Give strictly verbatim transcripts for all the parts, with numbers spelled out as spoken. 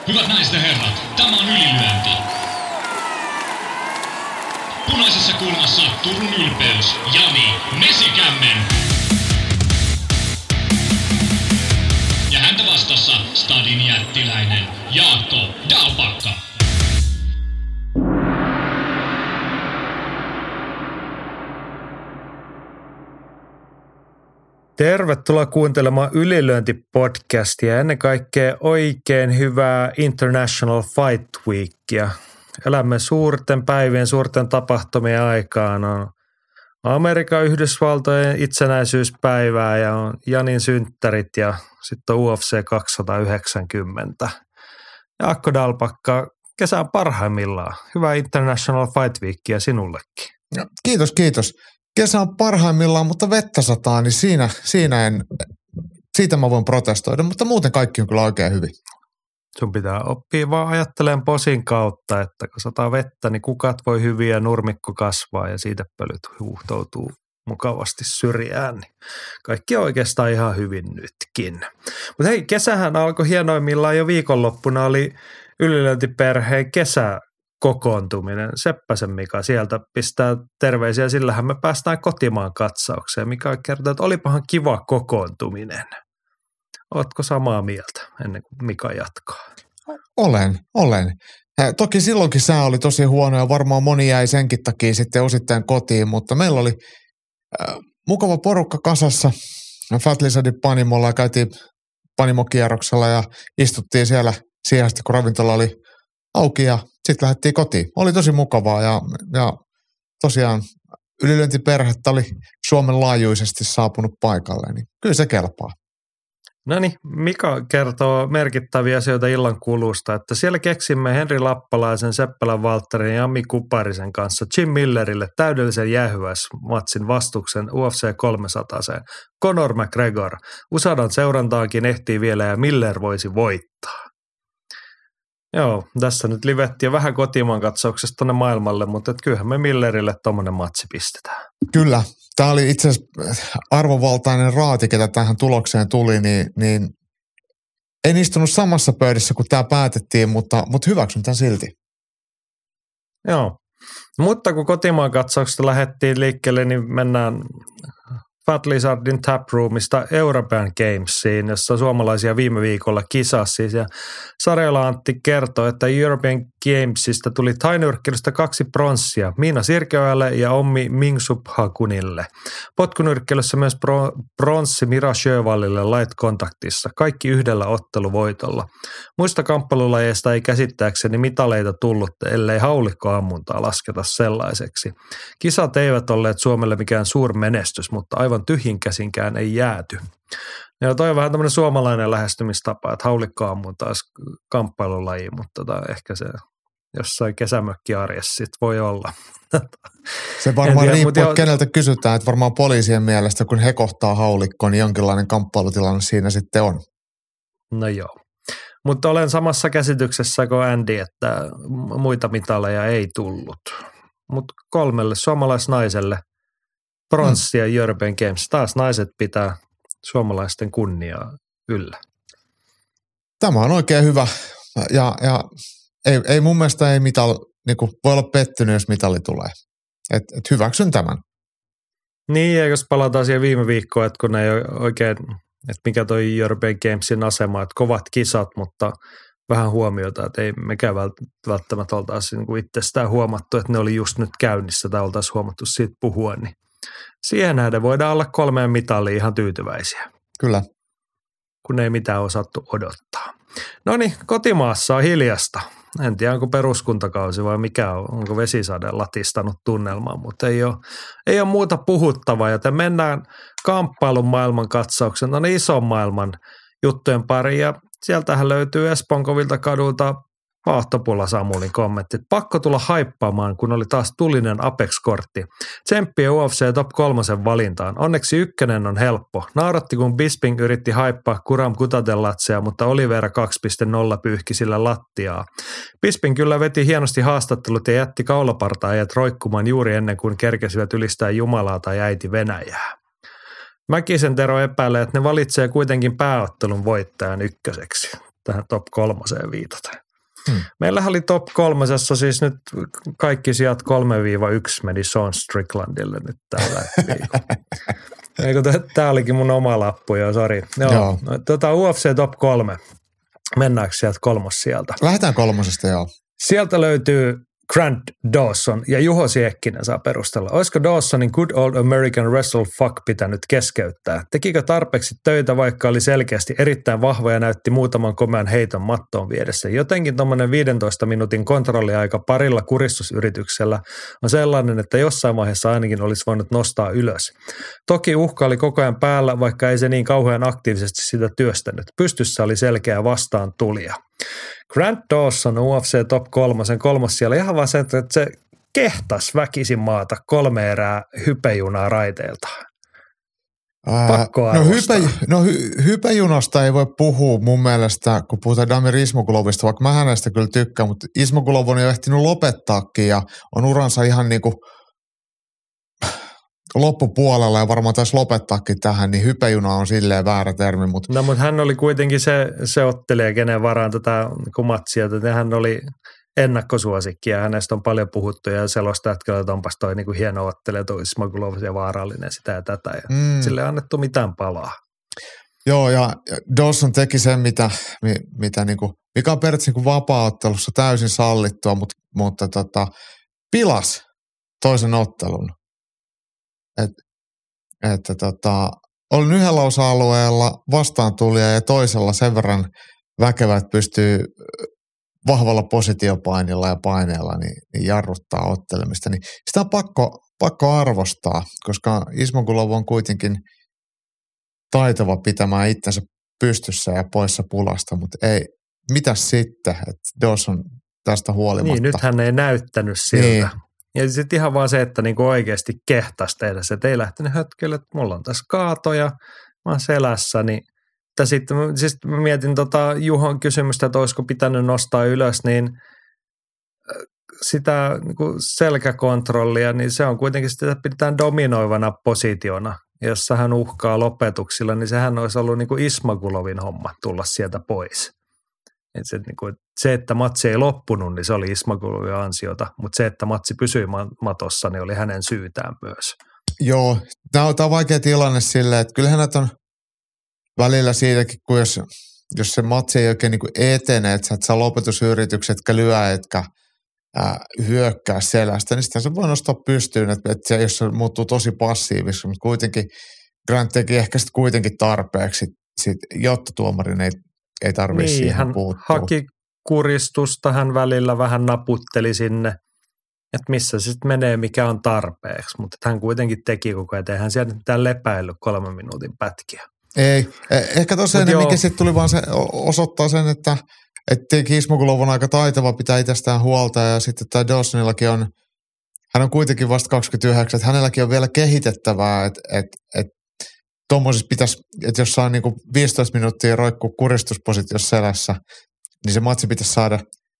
Hyvät naiset ja herrat, tämä on Ylilyönti. Punaisessa kulmassa Turun ylpeys, Jani Mesikämmen. Ja häntä vastassa Stadin jättiläinen Jaakko Dalpakka. Tervetuloa kuuntelemaan Ylilyönti-podcastia ja ennen kaikkea oikein hyvää International Fight Weekia. Elämme suurten päivien, suurten tapahtumien aikaan. On Amerikan Yhdysvaltojen itsenäisyyspäivää ja on Janin synttärit ja sitten on U F C kaksisataayhdeksänkymmentä. Jaakko Dalpakka, kesä on parhaimmillaan. Hyvää International Fight Weekia sinullekin. Kiitos, kiitos. Kesä on parhaimmillaan, mutta vettä sataa, niin siinä, siinä en, siitä mä voin protestoida, mutta muuten kaikki on kyllä oikein hyvin. Sun pitää oppia vaan ajattelemaan posin kautta, että kun sataa vettä, niin kukat voi hyvin ja nurmikko kasvaa ja siitä pölyt huuhtoutuu mukavasti syrjään. Niin kaikki on oikeastaan ihan hyvin nytkin. Mutta hei, kesähän alkoi hienoimmillaan jo viikonloppuna oli Ylilyöntiperheen kesä. Kokoontuminen. Seppäsen Mika sieltä pistää terveisiä, sillähän me päästään kotimaan katsaukseen. Mika kertoo, että olipahan kiva kokoontuminen. Ootko samaa mieltä ennen kuin Mika jatkaa? Olen, olen. Toki silloinkin sää oli tosi huono ja varmaan moni jäi senkin takia sitten osittain kotiin, mutta meillä oli äh, mukava porukka kasassa. Fat Lizardin panimolla ja käytiin panimokierroksella ja istuttiin siellä siihen asti, kun ravintola oli auki ja sitten lähdettiin kotiin. Oli tosi mukavaa ja, ja tosiaan Ylilyöntiperhettä oli Suomen laajuisesti saapunut paikalle, niin kyllä se kelpaa. No niin, Mika kertoo merkittäviä asioita illan kulusta, että siellä keksimme Henri Lappalaisen, Seppälän Valtterin ja Jami Kuparisen kanssa Jim Millerille täydellisen jähyväismatsin vastuksen U F C kolmesataa. Conor McGregor. U S A:n seurantaankin ehtii vielä ja Miller voisi voittaa. Joo, tässä nyt livettiin vähän kotimaan katsauksesta tuonne maailmalle, mutta et kyllähän me Millerille tommonen matsi pistetään. Kyllä. Tämä oli itse asiassa arvovaltainen raati, ketä tähän tulokseen tuli, niin, niin en istunut samassa pöydässä, kun tämä päätettiin, mutta, mutta hyväksyn tämän silti. Joo, mutta kun kotimaan katsauksesta lähdettiin liikkeelle, niin mennään Fat Lizardin Taproomista European Gamesiin, jossa suomalaisia viime viikolla kisasi. Ja Sarjola Antti kertoi, että European Gamesista tuli tainyrkkeilystä kaksi pronssia, Miina Sirkeojalle ja Ommi Mingsubhakunille. Potkunyrkkeilyssä myös pro, pronssi Mira Sjövallille light-kontaktissa, kaikki yhdellä otteluvoitolla. Muista kamppailulajeista ei käsittääkseni mitaleita tullut, ellei haulikkoammuntaa lasketa sellaiseksi. Kisat eivät olleet Suomelle mikään suurmenestys, mutta aivan tyhjinkäsinkään ei jääty. Ja toi on vähän tämmöinen suomalainen lähestymistapa, että haulikkoammunta olisi kamppailulaji, mutta tota, ehkä se jossain kesämökkiarjessa sit voi olla. Se varmaan tiedä, riippuu, jo... keneltä kysytään, että varmaan poliisien mielestä, kun he kohtaa haulikkoon, niin jonkinlainen kamppailutilanne siinä sitten on. No joo. Mutta olen samassa käsityksessä kuin Andy, että muita mitaleja ei tullut. Mutta kolmelle suomalaisnaiselle pronssia hmm. European Games. Taas naiset pitää suomalaisten kunniaa yllä. Tämä on oikein hyvä. Ja, ja ei, ei mun mielestä ei mital, niin kuin voi olla pettynyt, jos mitali tulee. Et, et hyväksyn tämän. Niin, ja jos palataan siihen viime viikkoon, että kun ne ei oikein, että mikä toi European Gamesin asema, että kovat kisat, mutta vähän huomiota, että ei mekään välttämättä oltaisi niin kuin itsestään huomattu, että ne oli just nyt käynnissä tai oltaisiin huomattu siitä puhua, niin siihen nähden voidaan olla kolmeen mitaliin ihan tyytyväisiä. Kyllä. Kun ei mitään osattu odottaa. No niin, kotimaassa on hiljasta. En tiedä, onko peruskuntakausi vai mikä on, onko vesisade latistanut tunnelmaa, mutta ei ole, ei ole muuta puhuttavaa, joten mennään kamppailun maailman katsauksen, no niin ison maailman juttujen pariin, ja sieltähän löytyy Espoonkovilta kadulta Vaahtopula Samulin kommentti. Pakko tulla haippaamaan, kun oli taas tulinen Apex-kortti. Tsemppiä U F C Top kolmosen valintaan. Onneksi ykkönen on helppo. Nauratti, kun Bisping yritti haippaa Kuram Kutatellatsea, mutta Olivera kaksi piste nolla pyyhki sillä lattiaa. Bisping kyllä veti hienosti haastattelut ja jätti kaulapartaajat roikkumaan juuri ennen kuin kerkesivät ylistää Jumalaa tai äiti Venäjää. Mäkisen Tero epäilee, että ne valitsee kuitenkin pääottelun voittajan ykköseksi. tähän top kolmoseen viitaten. Hmm. Meillähän oli top kolmosessa siis nyt kaikki sijat kolme yksi meni Sean Stricklandille nyt tällä viikolla. Tämä olikin mun oma lappu jo, sori. Joo. Joo. Tota, U F C top kolme. Mennäänkö sieltä kolmos sieltä? Lähdetään kolmosesta, joo. Sieltä löytyy Grant Dawson ja Juho Siekkinen saa perustella. Olisiko Dawsonin Good Old American Wrestle Fuck pitänyt keskeyttää? Tekikö tarpeeksi töitä, vaikka oli selkeästi erittäin vahva ja näytti muutaman komean heiton mattoon viedessä? Jotenkin tuommoinen viidentoista minuutin kontrolliaika parilla kuristusyrityksellä on sellainen, että jossain vaiheessa ainakin olisi voinut nostaa ylös. Toki uhka oli koko ajan päällä, vaikka ei se niin kauhean aktiivisesti sitä työstänyt. Pystyssä oli selkeä vastaan tulija. Grant Dawson U F C top kolmosen kolmos siellä ihan vaan se, että se kehtas väkisin maata kolme erää hypejunaa raiteilta. Pakko no, hype, no hy, hypejunasta ei voi puhua mun mielestä, kun puhutaan Damir Ismagulovista, vaikka mä hänestä kyllä tykkään, mutta Ismagulov on jo ehtinyt lopettaakin ja on uransa ihan niin kuin loppupuolella ja varmaan taisi lopettaakin tähän, niin hypejuna on silleen väärä termi. Mutta no mutta hän oli kuitenkin se, se ottelija, kenen varaan tätä matsia, että hän oli ennakkosuosikki ja hänestä on paljon puhuttu ja selostajat kyllä, että onpas toi niin kuin hieno ottelija, toi Ismagulov ja vaarallinen sitä ja tätä ja mm. sille ei annettu mitään palaa. Joo ja Dawson teki sen, mitä, mitä niin kuin, mikä on periaatteessa niin kuin vapaa-ottelussa täysin sallittua, mutta, mutta tota, pilas toisen ottelun. Et, että tota, olin yhdellä osa-alueella vastaantulija ja toisella sen verran väkevä, että pystyy vahvalla positiopainilla ja paineella niin, niin jarruttaa ottelemista. Niin sitä on pakko, pakko arvostaa, koska Ismagulov on kuitenkin taitava pitämään itsensä pystyssä ja poissa pulasta, mutta ei, mitäs sitten, että Dawson tästä huolimatta. Niin, nyt hän ei näyttänyt siltä. Niin. Ja sitten ihan vaan se, että niinku oikeasti kehtasi tehdä se, että ei lähtenyt hötkölle, että mulla on tässä kaatoja, mä oon selässä, niin sitten siis mä mietin tota Juhon kysymystä, että olisiko pitänyt nostaa ylös, niin sitä niinku selkäkontrollia, niin se on kuitenkin sitä pidetään dominoivana positiona. Jos hän uhkaa lopetuksilla, niin sehän olisi ollut niinku Ismagulovin homma tulla sieltä pois. Et se, niin kuin, se, että matsi ei loppunut, niin se oli Ismagulovin ansiota, mutta se, että matsi pysyi matossa, niin oli hänen syytään myös. Joo, tämä on, tämä on vaikea tilanne silleen, että kyllähän näitä on välillä siitäkin, kun jos, jos se matsi ei oikein niin kuin etene, että sä et saa lopetusyritykset, etkä lyö, etkä ää, hyökkää selästä, niin sitten se voi nostaa pystyyn, että, että se, jos se muuttuu tosi passiiviseksi, mutta kuitenkin Grant teki ehkä sitten kuitenkin tarpeeksi, sit, jotta tuomarin ei ei tarvitse niin, siihen hän puuttua. Haki kuristusta, hän välillä vähän naputteli sinne, että missä se sitten menee, mikä on tarpeeksi, mutta hän kuitenkin teki koko ajan, eihän siellä mitään lepäillyt kolmen minuutin pätkiä. Ei, ehkä tosiaan mikä sitten tuli vaan se, osoittaa sen, että että Ismagulov on aika taitava pitää itsestään huolta ja sitten tämä Dawsonillakin on, hän on kuitenkin vasta kaksikymmentäyhdeksän, että hänelläkin on vielä kehitettävää, että että, että tuommoisessa pitäisi, että jos saa niinku viisitoista minuuttia roikkuu kuristuspositiossa selässä, niin se matsi pitäisi saada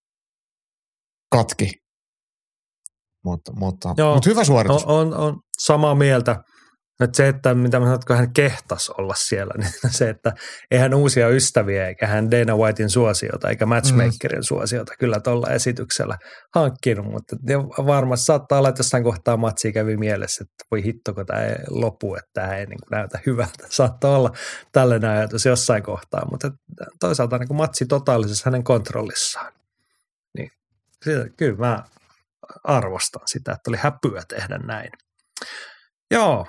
katki. Mutta, mutta, mutta hyvä suoritus. On, on, on samaa mieltä. Että se, että mitä mä sanon, että hän kehtas olla siellä, niin se, että eihän uusia ystäviä eikä hän Dana Whitein suosiota eikä matchmakerin mm. suosiota kyllä tuolla esityksellä hankkinut, mutta varmasti saattaa olla, että jossain kohtaa matsia kävi mielessä, että voi hitto, kun tämä ei lopu, että tämä ei niin kuin näytä hyvältä. Saattaa olla tällainen ajatus jossain kohtaa, mutta toisaalta niin kuin matsi totaalisessa hänen kontrollissaan. Niin kyllä mä arvostan sitä, että oli häpyä tehdä näin. Joo.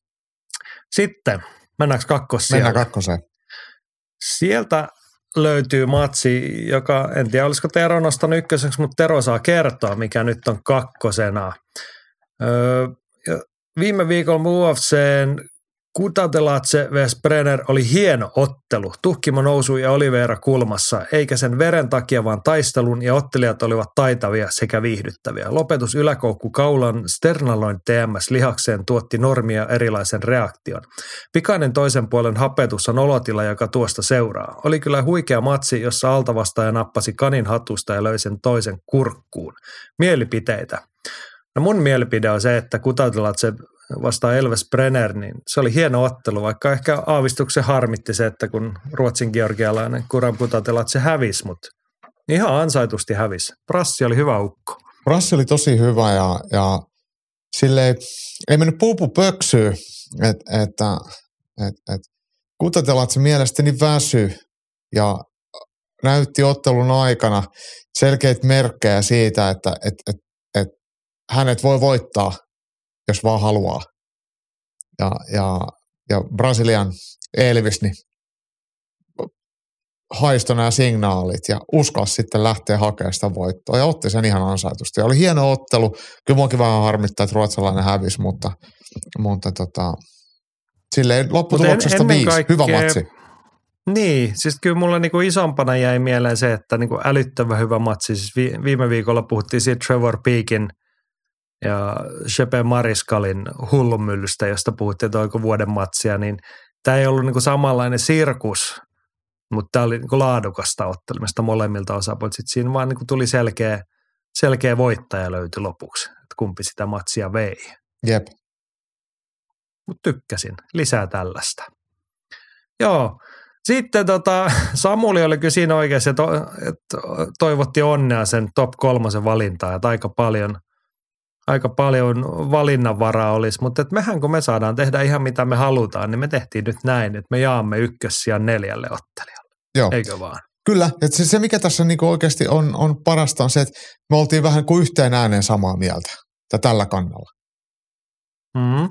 Sitten, mennäänkö kakkossijalle? Mennään kakkoseen. Sieltä löytyy matsi, joka, en tiedä olisiko Tero nostanut ykköseksi, mutta Tero saa kertoa, mikä nyt on kakkosena. Öö, viime viikolla U F C:n Kutatelatse versus Brenner oli hieno ottelu. Tuhkimo nousui ja Oliveira kulmassa, eikä sen veren takia, vaan taistelun ja ottelijat olivat taitavia sekä viihdyttäviä. Lopetus yläkoukku kaulan sternaloin T M S-lihakseen tuotti normia erilaisen reaktion. Pikainen toisen puolen hapetus on olotila, joka tuosta seuraa. Oli kyllä huikea matsi, jossa altavastaaja nappasi kanin hatusta ja löi sen toisen kurkkuun. Mielipiteitä. No mun mielipide on se, että Kutatelatse vastaan Elves Brenner, niin se oli hieno ottelu, vaikka ehkä aavistuksen harmitti se, että kun Ruotsin georgialainen Kuranputatelat se hävisi, mutta ihan ansaitusti hävisi. Brassi oli hyvä ukko. Brassi oli tosi hyvä ja, ja silleen, ei mennyt puupu pöksyy, että et, et, et, Kutatelat se mielestäni väsy ja näytti ottelun aikana selkeitä merkkejä siitä, että et, et, et hänet voi voittaa, jos vaan haluaa. Ja, ja, ja Brasilian Elvis niin haistoi nämä signaalit ja uskalsi sitten lähteä hakemaan sitä voittoa ja otti sen ihan ansaitusti. Ja oli hieno ottelu. Kyllä muakin vähän harmittaa, että ruotsalainen hävisi, mutta, mutta tota, silleen lopputuloksesta viisi. Kaikkea, hyvä matsi. Niin, siis kyllä mulla niinku isompana jäi mieleen se, että niinku älyttävä hyvä matsi. Siis vi, viime viikolla puhuttiin siitä Trevor Peakin ja Shepe Mariskalin hullunmyllystä, josta puhuttiin, että oliko vuoden matsia, niin tämä ei ollut niinku samanlainen sirkus, mutta tämä oli niinku laadukasta ottelemista molemmilta osapuolta. Sitten siinä vaan niinku tuli selkeä, selkeä voittaja löytyi lopuksi, että kumpi sitä matsia vei. Jep. Mutta tykkäsin. Lisää tällaista. Joo. Sitten tota, Samuli oli kyllä siinä oikeassa, että toivotti onnea sen top kolmosen valintaan, että aika paljon, aika paljon valinnanvaraa olisi, mutta että mehän kun me saadaan tehdä ihan mitä me halutaan, niin me tehtiin nyt näin, että me jaamme ykkössijan neljälle ottelijalle. Joo. Eikö vaan? Kyllä, että se, se mikä tässä niinku oikeasti on, on parasta on se, että me oltiin vähän kuin yhteen ääneen samaa mieltä tällä kannalla. Mm-hmm.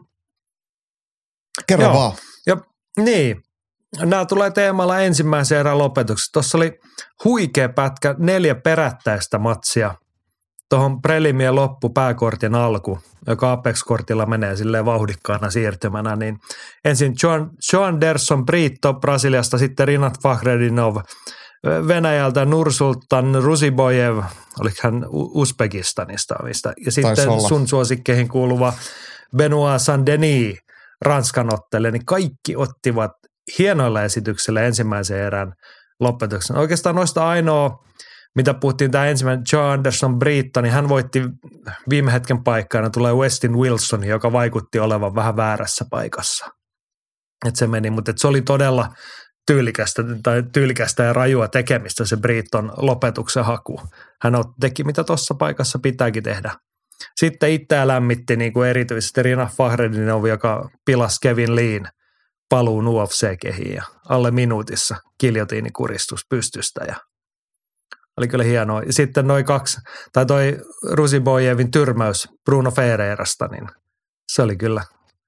Kerro Joo. vaan. Ja, niin. Nämä tulee teemalla ensimmäisen erän lopetuksessa. Tuossa oli huikea pätkä, neljä perättäistä matsia tuohon prelimien loppu pääkortin alku, joka Apex-kortilla menee silleen vauhdikkaana siirtymänä. Niin ensin Joan, Joanderson Brito Brasiliasta, sitten Rinat Fakhretdinov Venäjältä, Nursultan Rusibojev, oliko hän Uzbekistanista, mistä, ja sitten sun suosikkeihin kuuluva Benoit Saint-Denis Ranskan ottele, niin kaikki ottivat hienoilla esityksellä ensimmäisen erän lopetuksen. Oikeastaan noista ainoa, mitä puhuttiin, tämä ensimmäinen Joe Anderson Brito, niin hän voitti viime hetken paikkaana, tulee Westin Wilson, joka vaikutti olevan vähän väärässä paikassa. Että se meni, mutta se oli todella tyylikästä, tai tyylikästä ja rajua tekemistä se Briton lopetuksen haku. Hän teki, mitä tuossa paikassa pitääkin tehdä. Sitten itseä lämmitti niin kuin erityisesti Rinat Fakhretdinov, joka pilasi Kevin Leen paluun U F C-kehiin ja alle minuutissa giljotiinikuristus pystystä ja oli kyllä hienoa. Ja sitten noin kaksi, tai toi Rusibojevin tyrmäys Bruno Ferreirasta, niin se oli kyllä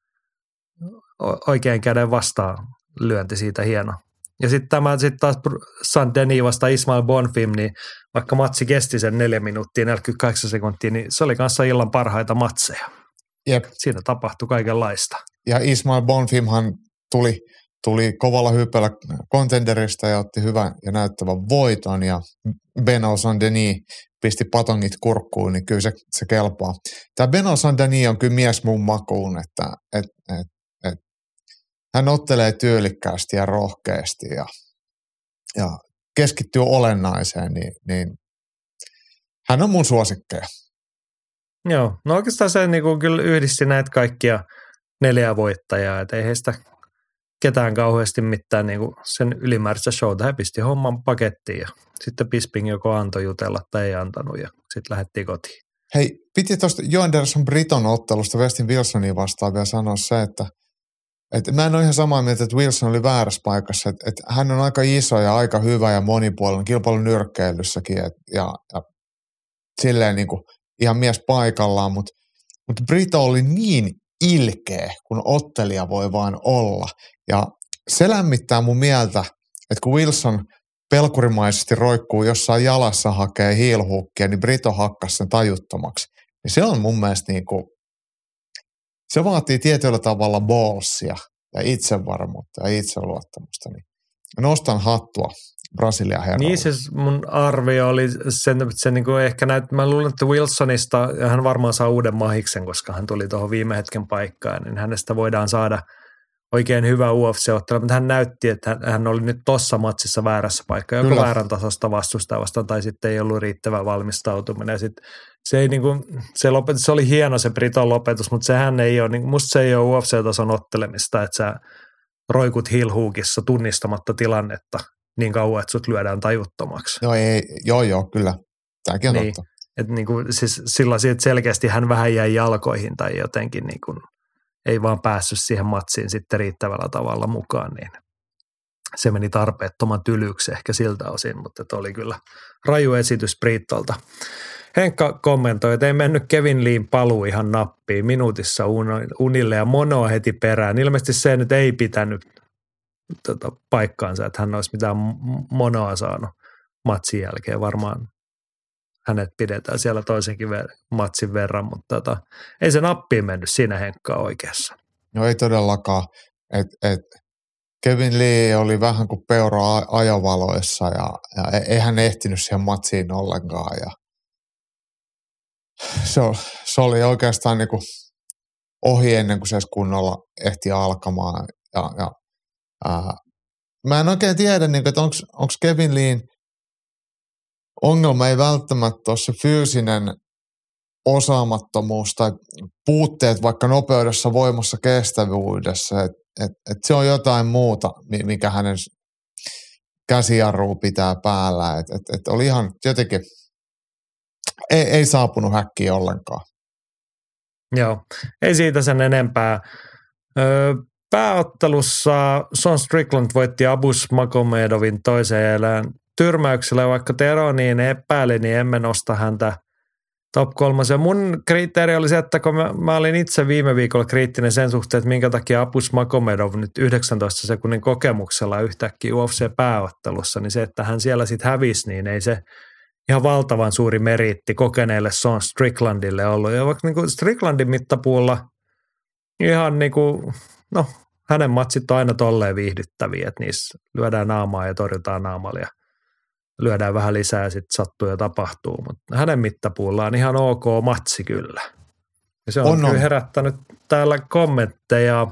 oikein käden vastaan lyönti siitä hieno. Ja sitten tämä sitten taas Saint-Denis vasta Ismail Bonfim, niin vaikka matsi kesti sen neljä minuuttia, neljäkymmentäkahdeksan sekuntia, niin se oli kanssa illan parhaita matseja. Jep. Siinä tapahtui kaikenlaista. Ja Ismail Bonfimhan tuli, tuli kovalla hypellä contenderista ja otti hyvän ja näyttävän voiton ja Benoit Saint-Denis pisti patongit kurkkuun, niin kyllä se, se kelpaa. Tämä Benoit Saint-Denis on kyllä mies mun makuun, että et, et, et, hän ottelee tyylikkäästi ja rohkeasti ja, ja keskittyy olennaiseen, niin, niin hän on mun suosikkeja. Joo, no oikeastaan se niin kuin kyllä yhdisti näitä kaikkia neljää voittajaa, että ei heistä ketään kauheasti mitään niin kuin sen ylimääräistä showta. He pisti homman pakettiin ja sitten Bisping joko antoi jutella tai ei antanut ja sitten lähdettiin kotiin. Hei, piti tuosta Joanderson Briton ottelusta Westin Wilsonia vastaan vielä sanoa se, että, että mä en ole ihan samaa mieltä, että Wilson oli väärässä paikassa. Että, että hän on aika iso ja aika hyvä ja monipuolinen kilpailun nyrkkeilyssäkin et, ja, ja silleen niin kuin ihan mies paikallaan, mutta, mutta Brito oli niin ilkeä, kun ottelija voi vaan olla. Ja se lämmittää mun mieltä, että kun Wilson pelkurimaisesti roikkuu jossain jalassa hakee heelhookia, niin Brito hakkasi sen tajuttomaksi. Ja se on mun mielestä niin kuin, se vaatii tietyllä tavalla ballsia ja itsevarmuutta ja itseluottamusta. Niin nostan hattua Brasilian herralle. Niin siis mun arvio oli sen, että se niin kuin ehkä näyt, mä luulen, että Wilsonista, ja hän varmaan saa uuden mahiksen, koska hän tuli tuohon viime hetken paikkaan, niin hänestä voidaan saada oikein hyvä U F C-ottelu, mutta hän näytti, että hän oli nyt tossa matsissa väärässä paikkaa, joko Kyllä. väärän tasosta vastustaa vastaan, tai sitten ei ollut riittävä valmistautuminen. Sitten se, ei niin kuin, se, lopetus, se oli hieno se Briton lopetus, mutta sehän ei ole, niin, musta se ei ole U F C-tason ottelemista, että sä roikut heel hookissa tunnistamatta tilannetta niin kauan, että sut lyödään tajuttomaksi. Joo, ei, joo, joo, kyllä. Tämäkin on niin, totta. Että niin kuin, siis sillä että selkeästi hän vähän jäi jalkoihin tai jotenkin niin kuin, ei vaan päässyt siihen matsiin sitten riittävällä tavalla mukaan, niin se meni tarpeettoman tylyksi ehkä siltä osin, mutta oli kyllä raju esitys Brittolta. Henkka kommentoi, että ei mennyt Kevin Leen paluu ihan nappiin minuutissa unille ja monoa heti perään. Ilmeisesti se nyt ei pitänyt tota, paikkaansa, että hän olisi mitään monoa saanut matsin jälkeen. Varmaan hänet pidetään siellä toisenkin ver- matsin verran, mutta tota, ei se nappiin mennyt siinä Henkka oikeassa. No ei todellakaan. Et, et Kevin Lee oli vähän kuin peura ajovaloissa ja, ja ei hän ehtinyt siihen matsiin ollenkaan. Ja se, se oli oikeastaan niin kuin ohi ennen kuin se edes kunnolla ehti alkamaan. Ja, ja, ää, mä en oikein tiedä, niin kuin, että onko Kevin Leen ongelma ei välttämättä ole se fyysinen osaamattomuus tai puutteet vaikka nopeudessa, voimassa, kestävyydessä. Et, et, et se on jotain muuta, mikä hänen käsijarrua pitää päällä. Et, et, et oli ihan jotenkin, ei, ei saapunut häkkiä ollenkaan. Joo, ei siitä sen enempää. Öö, pääottelussa Sean Strickland voitti Abus Magomedovin toiseen elään tyrmäyksellä, vaikka Tero niin epäili, niin emme nosta häntä top kolmosen. Mun kriteeri oli se, että kun mä, mä olin itse viime viikolla kriittinen sen suhteen, että minkä takia Abus Magomedov nyt yhdeksäntoista sekunnin kokemuksella yhtäkkiä U F C-pääottelussa, niin se, että hän siellä sitten hävisi, niin ei se ihan valtavan suuri meriitti kokeneelle Sean Stricklandille ollut. Ja vaikka niin kuin Stricklandin mittapuulla ihan niin kuin, no hänen matsit on aina tolleen viihdyttäviä, että niissä lyödään naamaa ja torjutaan naamalla ja lyödään vähän lisää ja sitten sattuu ja tapahtuu, mutta hänen mittapuullaan ihan ok matsi kyllä. Ja se on, on kyllä herättänyt täällä kommentteja.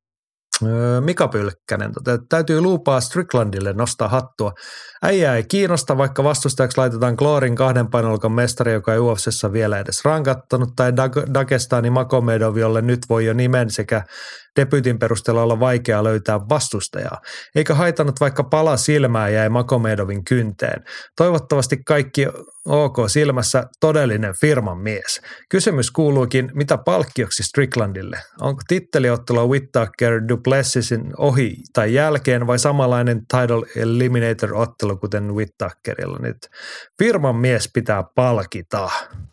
Mika Pylkkänen, täytyy lupaa Stricklandille nostaa hattua. Äijä ei kiinnosta, vaikka vastustajaksi laitetaan Glorin kahden painoluokan mestari, joka ei U F C:ssä vielä edes rankattanut, tai Dagestani Magomedov, jolle nyt voi jo nimen sekä debyytin perusteella olla vaikea löytää vastustajaa. Eikä haitannut, vaikka pala silmää jäi Magomedovin kynteen. Toivottavasti kaikki ok silmässä, todellinen firman mies. Kysymys kuuluukin, mitä palkkioksi Stricklandille? Onko titteliottelu Whittaker Duplessisin ohi tai jälkeen vai samanlainen title eliminator-ottelu kuten Whittakerilla nyt? Firman mies pitää palkita.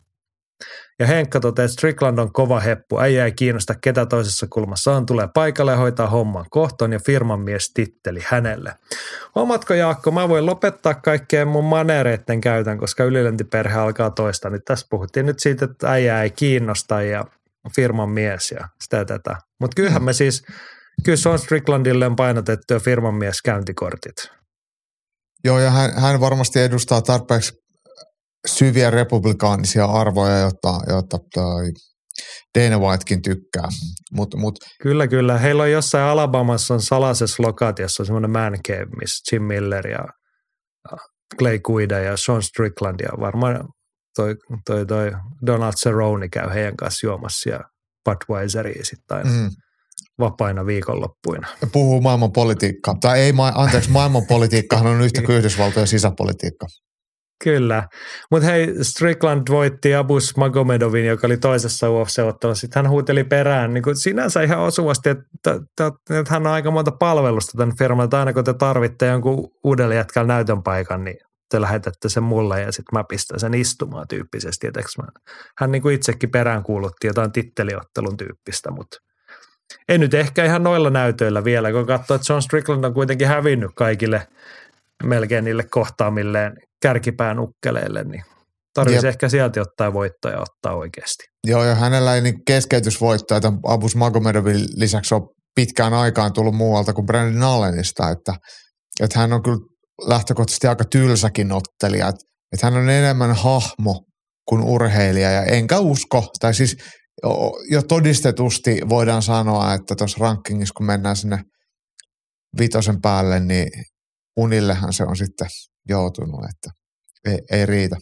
Ja Henkka toteaa, että Strickland on kova heppu, äijä ei kiinnosta ketä toisessa kulmassa on, tulee paikalle ja hoitaa homman kohtoon ja firman mies titteli hänelle. Huomaatko Jaakko, mä voin lopettaa kaikkeen mun maneereiden käytön, koska ylilöntiperhe alkaa toista. Nyt tässä puhuttiin nyt siitä, että äijä ei kiinnosta ja firman mies ja sitä tätä. Mutta kyllähän me siis, kyllä Sean Stricklandille on painotettu jo firman mies käyntikortit. Joo ja hän, hän varmasti edustaa tarpeeksi syviä republikaanisia arvoja, jotta, jotta toi Dana Whitekin tykkää. Mut, mut. Kyllä, kyllä. Heillä on jossain Alabamassa on salaisessa lokaatiossa semmoinen man cave, missä Jim Miller ja Clay Guida ja Sean Strickland ja varmaan toi, toi, toi Donald Cerrone käy heidän kanssa juomassa ja Budweiseria sitten aina mm. vapaina viikonloppuina. Ja puhuu maailmanpolitiikkaa. Tai ei, anteeksi, maailmanpolitiikkahan on yhtä kuin Yhdysvaltojen sisäpolitiikka. Kyllä, mutta hei, Strickland voitti Abus Magomedovin, joka oli toisessa U F C-ottelussa. Sitten hän huuteli perään niin kuin sinänsä ihan osuvasti, että, että, että hän on aika monta palvelusta tämän firman, että aina kun te tarvitte jonkun uudelle jätkällä näytön paikan, niin te lähetätte sen mulle ja sitten mä pistän sen istumaan tyyppisesti. Hän niin kuin itsekin perään kuulutti jotain titteliottelun tyyppistä, mutta ei nyt ehkä ihan noilla näytöillä vielä, kun katsoo, että Sean Strickland on kuitenkin hävinnyt kaikille melkein niille kohtaamilleen kärkipään ukkeleille, niin tarvitsisi ehkä sieltä jotain voittoja ottaa oikeasti. Joo, ja hänellä ei niin keskeytysvoittoja tämän Abus Magomedovin lisäksi ole pitkään aikaan tullut muualta kuin Brandon Allenista, että, että hän on kyllä lähtökohtaisesti aika tylsäkin ottelija, että, että hän on enemmän hahmo kuin urheilija, ja enkä usko, tai siis jo todistetusti voidaan sanoa, että tuossa rankingissa, kun mennään sinne vitosen päälle, niin unillehan se on sitten joutunut, että ei, ei riitä.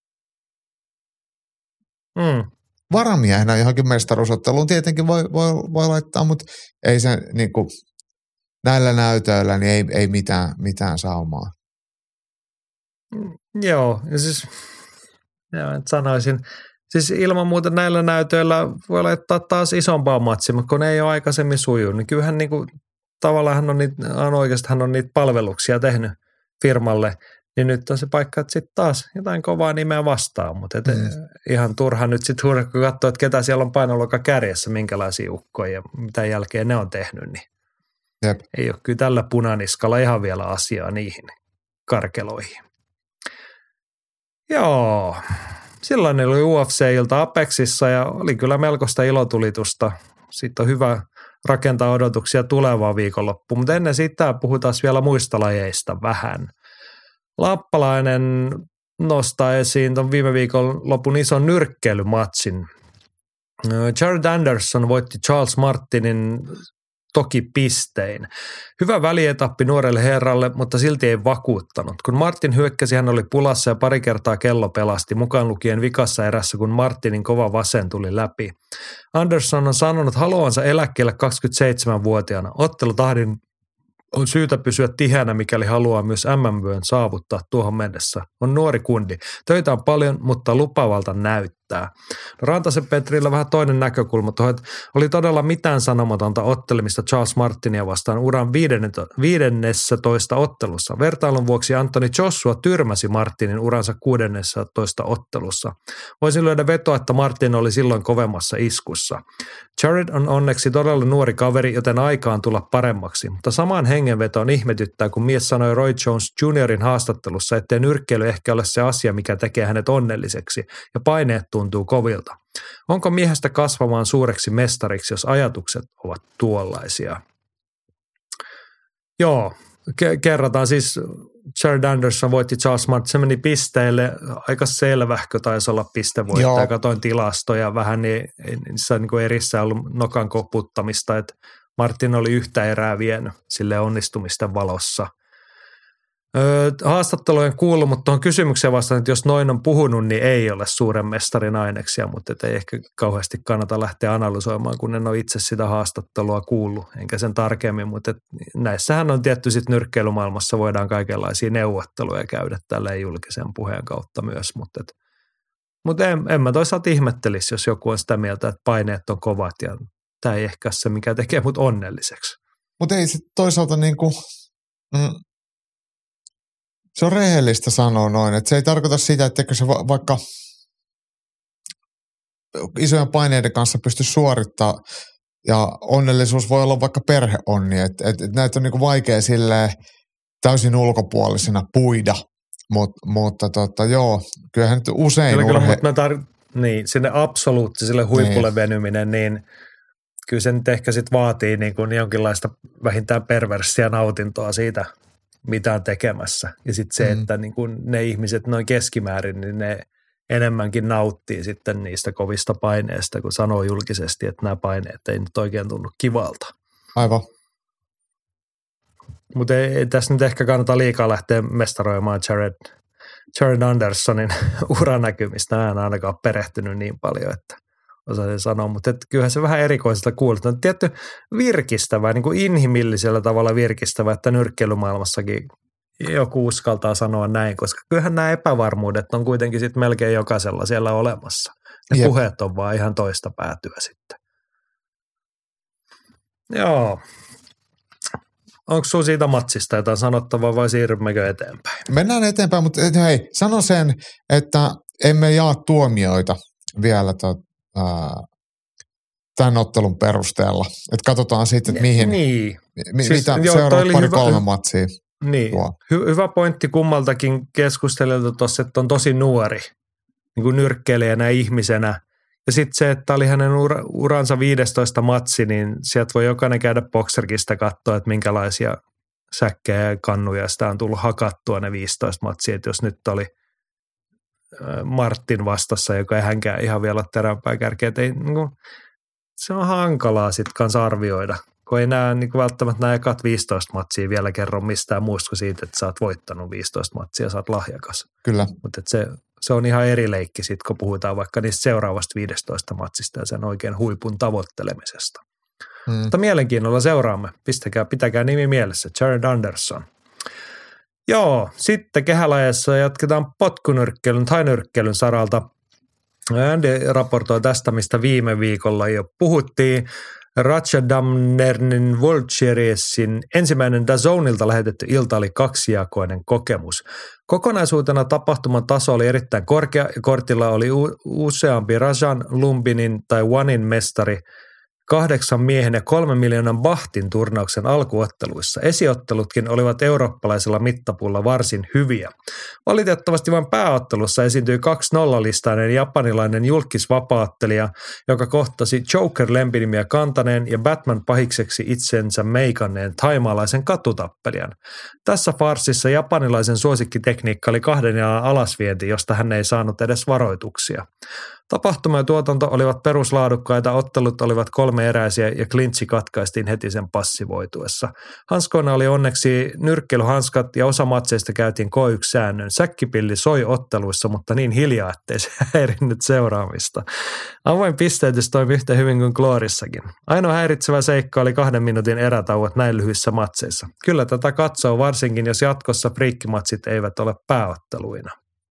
Mm. Varamiehenä johonkin mestaruusotteluun tietenkin voi, voi, voi laittaa, mutta ei se niin kuin, näillä näytöillä niin ei, ei mitään, mitään saumaa. Mm, joo, ja siis joo, sanoisin, siis ilman muuta näillä näytöillä voi laittaa taas isompaa matsia, mutta kun ne ei ole aikaisemmin sujunut, niin kyllähän niin kuin, tavallaan hän on, niitä, on oikeastaan hän on niitä palveluksia tehnyt firmalle, niin nyt on se paikka, että sitten taas jotain kovaa nimeä vastaan, mutta et mm. ihan turha nyt sitten huuda, kun katsoo, että ketä siellä on painoluokan kärjessä, minkälaisia ukkoja ja mitä jälkeen ne on tehnyt, niin Jep. ei ole kyllä tällä punaniskalla ihan vielä asiaa niihin karkeloihin. Joo, silloin oli U F C-ilta Apexissa ja oli kyllä melkoista ilotulitusta. Sitten on hyvä rakentaa odotuksia tulevaan viikonloppuun, mutta ennen sitä puhutaan vielä muista lajeista vähän. Lappalainen nostaa esiin tuon viime viikon lopun ison nyrkkeilymatsin. Jared Anderson voitti Charles Martinin toki pistein. Hyvä välietappi nuorelle herralle, mutta silti ei vakuuttanut. Kun Martin hyökkäsi, hän oli pulassa ja pari kertaa kello pelasti, mukaan lukien vikassa erässä, kun Martinin kova vasen tuli läpi. Anderson on sanonut haluansa eläkkeelle kaksikymmentäseitsemänvuotiaana. Ottelutahdin on syytä pysyä tiheänä, mikäli haluaa myös M M A:n saavuttaa tuohon mennessä. On nuori kundi. Töitä on paljon, mutta lupavalta näyttää. No, Rantasen Petrillä vähän toinen näkökulma tuohon, että oli todella mitään sanomatonta ottelemista Charles Martinia vastaan uran viidennessä toista ottelussa. Vertailun vuoksi Anthony Joshua tyrmäsi Martinin uransa kuudennessa toista ottelussa. Voisin lyödä vetoa, että Martin oli silloin kovemmassa iskussa. Jared on onneksi todella nuori kaveri, joten aikaan tulla paremmaksi, mutta samaan hengenvetoon ihmetyttää, kun mies sanoi Roy Jones juniorin haastattelussa, ettei nyrkkeily ehkä ole se asia, mikä tekee hänet onnelliseksi, ja paineet tuntuu kovilta. Onko miehestä kasvamaan suureksi mestariksi, jos ajatukset ovat tuollaisia? Joo, ke- kerrataan siis Jared Anderson voitti Charles Martin, se meni pisteille, aika selvähkö taisi olla pistevoittaja, katoin tilastoja vähän, niin niissä on niin erissä ollut nokan koputtamista, että Martin oli yhtä erää vienyt sille onnistumisten valossa. Öö, haastattelujen kuullut, mutta tuohon kysymykseen vastaan, että jos noin on puhunut, niin ei ole suuren mestarin aineksia, mutta ei ehkä kauheasti kannata lähteä analysoimaan, kun en ole itse sitä haastattelua kuullut, enkä sen tarkemmin, mutta näissähän on tietty sitten nyrkkeilymaailmassa voidaan kaikenlaisia neuvotteluja käydä tälleen julkisen puheen kautta myös, mutta, et, mutta en, en mä toisaalta ihmettelisi, jos joku on sitä mieltä, että paineet on kovat ja tämä ei ehkä se, mikä tekee mut onnelliseksi. Mutta ei sitten toisaalta niin kuin, mm, se on rehellistä sanoa noin, että se ei tarkoita sitä, etteikö se va- vaikka isojen paineiden kanssa pysty suorittamaan ja onnellisuus voi olla vaikka perheonni, että et, et näitä on niin kuin vaikea silleen täysin ulkopuolisena puida, Mut, mutta tota, joo, kyllähän nyt usein kyllä, urhe... kyllä, mutta mä tar- niin, sinne absoluuttiselle huipulle niin. venyminen, niin kyllä se nyt ehkä sitten vaatii niin kuin jonkinlaista vähintään perverssiä nautintoa siitä, mitä on tekemässä. Ja sitten se, mm. että niin kuin ne ihmiset noin keskimäärin, niin ne enemmänkin nauttii sitten niistä kovista paineista, kun sanoo julkisesti, että nämä paineet ei nyt oikein tunnu kivalta. Aivan. Mutta ei, ei tässä nyt ehkä kannata liikaa lähteä mestaroimaan Jared, Jared Andersonin uranäkymistä. Mä en ainakaan ole perehtynyt niin paljon, että osaisin sanoa, mutta kyllähän se vähän erikoiselta kuulostaa. On tietty virkistävää, niin kuin inhimillisellä tavalla virkistävää, että nyrkkeilymaailmassakin joku uskaltaa sanoa näin, koska kyllähän nämä epävarmuudet on kuitenkin sitten melkein jokaisella siellä olemassa. Ne Jep. puheet on vaan ihan toista päätyä sitten. Joo. Onko sinulla siitä matsista jotain sanottavaa vai siirrymmekö eteenpäin? Mennään eteenpäin, mutta hei, sano sen, että emme jaa tuomioita vielä tot, ää, tämän ottelun perusteella. Että katsotaan sitten, että mihin, niin. mi, siis, mitä joo, seuraavat pari-kolme hyvä, matsia. Niin, Hy, hyvä pointti kummaltakin keskustelulta tuossa, että on tosi nuori niin kuin nyrkkeilijänä ihmisenä. Ja sitten se, että oli hänen ura, uransa viidestoista matsi, niin sieltä voi jokainen käydä Boxerkista katsoa, että minkälaisia säkkejä ja kannuja sitä on tullut hakattua ne viisitoista matsia. Että jos nyt oli Martin vastassa, joka ei hänkään ihan vielä ole terämpää kärkeä. Ei, niin kuin, se on hankalaa sitten kanssa arvioida, kun ei nämä niin kuin välttämättä nämä ekat viisitoista matsia vielä kerro mistään muusta kuin siitä, että sä oot voittanut viisitoista matsia ja sä oot lahjakas. Kyllä. Mutta se, se on ihan eri leikki sitten, kun puhutaan vaikka niistä seuraavasta viidestoista matsista ja sen oikein huipun tavoittelemisesta. Hmm. Mutta mielenkiinnolla seuraamme. Pistäkää, pitäkää nimi mielessä. Jared Anderson. Joo, sitten kehälajeissa jatketaan potkunyrkkeilyn tai nyrkkeilyn saralta. Andy raportoi tästä, mistä viime viikolla jo puhuttiin. Rajadamnernin World Seriesin ensimmäinen D A Z Nilta lähetetty ilta oli kaksijakoinen kokemus. Kokonaisuutena tapahtuman taso oli erittäin korkea ja kortilla oli u- useampi Rajan, Lumbinin tai Onein mestari kahdeksan miehen ja kolmen miljoonan bahtin turnauksen alkuotteluissa. Esiottelutkin olivat eurooppalaisella mittapuulla varsin hyviä. Valitettavasti vain pääottelussa esiintyi kaksi nollalistainen japanilainen julkisvapaattelija, joka kohtasi Joker-lempinimiä kantaneen ja Batman pahikseksi itsensä meikanneen thaimaalaisen katutappelijan. Tässä farssissa japanilaisen suosikkitekniikka oli kahden jalan alasvienti, josta hän ei saanut edes varoituksia. Tapahtuma ja tuotanto olivat peruslaadukkaita, ottelut olivat kolmeeräisiä ja klintsi katkaistiin heti sen passivoituessa. Hanskoina oli onneksi nyrkkeilyhanskat ja osa matseista käytiin K yksi säännön. Säkkipilli soi otteluissa, mutta niin hiljaa, ettei se häirinnyt seuraamista. Avoin pisteytys toimi yhtä hyvin kuin Gloorissakin. Ainoa häiritsevä seikka oli kahden minuutin erätauot näin lyhyissä matseissa. Kyllä tätä katsoo varsinkin, jos jatkossa friikkimatsit eivät ole pääotteluina.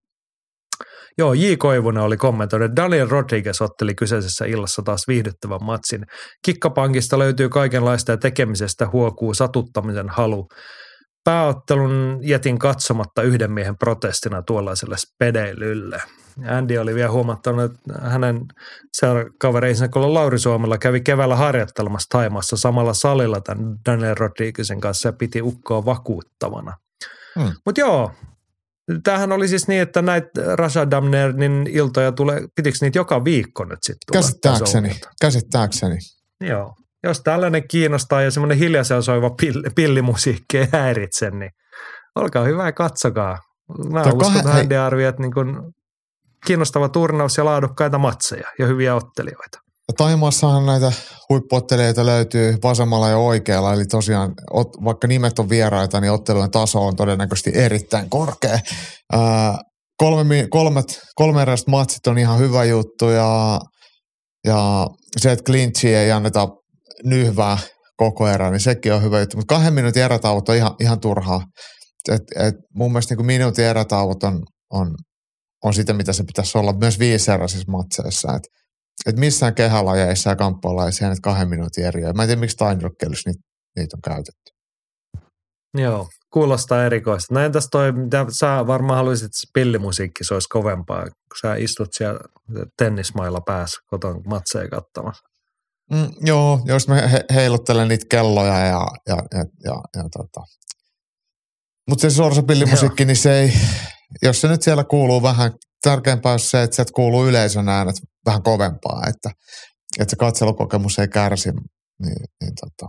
Joo, J. Koivunen oli kommentoinut, että Daniel Rodriguez otteli kyseisessä illassa taas viihdyttävän matsin. Kikkapankista löytyy kaikenlaista ja tekemisestä huokuu satuttamisen halu. Pääottelun jätin katsomatta yhden miehen protestina tuollaiselle spedeilylle. Andy oli vielä huomattanut, että hänen kavereinsa kun Lauri Suomella kävi keväällä harjoittelemassa Thaimaassa samalla salilla tämän Daniel Rodriguezin kanssa ja piti ukkoa vakuuttavana. Hmm. Mutta joo, tämähän oli siis niin, että näitä Rajadamnernin iltoja tulee, pitikö niitä joka viikko nyt sitten tulla? Käsittääkseni, käsittääkseni. Joo, jos tällainen kiinnostaa ja semmoinen hiljaisella soiva pill, pillimusiikki ei häiritse, niin olkaa hyvä ja katsokaa. Mä Tuo uskon tähän Andy arvioon, että niin kun kiinnostava turnaus ja laadukkaita matseja ja hyviä ottelijoita. Taimaassahan näitä huippuottelijoita löytyy vasemmalla ja oikealla, eli tosiaan vaikka nimet on vieraita, niin ottelujen taso on todennäköisesti erittäin korkea. Ää, kolme, kolmet, kolme eräistä matsit on ihan hyvä juttu ja, ja se, että clinchiä ei anneta nyhvää koko erä, niin sekin on hyvä juttu. Mutta kahden minuutin erätauot on ihan, ihan turhaa. Et, et mun mielestä niin kuin minuutin erätauot on, on, on sitä, mitä se pitäisi olla myös viiseräisissä matseissa. Et, Että missään kehälajeissa ja kamppaalajeissa ei näitä kahden minuutin eriä. Mä en tiedä, miksi tainrokkeilussa niitä, niitä on käytetty. Joo, kuulostaa erikoista. Näin tässä toi, mitä sä varmaan haluaisit, että pillimusiikki se olisi kovempaa, kun sä istut siellä tennismailla päässä kotona matseja katsomassa. Mm, joo, jos mä he, heiluttelen niitä kelloja ja, ja, ja, ja, ja tota. Mutta se sorsapillimusiikki, niin se ei, jos se nyt siellä kuuluu vähän, tärkeämpää on se, että sieltä kuuluu yleisön äänet vähän kovempaa, että, että se katselukokemus ei kärsi. Niin, niin tota.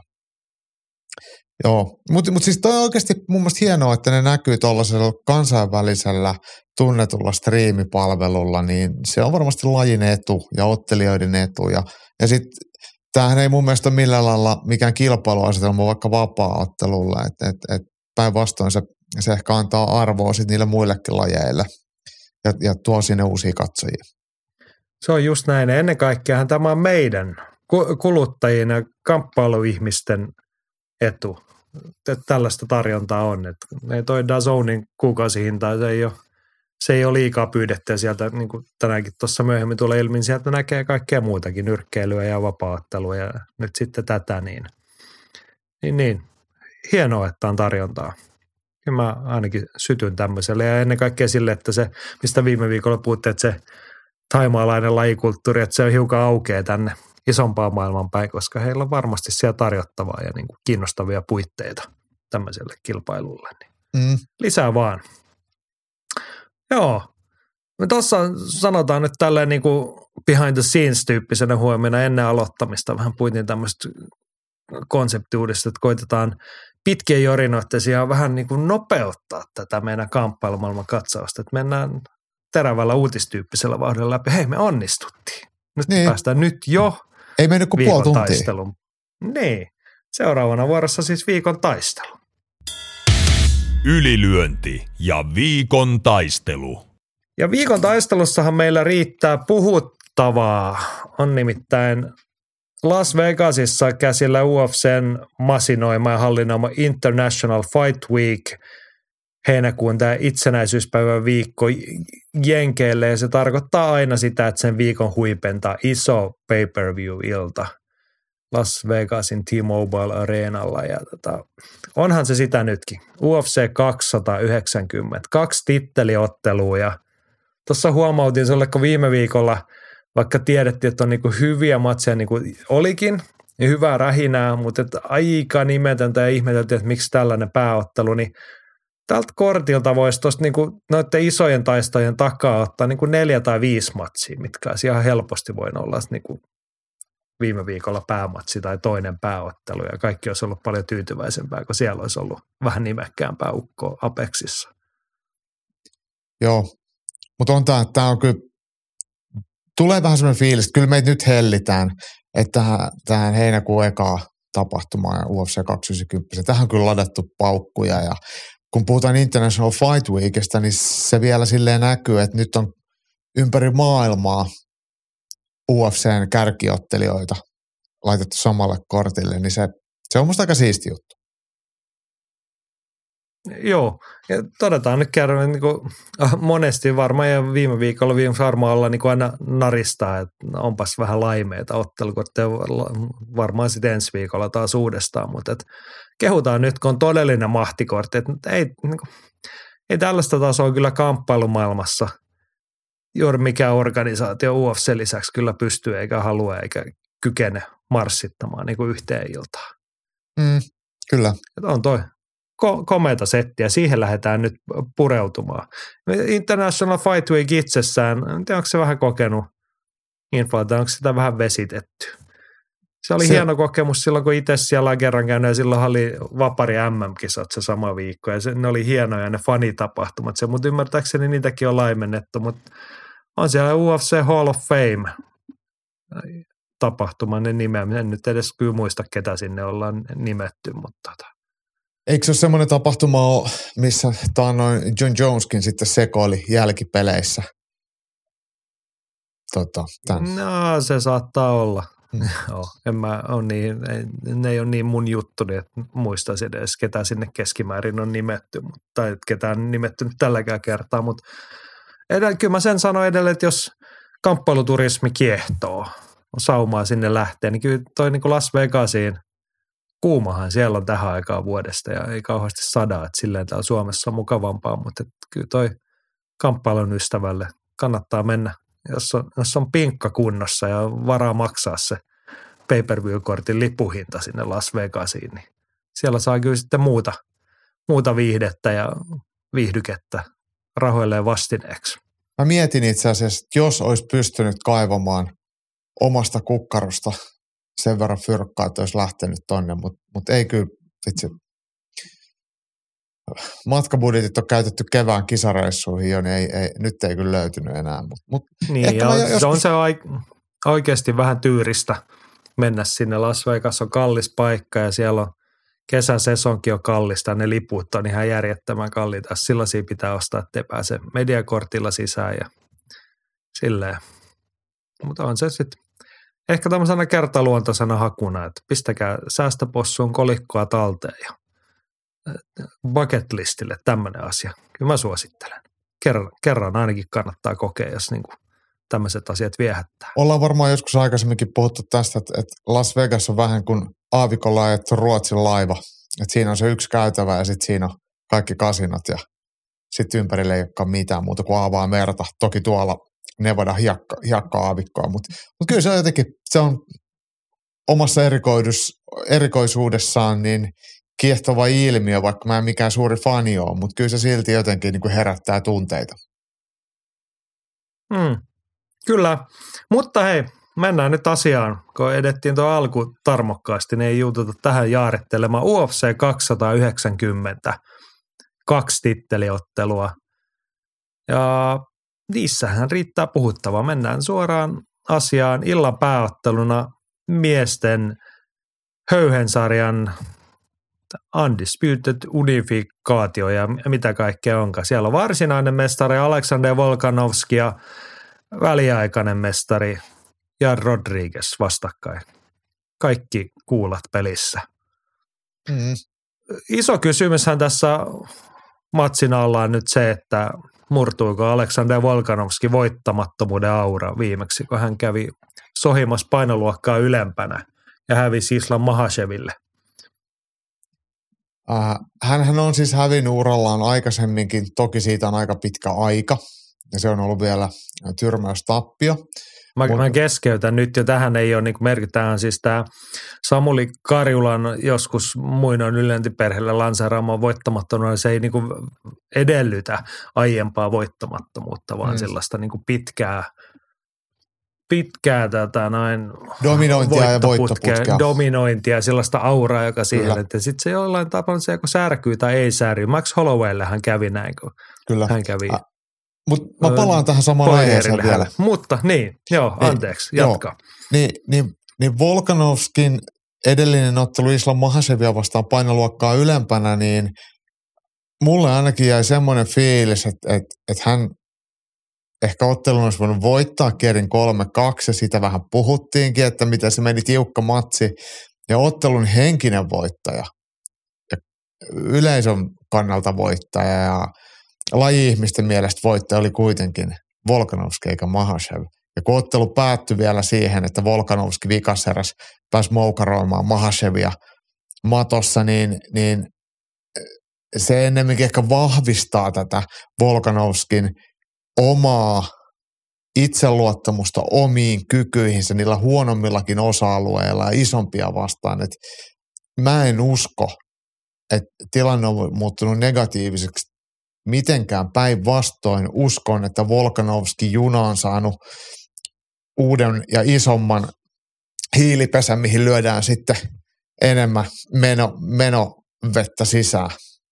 Joo, mutta mut siis toi on oikeasti mun mielestä hienoa, että ne näkyy tuollaisella kansainvälisellä tunnetulla striimipalvelulla, niin se on varmasti lajin etu ja ottelijoiden etu. Ja, ja sitten tämähän ei mun mielestä ole millään lailla mikään kilpailuasetelma vaikka vapaa-ottelulla, että et, et päinvastoin se, se ehkä antaa arvoa sitten niille muillekin lajeille ja, ja tuo sinne uusia katsojia. Se on just näin. Ennen kaikkeahan tämä on meidän kuluttajien ja kamppailuihmisten etu. Että tällaista tarjontaa on. Että ei toi D A ZNin kuukausihinta, se ei ole, se ei ole liikaa pyydetty ja sieltä, niin kuin tänäänkin tuossa myöhemmin tulee ilmi, sieltä näkee kaikkea muutakin, nyrkkeilyä ja vapaa-ottelua ja nyt sitten tätä, niin, niin, niin. Hienoa, että on tarjontaa. Ja mä ainakin sytyn tämmöiselle ja ennen kaikkea sille, että se, mistä viime viikolla puhuttiin, että se thaimaalainen lajikulttuuri, että se hiukan aukeaa tänne isompaan maailman päin, koska heillä on varmasti siellä tarjottavaa ja niin kuin kiinnostavia puitteita tämmöiselle kilpailulle. Mm. Lisää vaan. Joo. Me tuossa sanotaan nyt tälleen niin kuin behind the scenes -tyyppisenä huomenna ennen aloittamista vähän puitin tämmöistä konseptiudesta, että koitetaan pitkien jorinoiden sijaan vähän niin kuin nopeuttaa tätä meidän kamppailumaailman katsausta, että mennään terävällä uutistyyppisellä vauhdilla läpi. Hei, me onnistuttiin. Nyt niin. päästään nyt jo Ei mennyt kuin puoli tuntia. Taistelun. Niin. Seuraavana vuorossa siis viikon taistelu. Ylilyönti ja viikon taistelu. Ja viikon taistelussahan meillä riittää puhuttavaa. On nimittäin Las Vegasissa käsillä U F C:n masinoima ja hallinnoima International Fight Week. Heinäkuun tämä itsenäisyyspäivän viikko Jenkeille, ja se tarkoittaa aina sitä, että sen viikon huipentaa iso pay-per-view-ilta Las Vegasin T-Mobile Arenalla. Ja tota, onhan se sitä nytkin. U F C kaksisataayhdeksänkymmentä, kaksi titteliottelua, ja tuossa huomautin sulle, kun viime viikolla, vaikka tiedettiin, että on niinku hyviä matseja, niin kuin olikin, ja hyvää rähinää, mutta että aika nimetöntä ja ihmeteltiin, että miksi tällainen pääottelu, niin tältä kortilta voisi tuosta niinku noiden isojen taistojen takaa ottaa niinku neljä tai viisi matsia, mitkä olisi ihan helposti voinut olla niinku viime viikolla päämatsi tai toinen pääottelu, ja kaikki olisi ollut paljon tyytyväisempää, kun siellä olisi ollut vähän nimekkäämpää ukkoa Apexissa. Joo, mutta on tämä, tämä on kyllä, tulee vähän sellainen fiilis, että kyllä meitä nyt hellitään, että tähän, tähän heinäkuun ekaa tapahtumaan U F C kaksisataayhdeksänkymmentä, tähän on kyllä ladattu paukkuja, ja kun puhutaan International Fight Weekistä, niin se vielä silleen näkyy, että nyt on ympäri maailmaa U F C:n kärkiottelijoita laitettu samalle kortille, niin se, se on musta aika siisti juttu. Joo, ja todetaan nyt kerran, niin kuin monesti varmaan ja viime viikolla viime varmaalla niin kuin aina naristaa, että onpas vähän laimeita ottelukortteja varmaan sitten ensi viikolla taas uudestaan, mutta et kehutaan nyt, kun on todellinen mahtikortti, että ei, niin kuin, ei tällaista tasoa kyllä kamppailumaailmassa juuri mikään organisaatio U F C lisäksi kyllä pystyy eikä halua eikä kykene marssittamaan niin kuin yhteen iltaan. Mm, kyllä. Että on toi ko- komeata settiä, siihen lähdetään nyt pureutumaan. International Fight Week itsessään, en tiedä, onko se vähän kokenut inflaatio, onko sitä vähän vesitetty. Se oli se hieno kokemus silloin, kun itse siellä on kerran käynyt, ja silloin oli Vapari M M-kisat se sama viikko, ja se, ne oli hienoja ne fanitapahtumat, se, mutta ymmärtääkseni niitäkin on laimennettu, mutta on siellä U F C Hall of Fame tapahtuma, ne nimeä, en nyt edes kyllä muista, ketä sinne ollaan nimetty, mutta tota. Eikö se ole semmoinen tapahtuma, missä taannoin John Joneskin sitten sekoili jälkipeleissä? Tota, no, se saattaa olla. Mm. Joo, en mä on niin, ne ei ole niin mun juttu, niin että muistaisin edes, ketä sinne keskimäärin on nimetty, mutta, tai ketään on nimetty nyt tälläkään kertaa, mutta edellä, kyllä mä sen sanoin edelleen, että jos kamppailuturismi kiehtoo, saumaa sinne lähtee, niin kyllä toi niin kuin Las Vegasiin, kuumahan siellä on tähän aikaan vuodesta ja ei kauheasti sadaa, että silleen täällä Suomessa on mukavampaa, mutta kyllä toi kamppailun ystävälle kannattaa mennä, jos on, jos on pinkka kunnossa ja varaa maksaa se pay-per-view-kortin lipuhinta sinne Las Vegasiin, niin siellä saa kyllä sitten muuta, muuta viihdettä ja viihdykettä rahoilleen vastineeksi. Mä mietin itse asiassa, että jos olisi pystynyt kaivamaan omasta kukkarosta sen verran fyrkkaa, että olisi lähtenyt tonne, mutta mut ei kyllä itse. Matkabudjetit on käytetty kevään kisareissuihin jo, niin ei, ei, nyt ei kyllä löytynyt enää. Mut, mut niin, ja joskus se on se oikeasti vähän tyyristä mennä sinne. Las Vegas on kallis paikka ja siellä on kesäsesonkin on kallista, ne liput on ihan järjettömän kalliita. Sellaisia pitää ostaa, ettei pääse mediakortilla sisään ja silleen. Mutta on se sitten ehkä tämmöisenä kertaluontoisena hakuna, että pistäkää säästöpossuun kolikkoa talteen ja bucket listille tämmöinen asia. Kyllä mä suosittelen. Kerran, kerran ainakin kannattaa kokea, jos niinku tämmöiset asiat viehättää. Ollaan varmaan joskus aikaisemminkin puhuttu tästä, että, että Las Vegas on vähän kuin aavikolla ajettu Ruotsin laiva. Että siinä on se yksi käytävä ja sitten siinä on kaikki kasinot ja sitten ympärille ei olekaan mitään muuta kuin aavaa merta. Toki tuolla Nevada hiekka, hiekka-aavikkoa, mutta mut kyllä se on jotenkin, se on omassa erikoisuudessaan niin kiehtova ilmiö, vaikka mä en mikään suuri fani ole, mutta kyllä se silti jotenkin niin kuin herättää tunteita. Hmm. Kyllä, mutta hei, mennään nyt asiaan, kun edettiin tuo alku tarmokkaasti, niin ei juututa tähän jaarittelemaan. U F C kaksisataayhdeksänkymmentä, kaksi titteliottelua. Ja niissähän riittää puhuttavaa. Mennään suoraan asiaan illan pääotteluna miesten höyhensarjan Undisputed unifikaatio ja mitä kaikkea onkaan. Siellä on varsinainen mestari Alexander Volkanovski ja väliaikainen mestari Jan Rodriguez vastakkain. Kaikki kuulat pelissä. Mm. Iso kysymyshän tässä matsin alla on nyt se, että murtuuko Alexander Volkanovski voittamattomuuden aura viimeksi, kun hän kävi sohimassa painoluokkaa ylempänä ja hävisi Islam Makhacheville. Äh, hänhän on siis hävinnyt urallaan aikaisemminkin, toki siitä on aika pitkä aika, ja se on ollut vielä tyrmäystappio. Mä, Mut, mä keskeytän nyt jo, tähän ei ole niin merkitään siis tämä Samuli Karjulan joskus muinoin ylentiperheelle lanseeraamaan voittamattomuuden, se ei niin edellytä aiempaa voittamattomuutta, vaan mm. sellaista niin pitkää, pitkää tätä noin dominointia ja voittoputkea. Dominointia, sellaista auraa, joka siihen, Kyllä. että sitten se jollain tapaa se joko särkyy tai ei särky. Max Hollowaylle hän kävi näin, kun Kyllä. hän kävi. Ä- Mutta mä palaan tähän samaan aiheeseen vielä. Mutta niin, joo, anteeksi, niin, jatka. Joo, niin, niin, niin Volkanovskin edellinen ottelu Islam Makhachevia vastaan painoluokkaa ylempänä, niin mulle ainakin jäi semmoinen fiilis, että, että, että hän ehkä ottelun olisi voinut voittaa kierin kolme kaksi ja siitä vähän puhuttiinkin, että miten se meni tiukka matsi. Ja ottelun henkinen voittaja ja yleisön kannalta voittaja ja laji-ihmisten mielestä voittaja oli kuitenkin Volkanovski eikä Makhachev. Ja kun ottelu päättyi vielä siihen, että Volkanovski vikaseräs pääsi moukaroimaan Makhachevia matossa, niin, niin se ennemminkin ehkä vahvistaa tätä Volkanovskin omaa itseluottamusta omiin kykyihinsä niillä huonommillakin osa-alueilla ja isompia vastaan. Et mä en usko, että tilanne on muuttunut negatiiviseksi mitenkään päinvastoin. Uskon, että Volkanovski juna on saanut uuden ja isomman hiilipesän, mihin lyödään sitten enemmän meno, menovettä sisään.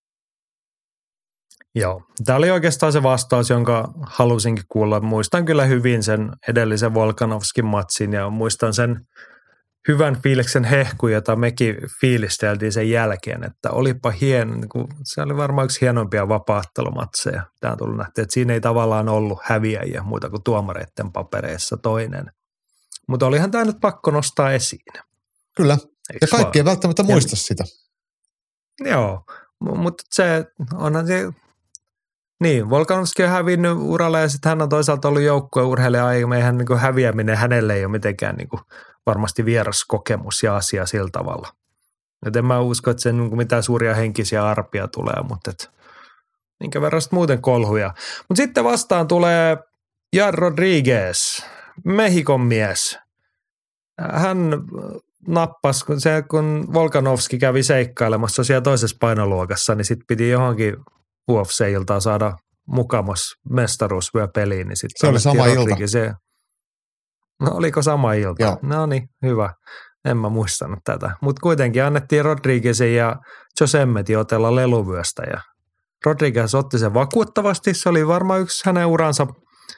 Joo, tämä oli oikeastaan se vastaus, jonka halusinkin kuulla. Muistan kyllä hyvin sen edellisen Volkanovskin matsin ja muistan sen hyvän fiiliksen hehku, jota mekin fiilisteltiin sen jälkeen, että olipa hieno, se oli varmaan yksi hienompia vapaattelumatseja. Tämä on tullut nähty, että siinä ei tavallaan ollut häviäjiä muuta kuin tuomareiden papereissa toinen. Mutta olihan tämä nyt pakko nostaa esiin. Kyllä, Eiks ja kaikki ei välttämättä muista ja, sitä. Joo, mutta se onhan se, niin, Volkanovski on hävinnyt uralle ja sitten hän on toisaalta ollut joukkueurheilija aiemmin, eihän niin häviäminen hänelle ei ole mitenkään niin kuin varmasti vieras kokemus ja asia sillä tavalla. Et en mä usko, että sen niin mitään suuria henkisiä arpia tulee, mutta et, minkä verran sitten muuten kolhuja. Mutta sitten vastaan tulee Jan Rodriguez, Mehikon mies. Hän nappasi, kun, se, kun Volkanovski kävi seikkailemassa siellä toisessa painoluokassa, niin sitten piti johonkin U F C-iltaan saada mukamas mestaruusvyö peliin. Niin se oli sama ilta. Se, no oliko sama ilta? Joo. No niin, hyvä. En mä muistanut tätä. Mutta kuitenkin annettiin Rodriguezin ja Josemmetin otella leluvyöstä. Ja Rodriguez otti sen vakuuttavasti. Se oli varmaan yksi hänen uransa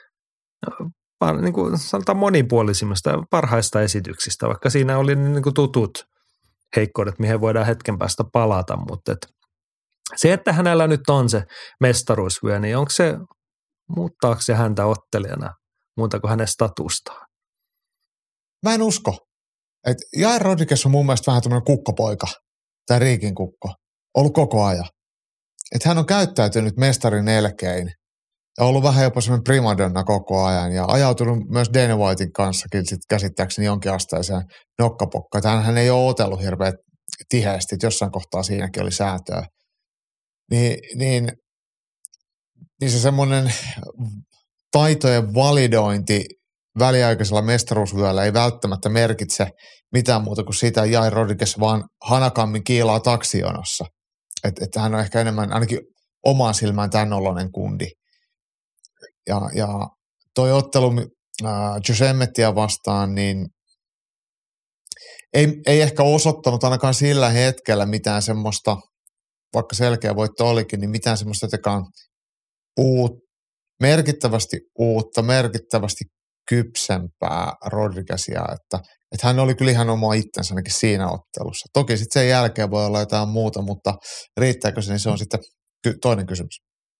niin kuin sanotaan monipuolisimmista ja parhaista esityksistä, vaikka siinä oli niin kuin tutut heikkoudet, mihin voidaan hetken päästä palata. Mutta et se, että hänellä nyt on se mestaruusvyö, niin onko se, muuttaako se häntä ottelijana muuta kuin hänen statustaan? Mä en usko. Et Jair Rodriguez on mun mielestä vähän tämmöinen kukkopoika, tai Riikin kukko, ollut koko ajan. Että hän on käyttäytynyt mestarin elkein ja ollut vähän jopa semmoinen primadonna koko ajan ja ajautunut myös Dana Whitein kanssakin sit käsittääkseni jonkinasteiseen nokkapokkaan. Hän ei ole otellut hirveän tiheästi, että jossain kohtaa siinäkin oli säätöä. Niin, niin, niin se semmoinen taitojen validointi väliaikaisella mestaruusvyöllä ei välttämättä merkitse mitään muuta kuin sitä, että Jair Rodriguez vaan hanakammin kiilaa taksijonossa. Että et hän on ehkä enemmän, ainakin omaan silmään tämän oloinen kundi. Ja, ja toi ottelu äh, Josemmettia vastaan, niin ei, ei ehkä osoittanut ainakaan sillä hetkellä mitään semmoista, vaikka selkeä voitto olikin, niin mitään semmoista jotenkaan uut, merkittävästi uutta, merkittävästi kypsempää Rodriguezia, että, että hän oli kyllä ihan oma itsensä ainakin siinä ottelussa. Toki sitten sen jälkeen voi olla jotain muuta, mutta riittääkö se, niin se on sitten toinen kysymys.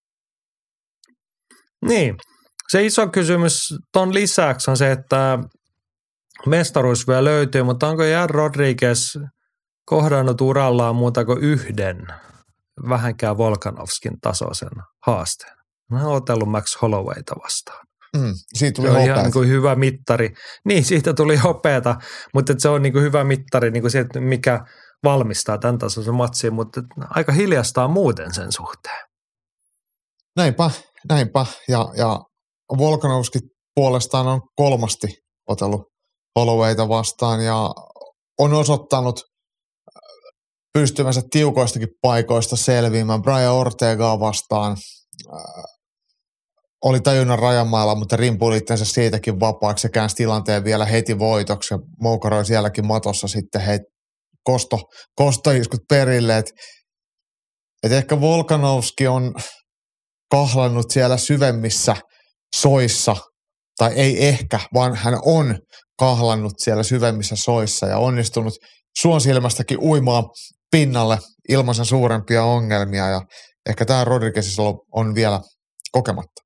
Niin, se iso kysymys ton lisäksi on se, että mestaruus vielä löytyy, mutta onko Jan Rodriguez kohdannut urallaan muuta kuin yhden vähänkään Volkanovskin tasoisen haasteen? Mä oon otellut Max Hollowayta vastaan. Mm, siitä tuli se on hopeata. ihan niin kuin hyvä mittari. Niin, siitä tuli hopeata, mutta se on niin kuin hyvä mittari, niin kuin se, mikä valmistaa tämän tasoisen matsiin, mutta aika hiljastaa muuten sen suhteen. Näinpä, näinpä. Ja, ja Volkanovski puolestaan on kolmasti otellut Hollowayta vastaan ja on osoittanut pystymänsä tiukoistakin paikoista selviämään. Brian Ortegaa vastaan äh, oli tajunnan rajamailla, mutta rimpuli itsensä siitäkin vapaaksi ja käänsi tilanteen vielä heti voitoksi ja moukaroi sielläkin matossa sitten hei, kosto, kostoiskut perille. Et, et ehkä Volkanovski on kahlannut siellä syvemmissä soissa, tai ei ehkä, vaan hän on kahlannut siellä syvemmissä soissa ja onnistunut suon silmästäkin uimaan pinnalle ilman sen suurempia ongelmia ja ehkä tämä Rodriguezissa on vielä kokematta.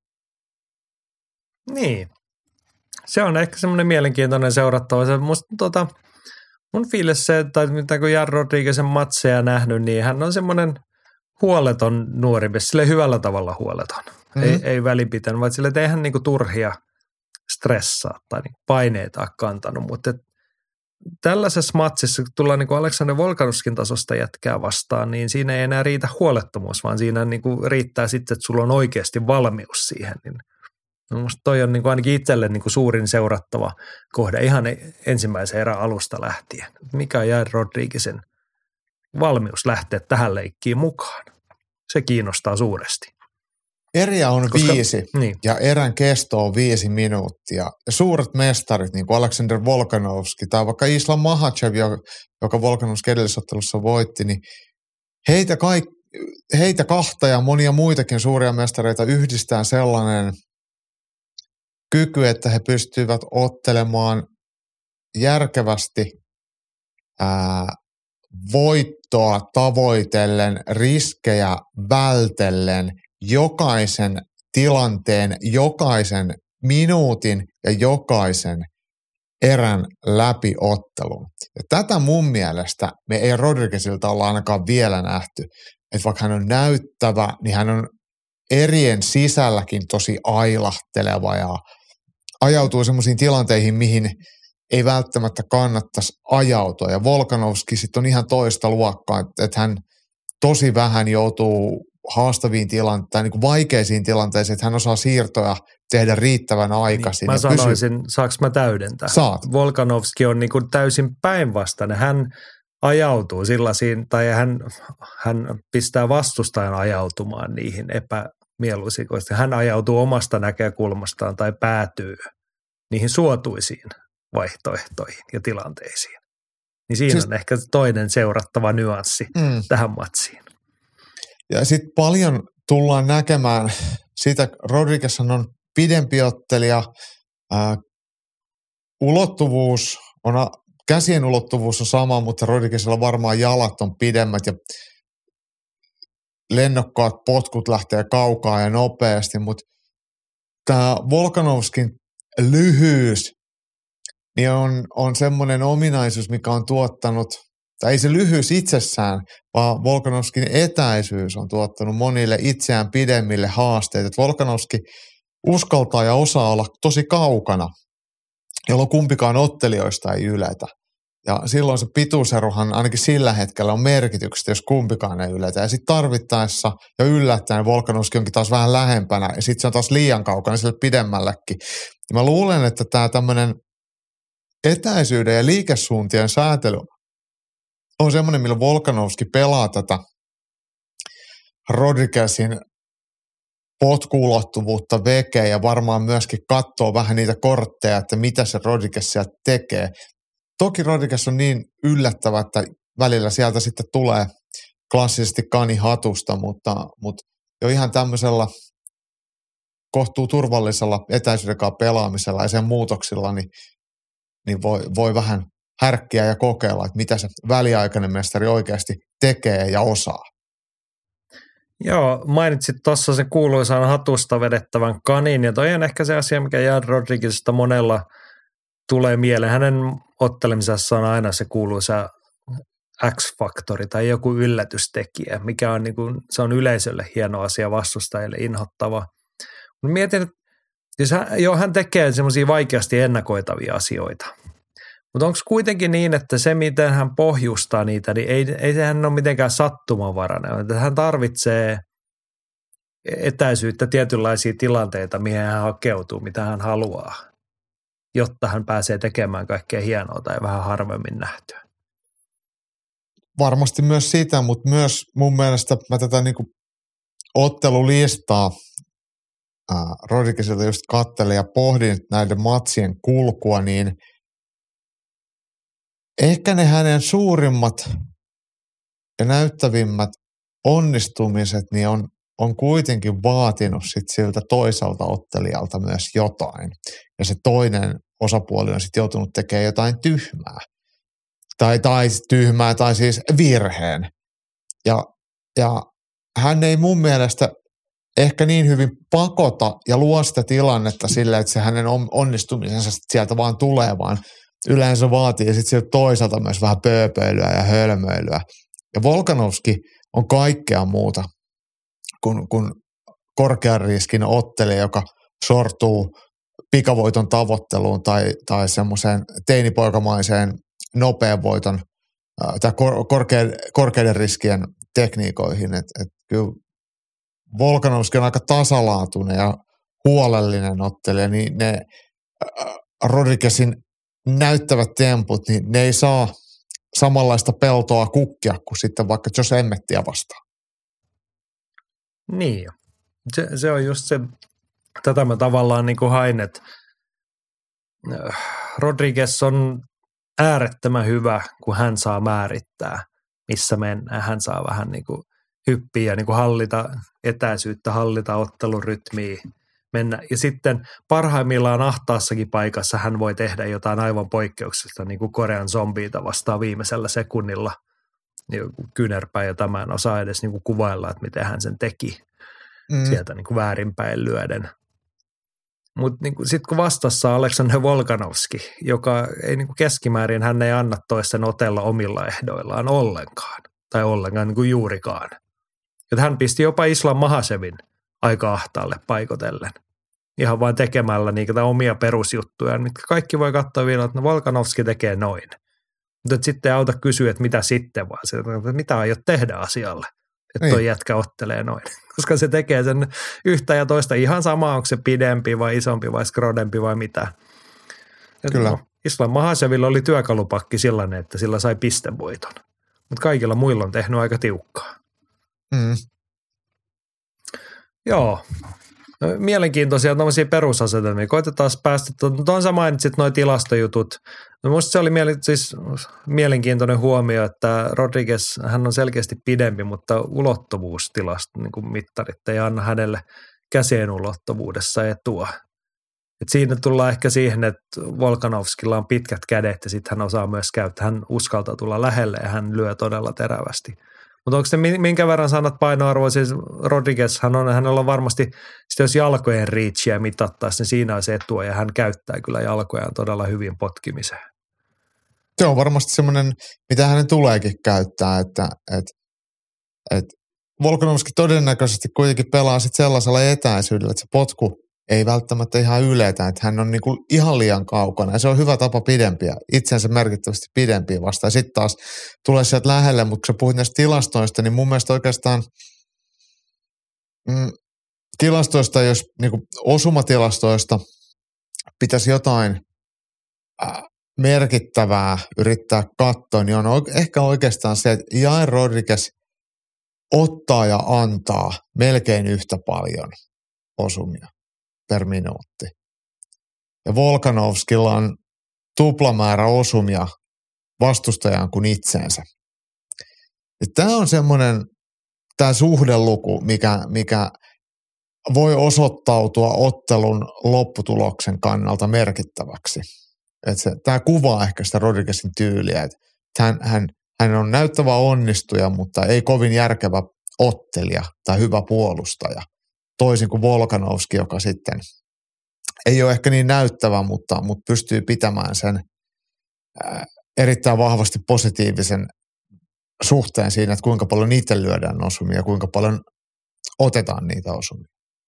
Niin, se on ehkä semmoinen mielenkiintoinen seurattava. Se musta tota, mun fiilis se, että mitä kun Jan Rodriguezin matseja nähnyt, niin hän on semmoinen huoleton nuori mies, silleen hyvällä tavalla huoleton. Mm-hmm. Ei, ei välipitänyt, vaan silleen, että eihän niinku turhia stressaa tai niinku paineita ole kantanut, mutta tällaisessa matsissa, kun tullaan niin Aleksander Volkanovskin tasosta jätkää vastaan, niin siinä ei enää riitä huolettomuus, vaan siinä niin kuin riittää sitten, että sulla on oikeasti valmius siihen. Niin minusta toi on niin kuin ainakin itselle niin kuin suurin seurattava kohde ihan ensimmäisen erän alusta lähtien. Mikä on Jair Rodriguezin valmius lähteä tähän leikkiin mukaan? Se kiinnostaa suuresti. Eriä on Koska, viisi niin. ja erän kesto on viisi minuuttia. Ja suuret mestarit, niin kuin Aleksander Volkanovski tai vaikka Islam Makhachev, joka Volkanovski edellisottelussa voitti, niin heitä, kaik, heitä kahta ja monia muitakin suuria mestareita yhdistää sellainen kyky, että he pystyvät ottelemaan järkevästi ää, voittoa tavoitellen, riskejä vältellen, jokaisen tilanteen, jokaisen minuutin ja jokaisen erän läpiottelun. Ja tätä mun mielestä me ei Rodriguezilta olla ainakaan vielä nähty. Että vaikka hän on näyttävä, niin hän on erien sisälläkin tosi ailahteleva ja ajautuu semmoisiin tilanteihin, mihin ei välttämättä kannattaisi ajautua. Ja Volkanovski sitten on ihan toista luokkaa, että hän tosi vähän joutuu haastaviin tilanteisiin, tai niin kuin vaikeisiin tilanteisiin, että hän osaa siirtoja tehdä riittävän aikaisin. Niin, mä sanoisin, pysy... saanko mä täydentää? Saat. Volkanovski on niin kuin täysin päinvastainen. Hän ajautuu sellaisiin, tai hän, hän pistää vastustajan ajautumaan niihin epämieluisiin, koska hän ajautuu omasta näkökulmastaan tai päätyy niihin suotuisiin vaihtoehtoihin ja tilanteisiin. Niin siinä siis... on ehkä toinen seurattava nyanssi mm. tähän matsiin. Ja sitten paljon tullaan näkemään sitä, Rodriguez on pidempi ottelija, ää, ulottuvuus on, käsien ulottuvuus on sama, mutta Rodriguezilla varmaan jalat on pidemmät ja lennokkaat potkut lähtee kaukaa ja nopeasti, mutta tämä Volkanovskin lyhyys niin on, on semmoinen ominaisuus, mikä on tuottanut, tai ei se lyhyys itsessään, vaan Volkanovskin etäisyys on tuottanut monille itseään pidemmille haasteita. Et Volkanovski uskaltaa ja osaa olla tosi kaukana, jolloin kumpikaan ottelijoista ei yletä. Ja silloin se pituuserohan ainakin sillä hetkellä on merkityksestä, jos kumpikaan ei yletä. Ja sitten tarvittaessa ja yllättäen Volkanovski onkin taas vähän lähempänä ja sitten se on taas liian kaukana sille pidemmällekin. Ja mä luulen, että tämä tämmöinen etäisyyden ja liikesuuntien säätely on semmoinen, millä Volkanovski pelaa tätä Rodriguezin potkuulottuvuutta vekeä ja varmaan myöskin katsoo vähän niitä kortteja, että mitä se Rodriguez sieltä tekee. Toki Rodriguez on niin yllättävä, että välillä sieltä sitten tulee klassisesti kani hatusta, mutta, mutta jo ihan tämmöisellä kohtuu turvallisella etäisyyden pelaamisella ja sen muutoksilla, niin, niin voi, voi vähän härkkiä ja kokeilla, että mitä se väliaikainen mestari oikeasti tekee ja osaa. Joo, mainitsit tuossa se kuuluisan hatusta vedettävän kanin, ja toi on ehkä se asia, mikä Jair Rodriguezista monella tulee mieleen. Hänen ottelemisessa on aina se kuuluisa X-faktori tai joku yllätystekijä, mikä on, niin kuin, se on yleisölle hieno asia, vastustajille inhottava. Mietin, että jos hän, joo, hän tekee semmoisia vaikeasti ennakoitavia asioita, mutta onko kuitenkin niin, että se, miten hän pohjustaa niitä, niin ei, ei sehän ole mitenkään sattumanvarainen. Että hän tarvitsee etäisyyttä tietynlaisia tilanteita, mihin hän hakeutuu, mitä hän haluaa, jotta hän pääsee tekemään kaikkea hienoa tai vähän harvemmin nähtyä. Varmasti myös sitä, mutta myös mun mielestä mä tätä niin kuin ottelulistaa ää, Rodriguezilta just kattelin ja pohdin näiden matsien kulkua, niin ehkä ne hänen suurimmat ja näyttävimmät onnistumiset niin on, on kuitenkin vaatinut sit siltä toiselta ottelijalta myös jotain. Ja se toinen osapuoli on sitten joutunut tekemään jotain tyhmää. Tai, tai tyhmää tai siis virheen. Ja, ja hän ei mun mielestä ehkä niin hyvin pakota ja luo sitä tilannetta sille, että se hänen onnistumisensa sieltä vaan tulee, vaan yleensä vaatii sitten sieltä toisaalta myös vähän pööpöilyä ja hölmöilyä. Ja Volkanovski on kaikkea muuta kuin, kuin korkean riskin ottelija, joka sortuu pikavoiton tavoitteluun tai, tai semmoiseen teinipoikamaiseen nopean voiton tai kor, korkean, korkeiden riskien tekniikoihin. Et, et kyllä Volkanovski on aika tasalaatuinen ja huolellinen ottelija, niin ne äh, Rodriguezin näyttävät temput, niin ne ei saa samanlaista peltoa kukkia kuin sitten vaikka Josh Emmettiä vastaan. Niin, se, se on just se, tätä mä tavallaan niin kuin hain, että Rodriguez on äärettömän hyvä, kun hän saa määrittää, missä mennään. Hän saa vähän niin kuin hyppiä ja niin kuin hallita etäisyyttä, hallita ottelurytmiä, mennä. Ja sitten parhaimmillaan ahtaassakin paikassa hän voi tehdä jotain aivan poikkeuksesta, niin kuin Korean zombiita vastaan viimeisellä sekunnilla. Kyynärpäin ja tämän osaa edes niin kuin kuvailla, että miten hän sen teki mm. sieltä niin kuin väärinpäin lyöden. Mutta niin sitten kun vastassa on Aleksander Volkanovski, joka ei niin kuin keskimäärin, hän ei anna toisten otella omilla ehdoillaan ollenkaan, tai ollenkaan niin kuin juurikaan. Että hän pisti jopa Islam Mahasevin aika ahtaalle paikotellen. Ihan vain tekemällä niitä omia perusjuttuja, mitkä kaikki voi katsoa vielä, että no Volkanovski tekee noin. Mutta sitten ei auta kysyä, että mitä sitten, vaan se, että mitä aiot tehdä asialle, että toi jätkä ottelee noin. Koska se tekee sen yhtä ja toista ihan sama, onko se pidempi vai isompi vai skrodempi vai mitä. Kyllä. No, Islam Mahasevilla oli työkalupakki sellainen, että sillä sai pistevoiton. Mutta kaikilla muilla on tehnyt aika tiukkaa. Mm. Joo. No, mielenkiintoisia tämmöisiä perusasetelmia. Koitetaan päästä, tuon sä mainitsit nuo tilastojutut. No musta se oli miele, siis mielenkiintoinen huomio, että Rodriguez, hän on selkeästi pidempi, mutta ulottuvuustilasta niin kuin mittarit ei anna hänelle käsien ulottuvuudessa etua. Et siinä tullaan ehkä siihen, että Volkanovskilla on pitkät kädet ja sitten hän osaa myös käyttää, hän uskaltaa tulla lähelle ja hän lyö todella terävästi. Mutta onko se minkä verran sanat painoarvoa, siis Rodriguez, hän on, hänellä on varmasti, jos jalkojen reachia mitattaisiin, niin siinä on se etua ja hän käyttää kyllä jalkojaan todella hyvin potkimiseen. Se on varmasti semmoinen, mitä hänen tuleekin käyttää, että et, et Volkanovski todennäköisesti kuitenkin pelaa sitten sellaisella etäisyydellä, että se potku ei välttämättä ihan yletä, että hän on niinku ihan liian kaukana ja se on hyvä tapa pidempiä, itsensä merkittävästi pidempiä vastaan. Ja sitten taas tulee sieltä lähelle, mutta kun sä puhuit näistä tilastoista, niin mun mielestä oikeastaan mm, tilastoista, jos niinku osumatilastoista pitäisi jotain äh, merkittävää yrittää katsoa, niin on oike- ehkä oikeastaan se, että Jair Rodriguez ottaa ja antaa melkein yhtä paljon osumia per minuutti. Ja Volkanovskilla on tuplamäärä osumia vastustajaan kuin itseensä. Tämä on semmoinen, tämä suhdeluku, mikä, mikä voi osoittautua ottelun lopputuloksen kannalta merkittäväksi. Tämä kuvaa ehkä sitä Rodriguezin tyyliä, että hän, hän, hän on näyttävä onnistuja, mutta ei kovin järkevä ottelija tai hyvä puolustaja. Toisin kuin Volkanovski, joka sitten ei ole ehkä niin näyttävä, mutta, mutta pystyy pitämään sen ää, erittäin vahvasti positiivisen suhteen siinä, että kuinka paljon niitä lyödään osumia ja kuinka paljon otetaan niitä osumia.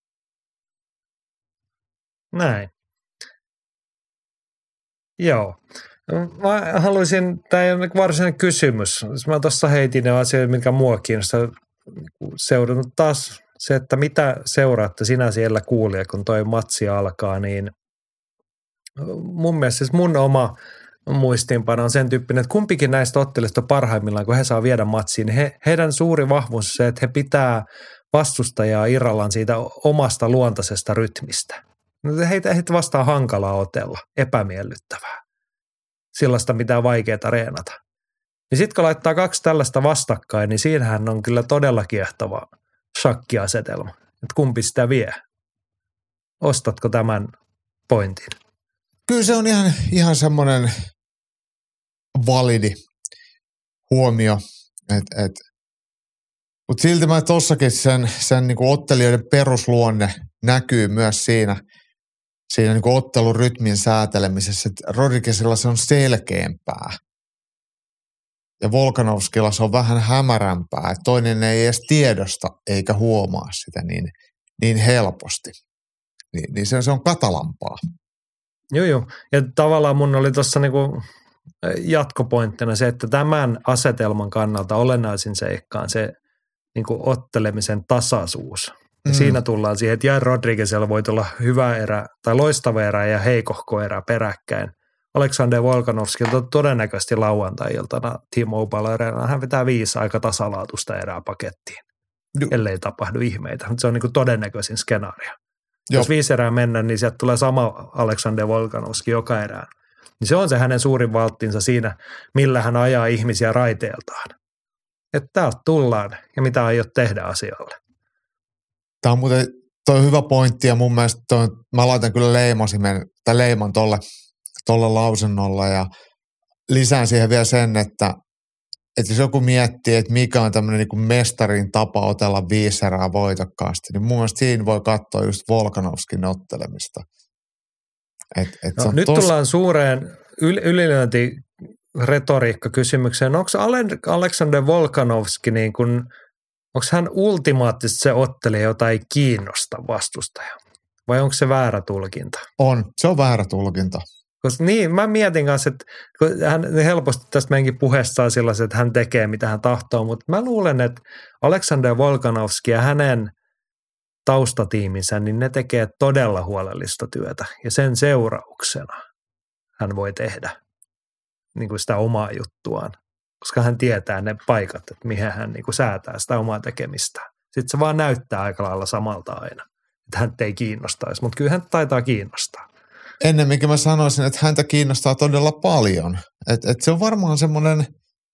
Näin. Joo. Mä haluaisin, tämä ei ole varsinainen kysymys. Mä tuossa heitin ne asioita, mikä mua kiinnostaa seurannut taas se, että mitä seuraatte sinä siellä kuulija, kun toi matsi alkaa, niin mun mielestä siis mun oma muistiinpano on sen tyyppinen, että kumpikin näistä otteluista parhaimmillaan, kun he saa viedä matsiin, niin he, heidän suuri vahvuus on se, että he pitää vastustajaa irrallaan siitä omasta luontaisesta rytmistä. Heitä, heitä vastaan hankalaa otella, epämiellyttävää, sellaista mitä on vaikeaa treenata. Niin sitten kun laittaa kaksi tällaista vastakkain, niin siinähän on kyllä todella kiehtova shakkiasetelma, että kumpi sitä vie. Ostatko tämän pointin? Kyllä se on ihan, ihan semmoinen validi huomio, että et, mutta silti mä tossakin sen, sen niinku ottelijoiden perusluonne näkyy myös siinä, siinä niinku ottelun rytmin säätelemisessä, että Rodriguezilla se on selkeämpää ja Volkanovskilla se on vähän hämärämpää, että toinen ei edes tiedosta eikä huomaa sitä niin, niin helposti, Ni, niin se, se on katalampaa. Joo, joo. Ja tavallaan mun oli tuossa niinku jatkopointtina se, että tämän asetelman kannalta olennaisin seikka on se niinku ottelemisen tasaisuus. Ja mm. siinä tullaan siihen, että Jair Rodriguezilla voi olla hyvä erä tai loistava erä ja heikohko erä peräkkäin. Aleksander Volkanovski on todennäköisesti lauantai-iltana T-Mobile Arenaan. Hän vetää viisi aika tasalaatuista erää pakettiin, jo. ellei tapahdu ihmeitä. Mutta se on niinku todennäköisin skenaario. Jo. Jos viisi erää mennään, niin sieltä tulee sama Aleksander Volkanovski joka erään. Niin se on se hänen suurin valttinsa siinä, millä hän ajaa ihmisiä raiteeltaan. Että täältä tullaan ja mitä aiot tehdä asialle. Tämä on muuten toi hyvä pointti ja mun mielestä toi, mä laitan kyllä leimasimen, tai leiman tolle, tolle lausunnolla ja lisään siihen vielä sen, että, että jos joku miettii, että mikä on tämmöinen niin kuin mestarin tapa otella viisi erää voitokkaasti, niin mun mielestä siinä voi katsoa just Volkanovskin ottelemista. Et, et no, nyt tos... tullaan suureen yl- ylilyöntiretoriikka-kysymykseen. Onko Aleksander Volkanovski niin kuin, onko hän ultimaattisesti se ottelija, jota ei kiinnosta vastustaja? Vai onko se väärä tulkinta? On, se on väärä tulkinta. Koska niin, mä mietin kanssa, että hän helposti tästä meidänkin puheesta saa sellaisen, että hän tekee mitä hän tahtoo, mutta mä luulen, että Aleksander Volkanovski ja hänen taustatiiminsä, niin ne tekee todella huolellista työtä ja sen seurauksena hän voi tehdä niin kuin sitä omaa juttuaan, koska hän tietää ne paikat, että mihin hän niin kuin säätää sitä omaa tekemistään. Sitten se vaan näyttää aika lailla samalta aina, että hän ei kiinnostaisi, mutta kyllä hän taitaa kiinnostaa. Ennemminkin mä sanoisin, että häntä kiinnostaa todella paljon. Että et se on varmaan semmoinen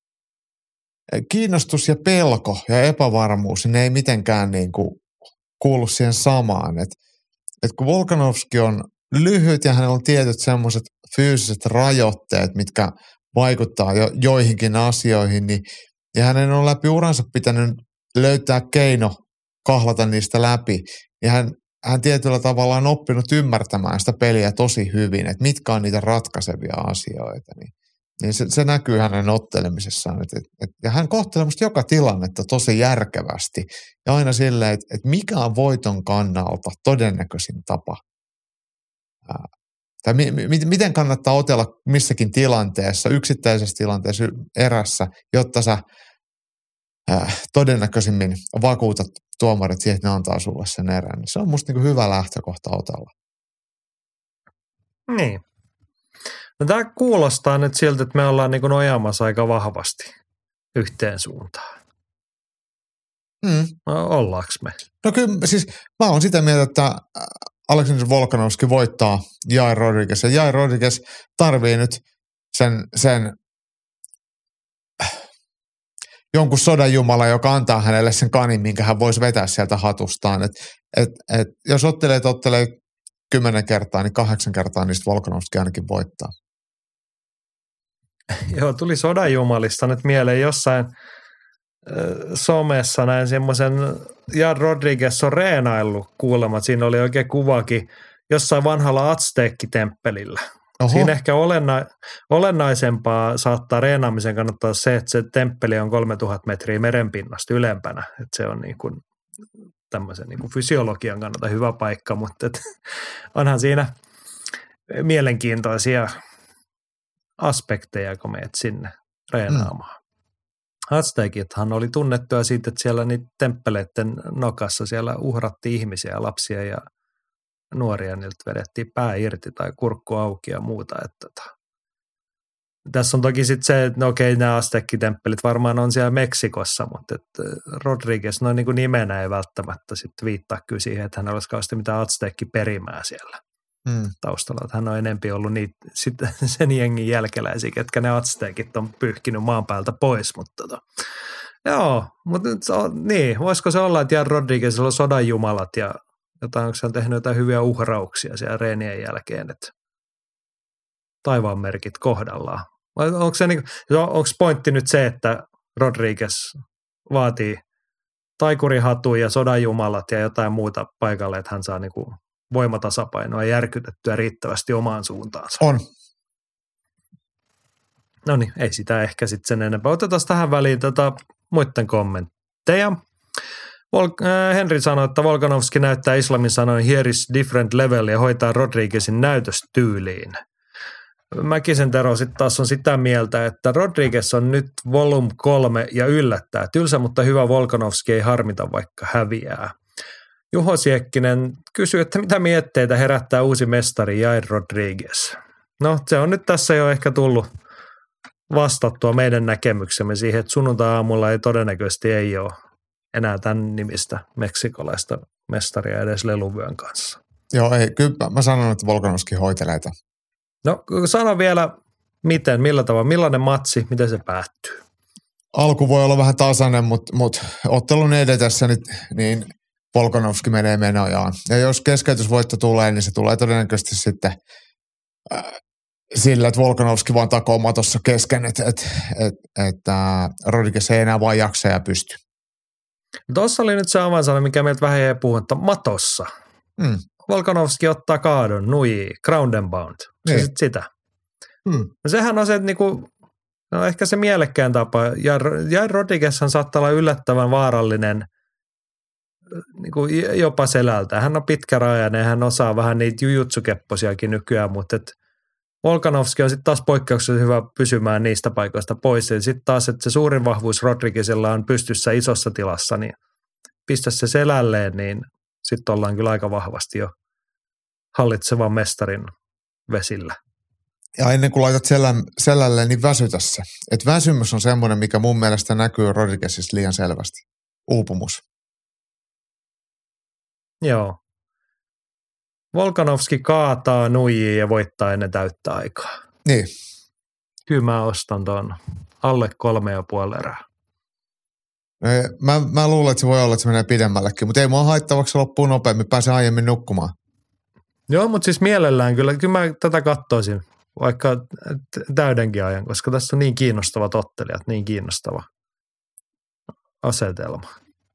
kiinnostus ja pelko ja epävarmuus, ne ei mitenkään niin kuin kuulu siihen samaan. Että et kun Volkanovski on lyhyt ja hänellä on tietyt semmoiset fyysiset rajoitteet, mitkä vaikuttaa jo joihinkin asioihin, niin ja hänen on läpi uransa pitänyt löytää keino kahlata niistä läpi. Ja hän Hän tietyllä tavalla on oppinut ymmärtämään sitä peliä tosi hyvin, että mitkä on niitä ratkaisevia asioita. Niin, niin se, se näkyy hänen ottelemisessaan. Et, et, ja hän kohtelee musta joka tilannetta tosi järkevästi. Ja aina silleen, että et mikä on voiton kannalta todennäköisin tapa. Ää, tai mi, mi, miten kannattaa otella missäkin tilanteessa, yksittäisessä tilanteessa erässä, jotta sä ää, todennäköisimmin vakuutat tuomarit siihen, että ne antaa sulle sen erän. Se on musta niin kuin hyvä lähtökohta otella. Niin. No tämä kuulostaa nyt siltä, että me ollaan niin kuin nojaamassa aika vahvasti yhteen suuntaan. Mm. No, ollaanko me? No kyllä, siis mä oon sitä mieltä, että Aleksander Volkanovski voittaa Jair Rodriguez. Ja Jair Rodriguez tarvii nyt sen, sen jonkun sodan jumala, joka antaa hänelle sen kanin, minkä hän voisi vetää sieltä hatustaan. Et, et, et, jos ottelee, ottelee kymmenen kertaa, niin kahdeksan kertaa niistä Volkanovski ainakin voittaa. Joo, tuli sodan jumalista nyt mieleen jossain äh, somessa näin semmoisen, Jan Rodriguez on reenaillut kuulemma, siinä oli oikein kuvakin jossain vanhalla Azteekki-temppelillä. Oho. Siinä ehkä olenna, olennaisempaa saattaa reenaamisen kannattaa se, että se temppeli on kolmetuhatta metriä merenpinnasta ylempänä, että se on niin kuin tämmöisen niin kuin fysiologian kannalta hyvä paikka, mutta et, onhan siinä mielenkiintoisia aspekteja, kun menet sinne reenaamaan. Mm. Azteekithan oli tunnettua siitä, että siellä niitä temppeleiden nokassa siellä uhrattiin ihmisiä, lapsia ja nuoria, niiltä vedettiin pää irti tai kurkku auki ja muuta. Että, että. Tässä on toki sitten se, että no okei, nämä Azteekki-temppelit varmaan on siellä Meksikossa, mutta että Rodriguez noin niin kuin nimenä ei välttämättä sitten viittaa kyllä siihen, että hän olisi kauheasti mitään Azteekki-perimää siellä hmm. taustalla. Että hän on enempi ollut niitä, sitten sen jengin jälkeläisiä, ketkä ne Azteekit on pyyhkinyt maan päältä pois. Mutta tota. Joo, mutta nyt, niin, voisiko se olla, että Jan Rodriguezilla on sodan jumalat ja jotain, onko hän tehnyt jotain hyviä uhrauksia siellä reenien jälkeen, että taivaan merkit kohdallaan. Vai onko se niin, onko pointti nyt se, että Rodriguez vaatii taikurihatun ja sodanjumalat ja jotain muuta paikalle, että hän saa niin kuin voimatasapainoa järkytettyä riittävästi omaan suuntaansa? On. No niin, ei sitä ehkä sitten sen enempää. Otetaan tähän väliin tota muiden kommentteja. Vol- äh, Henri sanoi, että Volkanovski näyttää islamin sanoin here is different level ja hoitaa Rodriguezin näytöstyyliin. Mäkisen Tero sitten taas on sitä mieltä, että Rodriguez on nyt volume kolme ja yllättää. Tylsä, mutta hyvä Volkanovski ei harmita, vaikka häviää. Juho Siekkinen kysyy, että mitä mietteitä herättää uusi mestari Jair Rodriguez. No se on nyt tässä jo ehkä tullut vastattua meidän näkemyksemme siihen, että sunnuntai-aamulla ei todennäköisesti ei ole enää tämän nimistä meksikolaista mestaria edes leluvyön kanssa. Joo, ei, kyllä mä sanon, että Volkanovski hoitelee tämän. No sano vielä, miten, millä tavalla, millainen matsi, miten se päättyy? Alku voi olla vähän tasainen, mutta, mutta ottelun edetessä niin, niin Volkanovski menee menojaan. Ja jos keskeytysvoitto tulee, niin se tulee todennäköisesti sitten äh, sillä, että Volkanovski vaan takoo matossa kesken, että et, et, et, äh, Rodriguez ei enää vaan jaksa ja pysty. Tuossa oli nyt se avainsana, mikä meiltä vähän jäi puhunta, matossa. Mm. Volkanovski ottaa kaadon, nujii, ground and bound. Se niin. Sitten sitä. Mm. No sehän on se, että niinku, no ehkä se mielekkään tapa. Ja, ja Rodriguezhan saattaa olla yllättävän vaarallinen niinku jopa selältä. Hän on pitkärajainen, hän osaa vähän niitä jujutsu-kepposiakin nykyään, mutta et Volkanovski on sitten taas poikkeuksellisen hyvä pysymään niistä paikoista pois. Sitten taas, että se suurin vahvuus Rodriguezilla on pystyssä isossa tilassa, niin pistä se selälleen, niin sitten ollaan kyllä aika vahvasti jo hallitsevan mestarin vesillä. Ja ennen kuin laitat selän, selälleen, niin väsytä se. Et väsymys on semmoinen, mikä mun mielestä näkyy Rodriguezissa liian selvästi. Uupumus. Joo. Volkanovski kaataa nuijia ja voittaa ennen täyttä aikaa. Niin. Kyllä mä ostan tuon alle kolme ja puoli erää. Mä, mä luulen, että se voi olla, että se menee pidemmällekin, mutta ei mua haittavaksi loppuu nopeammin, pääsee aiemmin nukkumaan. Joo, mutta siis mielellään kyllä, kyllä mä tätä katsoisin, vaikka täydenkin ajan, koska tässä on niin kiinnostavat ottelijat, niin kiinnostava asetelma.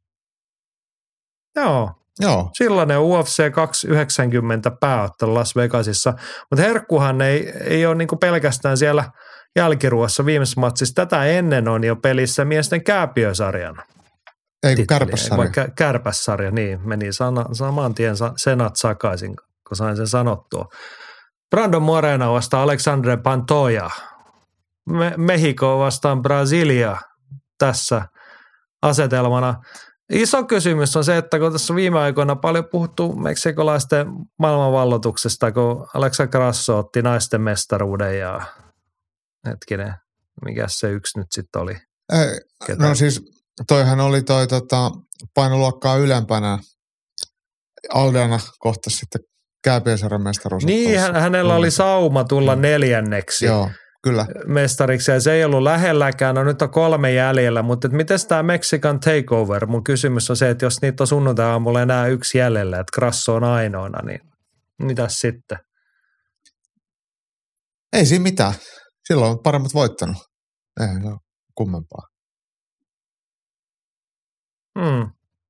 Joo. Joo. Silloin U F C kaksisataayhdeksänkymmentä pääottelu Las Vegasissa, mutta herkkuhan ei, ei ole niinku pelkästään siellä jälkiruossa viimeisessä matsissa. Tätä ennen on jo pelissä miesten kääpiösarjan. Ei kun kärpässarja. Kä, kärpässarja, niin. Meni sana, saman tien senat sakaisin, kun sain sen sanottua. Brandon Moreno vastaan Alexandre Pantoja. Me, Mexico vastaan Brasilia tässä asetelmana. Iso kysymys on se, että kun tässä viime aikoina paljon puhuttu meksikolaisten maailmanvalloituksesta, kun Alexa Grasso otti naisten mestaruuden ja hetkinen, mikä se yksi nyt sitten oli? Ei, no siis toihan oli toi tota, painoluokkaa ylempänä. Aldana kohtasi sitten kääpiösarjan mestaruus. Niin, hän, hänellä oli sauma tulla neljänneksi. Joo, kyllä. mestariksi ja se ei ollut lähelläkään, no nyt on kolme jäljellä, mutta miten tämä Mexican Takeover, mun kysymys on se, että jos niitä on sunnuntai-aamulla enää yksi jäljellä, että Grasso on ainoana, niin mitäs sitten? Ei siinä mitään, silloin on paremmat voittanut, ei se ole kummempaa. Hmm.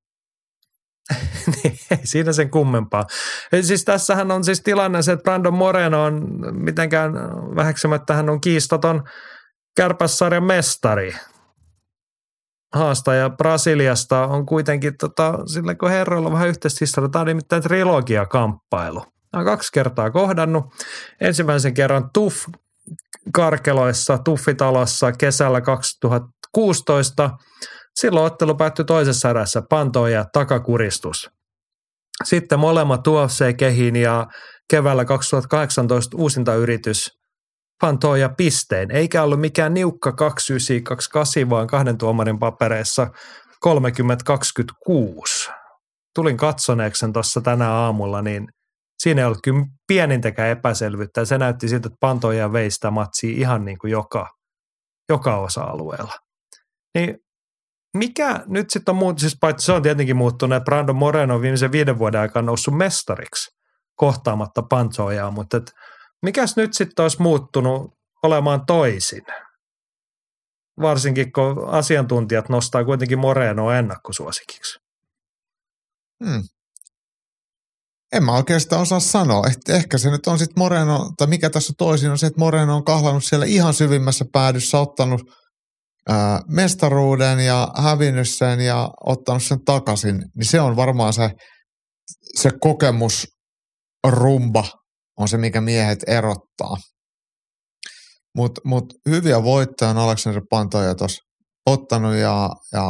Ei siinä sen kummempaa. Siis tässähän on siis tilanne se, että Brandon Moreno on mitenkään väheksymättä, hän on kiistaton kärpässarjan mestari. Haastaja Brasiliasta on kuitenkin tota, sillä kun herroilla on vähän yhteistä historiaa, tämä on nimittäin trilogiakamppailu. Hän on kaksi kertaa kohdannut. Ensimmäisen kerran Tuff Karkeloissa, Tuffitalossa kesällä kaksituhattakuusitoista. Silloin ottelu päättyi toisessa erässä, Pantoja ja takakuristus. Sitten molemmat U F C-kehiin ja keväällä kaksituhattakahdeksantoista uusinta yritys Pantoja pistein. Eikä ollut mikään niukka kaksikymmentäyhdeksän kaksikymmentäkahdeksan, vaan kahden tuomarin papereissa kolmekymmentä kaksikymmentäkuusi. Tulin katsoneeksi sen tuossa tänä aamulla, niin siinä ei ollut kyllä pienintäkään epäselvyyttä. Ja se näytti siltä, että Pantoja vei sitä matsia ihan niin kuin joka, joka osa-alueella. Niin mikä nyt sitten on muuttunut, siis paitsi se on tietenkin muuttunut, että Brandon Moreno on viimeisen viiden vuoden aikana noussut mestariksi kohtaamatta Pantojaa, mutta et mikäs nyt sitten olisi muuttunut olemaan toisin? Varsinkin kun asiantuntijat nostaa kuitenkin Morenoa ennakkosuosikiksi. Hmm. En mä oikeastaan osaa sanoa. Eh- ehkä se nyt on sitten Moreno, tai mikä tässä toisin on se, että Moreno on kahlannut siellä ihan syvimmässä päädyssä, ottanut ää, mestaruuden ja hävinnyt sen ja ottanut sen takaisin. Niin se on varmaan se, se kokemusrumba on se, mikä miehet erottaa. Mutta mut hyviä voittoja on Alexander Pantoja tuossa ottanut ja, ja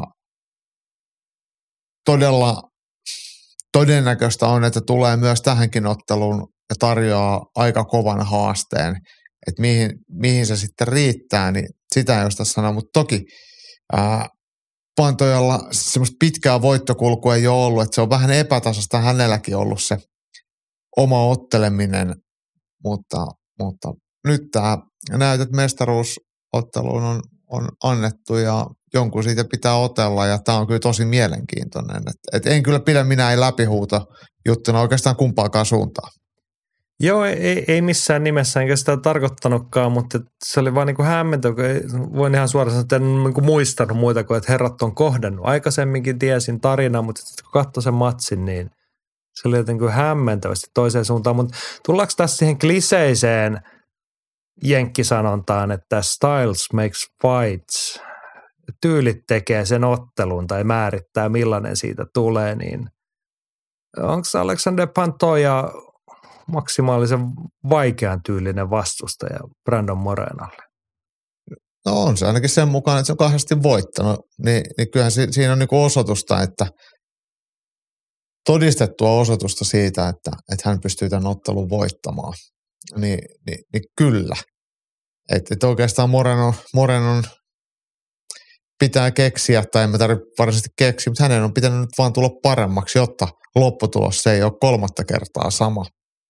todella todennäköistä on, että tulee myös tähänkin otteluun ja tarjoaa aika kovan haasteen. Että mihin, mihin se sitten riittää, niin sitä ei osta sanoa. Mutta toki ää, Pantojalla semmoista pitkää voittokulkua ei ole ollut, että se on vähän epätasasta hänelläkin ollut se oma otteleminen, mutta, mutta nyt tämä näytöt mestaruusotteluun on, on annettu ja jonkun siitä pitää otella ja tämä on kyllä tosi mielenkiintoinen. Et, et en kyllä pidä minä ei läpihuuto juttuna oikeastaan kumpaakaan suuntaan. Joo, ei, ei missään nimessä, enkä sitä tarkoittanutkaan, mutta se oli vaan niin kuin hämmentävä, voin ihan suoraan sanoa, että en niin kuin muistanut muita kuin, että herrat on kohdannut. Aikaisemminkin tiesin tarinaa, mutta sitten kun katsoi sen matsin, niin se oli jotenkin hämmentävästi toiseen suuntaan. Mutta tullaanko tässä siihen kliseiseen jenkkisanontaan, että styles makes fights, tyylit tekee sen ottelun tai määrittää millainen siitä tulee, niin onko Alexander Pantoja maksimaalisen vaikean tyylinen vastustaja Brandon Morenolle? No on se ainakin sen mukaan, että se on kahdesti voittanut, niin, niin kyllähän si, siinä on niinku osoitusta, että todistettua osoitusta siitä, että, että hän pystyy tämän ottelun voittamaan. Niin, niin, niin kyllä. Että et oikeastaan Moreno, Morenon pitää keksiä, tai en mä tarvitse varsinaisesti keksiä, mutta hänen on pitänyt nyt vaan tulla paremmaksi, jotta lopputulos se ei ole kolmatta kertaa sama.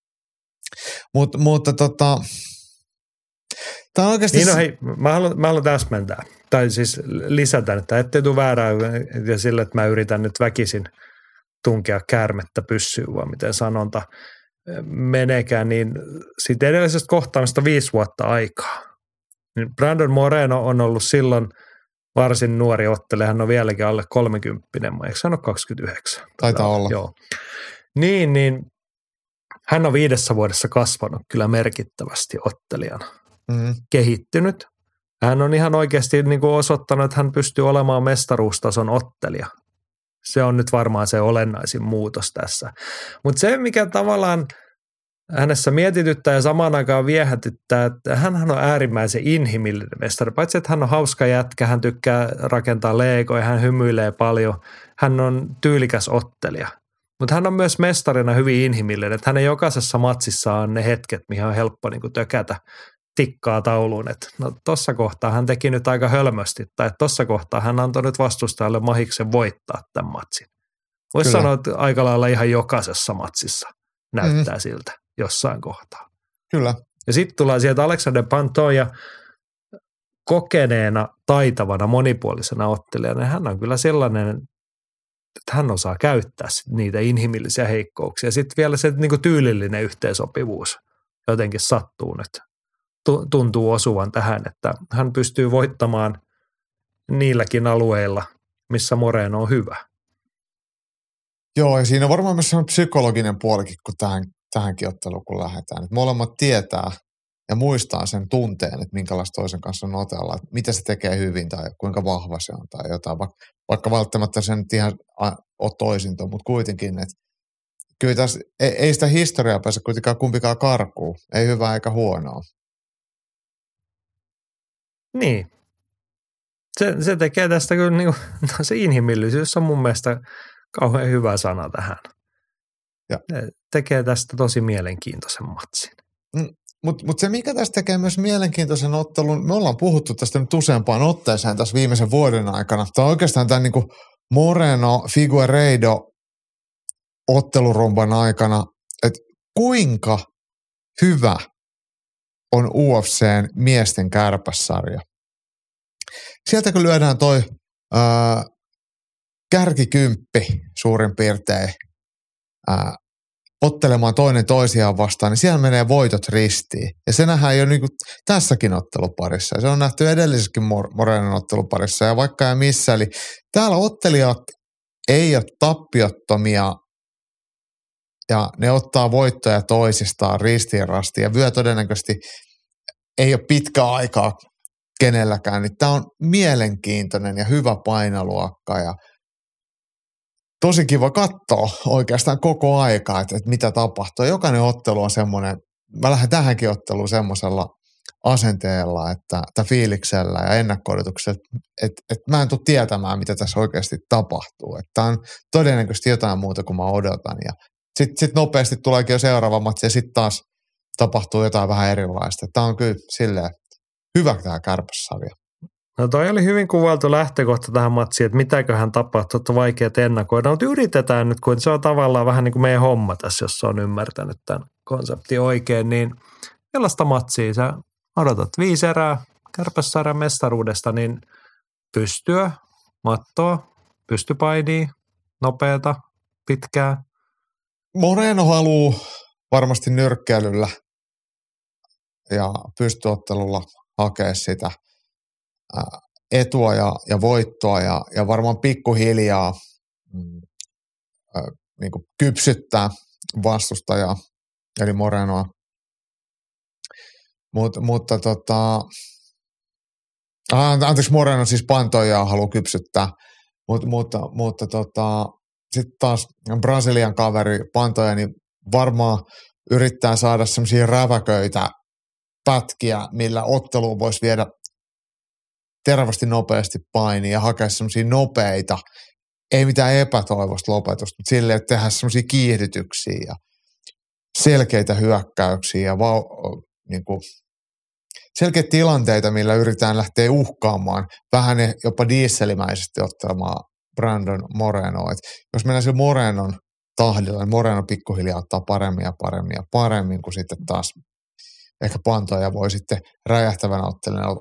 Mut, mutta tota, tämä on oikeasti... Niin no hei, mä haluan, mä haluan täsmentää, tai siis lisätä, että ettei tule väärää ja sillä, että mä yritän nyt väkisin tunkea käärmettä pyssyyn, vaan miten sanonta menekään, niin siitä edellisestä kohtaamista viisi vuotta aikaa. Niin Brandon Moreno on ollut silloin varsin nuori ottelija, hän on vieläkin alle kolmekymppinen, eikö hän ole kaksikymmentäyhdeksän? Taitaa olla. Joo. Niin, niin hän on viidessä vuodessa kasvanut kyllä merkittävästi ottelijana, mm-hmm. kehittynyt. Hän on ihan oikeasti niin kuin osoittanut, että hän pystyy olemaan mestaruustason ottelija. Se on nyt varmaan se olennaisin muutos tässä. Mutta se, mikä tavallaan hänessä mietityttää ja samaan aikaan viehätyttää, että hän on äärimmäisen inhimillinen mestari. Paitsi, että hän on hauska jätkä, hän tykkää rakentaa legoja, hän hymyilee paljon, hän on tyylikäs ottelija. Mutta hän on myös mestarina hyvin inhimillinen, että hänen jokaisessa matsissa on ne hetket, mihin on helppo niin kuin tökätä tikkaa tauluun, että no tossa kohtaa hän teki nyt aika hölmösti, tai tossa kohtaa hän antoi nyt vastustajalle mahiksen voittaa tämän matsin. Voisi sanoa, että aika lailla ihan jokaisessa matsissa näyttää mm. siltä jossain kohtaa. Kyllä. Ja sitten tulee sieltä Alexander Pantoja, kokeneena, taitavana, monipuolisena ottelijana, hän on kyllä sellainen, että hän osaa käyttää niitä inhimillisiä heikkouksia. Sitten vielä se niin kuin tyylillinen yhteensopivuus jotenkin sattuu nyt, tuntuu osuvan tähän, että hän pystyy voittamaan niilläkin alueilla, missä Moreno on hyvä. Joo, ja siinä on varmaan myös sellainen psykologinen puolikin, kun tähän, tähänkin otteluun kun lähdetään. Että molemmat tietää ja muistaa sen tunteen, että minkälaista toisen kanssa on otella, että mitä se tekee hyvin tai kuinka vahva se on tai jotain. Vaikka välttämättä se nyt ihan ole toisinto, mutta kuitenkin, että kyllä tässä ei, ei sitä historiaa pääse kuitenkaan kumpikaan karkuun. Ei hyvää eikä huonoa. Niin. Se, se tekee tästä kyllä, niin kuin, no se inhimillisyys on mun mielestä kauhean hyvä sana tähän. Ja. Tekee tästä tosi mielenkiintoisen matsin. Mm, Mutta mut se, mikä tästä tekee myös mielenkiintoisen ottelun, me ollaan puhuttu tästä nyt useampaan otteeseen tässä viimeisen vuoden aikana. Tämä on oikeastaan tämän niin kuin Moreno Figueiredo ottelurumban aikana, että kuinka hyvä on U F C:n miesten kärpässarja. Sieltä kun lyödään toi ää, kärkikymppi suurin piirtein ää, ottelemaan toinen toisiaan vastaan, niin siellä menee voitot ristiin. Ja se nähdään jo niin kuin tässäkin otteluparissa. Ja se on nähty edellisessäkin Morenon otteluparissa ja vaikka ja missä. Eli täällä ottelijat ei ole tappiottomia ja ne ottaa voittoja toisistaan ristiin rastiin ja vyö todennäköisesti ei ole pitkä aikaa kenelläkään. Niin tämä on mielenkiintoinen ja hyvä painoluokka ja tosi kiva katsoa oikeastaan koko aikaa, että, että mitä tapahtuu. Jokainen ottelu on semmoinen, mä lähden tähänkin otteluun semmoisella asenteella, että, että fiiliksellä ja ennakko-odotuksella, että, että, että mä en tule tietämään, mitä tässä oikeasti tapahtuu. Että tämä on todennäköisesti jotain muuta kuin mä odotan. Ja sitten sit nopeasti tuleekin jo seuraava matsi ja sitten taas tapahtuu jotain vähän erilaista. Tämä on kyllä silleen hyvä tämä kärpässarja. No toi oli hyvin kuvailtu lähtökohta tähän matsiin, että mitäköhän tapahtuu, että on vaikea ennakoida. Mutta yritetään nyt, kun se on tavallaan vähän niin kuin meidän homma tässä, jos on ymmärtänyt tämän konseptin oikein, niin millaista matsia sä odotat? Viisi erää kärpässarjan mestaruudesta, niin pystyä, mattoa, pystypainia, nopeata, pitkää. Moreno haluaa varmasti nyrkkeilyllä ja pystyottelulla hakea sitä etua ja, ja voittoa ja, ja varmaan pikkuhiljaa mm, äh, niin kuin kypsyttää vastustajaa, eli Morenoa. Mut, mutta tota, anteeksi, Moreno siis Pantojaa haluaa kypsyttää, Mut, mutta, mutta tota, sitten taas Brasilian kaveri Pantoja, niin varmaan yrittää saada semmoisia räväköitä pätkiä, millä otteluun voisi viedä terävästi nopeasti paini ja hakea semmoisia nopeita, ei mitään epätoivoista lopetusta, mutta silleen, että tehdään semmoisia kiihdytyksiä ja selkeitä hyökkäyksiä ja va- niin kuin selkeitä tilanteita, millä yritetään lähteä uhkaamaan vähän jopa dieselimäisesti ottamaan Brandon Morenoa. Et jos mennään sillä Morenon tahdilla, niin Moreno pikkuhiljaa ottaa paremmin ja paremmin ja paremmin, kuin sitten taas ehkä Pantoja voi sitten räjähtävänä ottelijana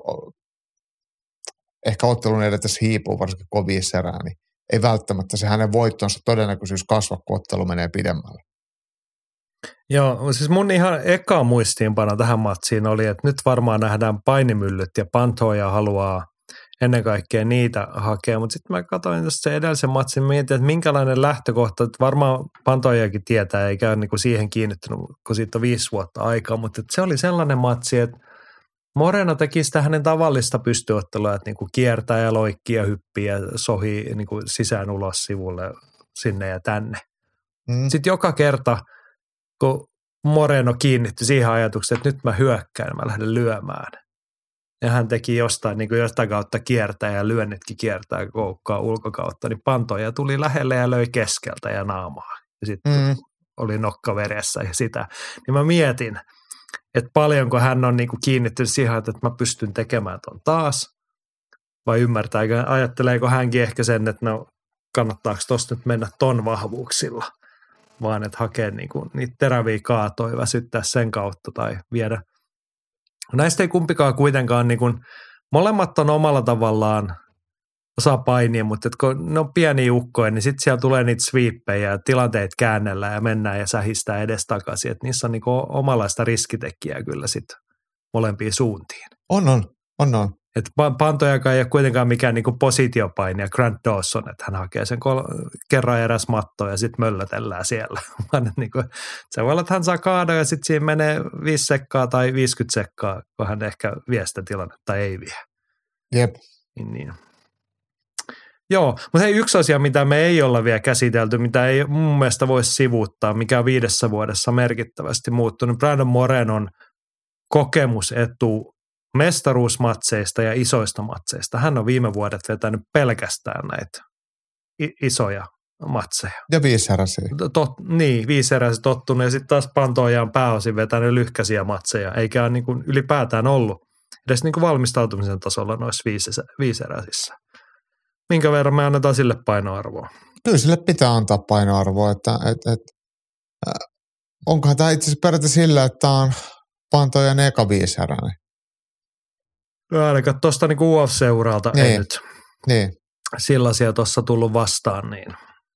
ehkä ottelun edetessä hiipuu, varsinkin kun on viisi erää, niin ei välttämättä se hänen voittonsa todennäköisyys kasva, kun ottelu menee pidemmälle. Joo, siis mun ihan eka muistiinpano tähän matsiin oli, että nyt varmaan nähdään painimyllyt ja Pantoja haluaa ennen kaikkea niitä hakea, mutta sitten mä katsoin tästä se edellisen matsin, mietin, että minkälainen lähtökohta, että varmaan Pantojakin tietää, eikä ole niinku siihen kiinnittynyt, kun siitä on viisi vuotta aikaa, mutta se oli sellainen matsi, että Moreno teki sitä hänen tavallista pystyottelua, että niinku kiertää ja loikkii ja hyppii ja sohii niinku sisään ulos sivulle sinne ja tänne. Mm. Sitten joka kerta, kun Moreno kiinnittyi siihen ajatukseen, että nyt mä hyökkään, mä lähden lyömään. Ja hän teki jostain, niin kuin jostain kautta kiertää ja lyönnitkin kiertää koukkaa ulkokautta, niin Pantoja tuli lähelle ja löi keskeltä ja naamaa. Ja sitten mm. oli nokka veressä ja sitä. Niin mä mietin, että paljonko hän on niin kuin kiinnittynyt siihen, että mä pystyn tekemään ton taas. Vai ymmärtääkö, ajatteleeko hänkin ehkä sen, että no kannattaako tosta nyt mennä ton vahvuuksilla. Vaan että hakee niin kuin niitä teräviä kaatoja, väsyttää sen kautta tai viedä. Näistä ei kumpikaan kuitenkaan niin kuin molemmat on omalla tavallaan osaa painia, mutta kun ne on pieniä ukkoja, niin sitten siellä tulee niitä sweepejä ja tilanteet käännellään ja mennään ja sähistää edestakaisin. Että niissä on niinku omanlaista riskitekijää kyllä sitten molempiin suuntiin. On, on, on, on. Että Pantojakaan ei ole kuitenkaan mikään niinku positiopainija Grant Dawson, että hän hakee sen kol- kerran eräs mattoon ja sitten möllötellään siellä. Vaan niinku, se voi olla, että hän saa kaada ja sitten siinä menee viisi sekkaa tai viisikymmentä sekkaa, kun hän ehkä vie sitä tilannetta tai ei vie. Jep. Niin, niin. Joo, mutta hei, yksi asia, mitä me ei olla vielä käsitelty, mitä ei mun mielestä voisi sivuuttaa, mikä on viidessä vuodessa merkittävästi muuttunut. Brandon Morenon kokemusetu mestaruusmatseista ja isoista matseista. Hän on viime vuodet vetänyt pelkästään näitä isoja matseja. Ja viiseräisiä. Tot, niin, viiseräisiä tottunut ja sitten taas Pantoja on pääosin vetänyt lyhkäisiä matseja, eikä ole niin kuin ylipäätään ollut edes niin kuin valmistautumisen tasolla noissa viiseräisissä. Minkä verran me annetaan sille painoarvoa? Kyllä sille pitää antaa painoarvoa, että et, et, äh, onkohan tämä itse asiassa periaatteessa sillä, että tämä on Pantojan eka viiseräinen. Ainakaan tuosta niinku U F C-uralta niin. ei nyt niin. sellaisia tuossa tullut vastaan, niin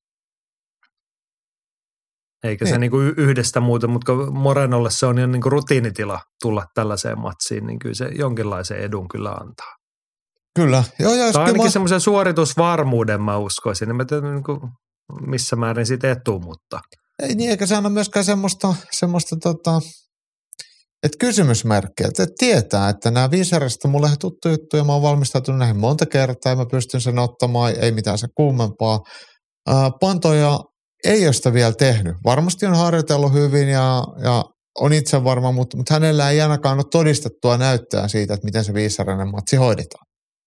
eikä niin. se niinku yhdestä muuta, mutta Morenolle se on jo niinku rutiinitila tulla tällaiseen matsiin, niin kyllä se jonkinlaisen edun kyllä antaa. Kyllä. Joo, joo, tai ainakin mä... semmoisen suoritusvarmuuden mä uskoisin. En mä tiedä niin missä määrin siitä etuu, mutta. Ei niin, eikä se anna myöskään semmoista, semmoista tota, että kysymysmerkkiä. Että tietää, että nämä viiseräiset on mulle ihan tuttu juttu ja mä oon valmistautunut näihin monta kertaa ja mä pystyn sen ottamaan, ei mitään se kummempaa. Ää, Pantoja ei ole sitä vielä tehnyt. Varmasti on harjoitellut hyvin ja, ja on itse varma, mutta, mutta hänellä ei ainakaan ole todistettua näyttöä siitä, että miten se viiseräinen matsi hoidetaan.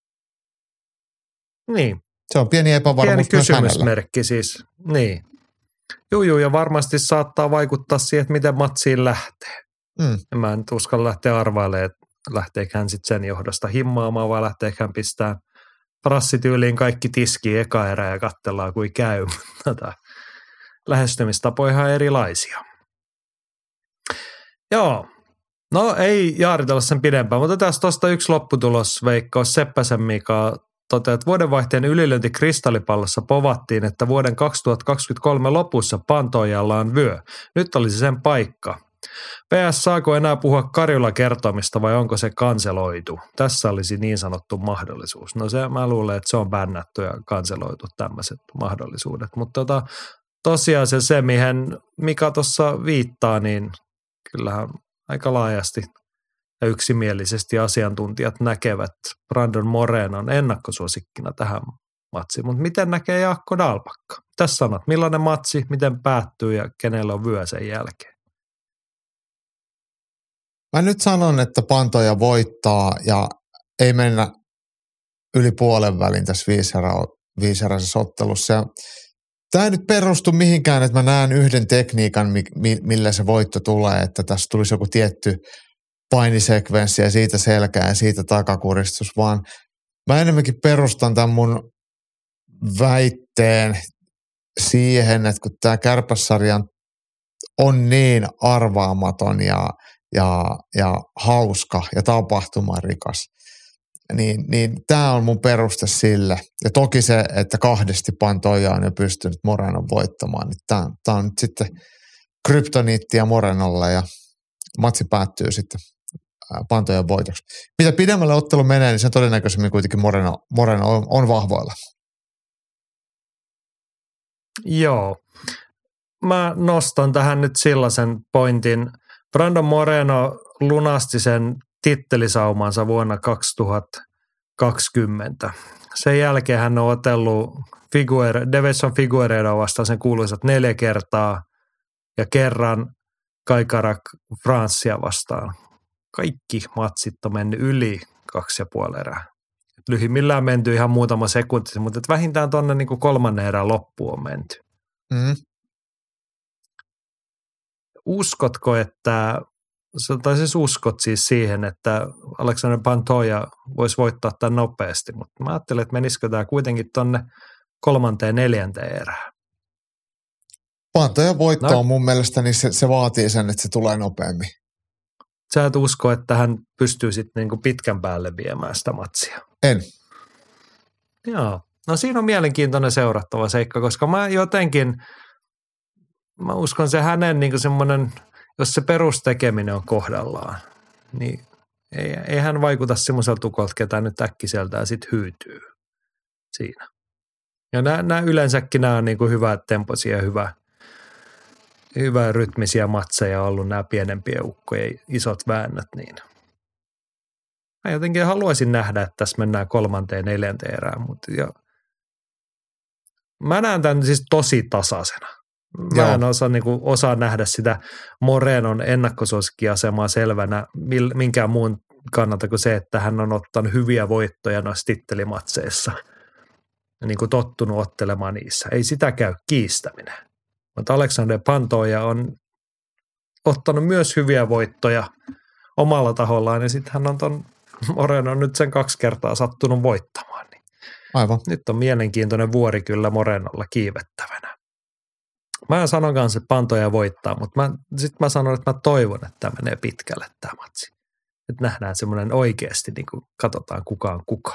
Niin. Se on pieni epävarmuus pieni kysymysmerkki siis, niin. Juu, juu, ja varmasti saattaa vaikuttaa siihen, että miten matsiin lähtee. Mm. En mä nyt uskalla lähteä arvailemaan, että lähteekö hän sitten sen johdosta himmaamaan vai lähteekö hän pistää prassityyliin kaikki tiskiin eka erä ja katsellaan kuin käy. Tätä lähestymistapoja ihan erilaisia. Joo. No ei jaaritella sen pidempään, mutta tässä tuosta yksi lopputulos, Veikkaus Seppäsen Mika toteaa, että vuodenvaihteen ylilöinti kristallipallossa povattiin, että vuoden kaksituhattakaksikymmentäkolme lopussa Pantojalla on vyö. Nyt olisi sen paikka. P S saako enää puhua Karjula-kertomista vai onko se kanseloitu? Tässä olisi niin sanottu mahdollisuus. No se, mä luulen, että se on bännätty ja kanseloitu tämmöiset mahdollisuudet. Mutta tota, tosiaan se, se mihin Mika tuossa viittaa, niin kyllähän aika laajasti ja yksimielisesti asiantuntijat näkevät Brandon Morenon ennakkosuosikkina tähän matsiin. Mutta miten näkee Jaakko Dalpakka? Tässä sanot, millainen matsi, miten päättyy ja kenellä on vyö sen jälkeen? Mä nyt sanon, että Pantoja voittaa ja ei mennä yli puolen välin tässä viiseräisessä ottelussa. Tämä ei nyt perustu mihinkään, että mä näen yhden tekniikan, millä se voitto tulee, että tässä tulisi joku tietty painisekvenssi ja siitä selkää ja siitä takakuristus, vaan mä enemmänkin perustan tämän mun väitteen siihen, että kun tämä Kärpässarja on niin arvaamaton ja, ja, ja hauska ja tapahtumarikas, niin, niin tämä on mun peruste sille. Ja toki se, että kahdesti Pantoja on jo pystynyt Morenon voittamaan, niin tämä, tämä on nyt sitten kryptoniittia Morenolle ja matsi päättyy sitten Pantojan voitoksi. Mitä pidemmälle ottelu menee, niin sen todennäköisemmin kuitenkin Moreno, Moreno on, on vahvoilla. Joo. Mä nostan tähän nyt sellaisen pointin. Brandon Moreno lunasti sen tittelisaumansa vuonna kaksituhattakaksikymmentä. Sen jälkeen hän on otellut Figuere, Davidson Figueiredo vastaan sen kuuluisat neljä kertaa ja kerran Kaikarak Francia vastaan. Kaikki matsit on mennyt yli kaksi ja puoli erää. Lyhimmillään menty ihan muutama sekunti, mutta vähintään tuonne niin kuin kolmannen erän loppuun on menty. Mm. Uskotko, että, tai siis uskot siis siihen, että Alexander Pantoja voisi voittaa tämän nopeasti, mutta mä ajattelen, että menisikö tämä kuitenkin tuonne kolmanteen neljänteen erään. Pantoja voitto no. on mun mielestä, niin se, se vaatii sen, että se tulee nopeammin. sä et usko, että hän pystyy sitten niinku pitkän päälle viemään sitä matsia. En. Joo. No siinä on mielenkiintoinen seurattava seikka, koska mä jotenkin, mä uskon se hänen niinku semmoinen, jos se perustekeminen on kohdallaan, niin ei, ei hän vaikuta semmoiselta tukolta, ketä nyt äkkiseltään sit hyytyy siinä. Ja nämä, nämä yleensäkin nämä on niinku hyvä tempoisia ja hyvä, hyvä rytmisiä matseja ollut nämä pienempien ukkojen isot väännöt, niin mä jotenkin haluaisin nähdä, että tässä mennään kolmanteen, neljänteen erään, mutta jo, mä näen tämän siis tosi tasaisena. Mä Joo. en osaa, niin kuin, osaa nähdä sitä Morenon ennakkosuosikkiasemaa selvänä minkään muun kannalta kuin se, että hän on ottanut hyviä voittoja noissa tittelimatseissa ja niin kuin tottunut ottelemaan niissä. Ei sitä käy kiistäminen. Mutta Alexander Pantoja on ottanut myös hyviä voittoja omalla tahollaan ja sitten hän on ton Moreno nyt sen kaksi kertaa sattunut voittamaan. Niin Aivan. Nyt on mielenkiintoinen vuori kyllä Morenolla kiivettävänä. Mä sanon kanssa, että Pantoja voittaa, mutta sitten mä sanon, että mä toivon, että tämä menee pitkälle tämä matsi. Että nähdään semmoinen oikeasti, niin kuin katsotaan kuka on kuka.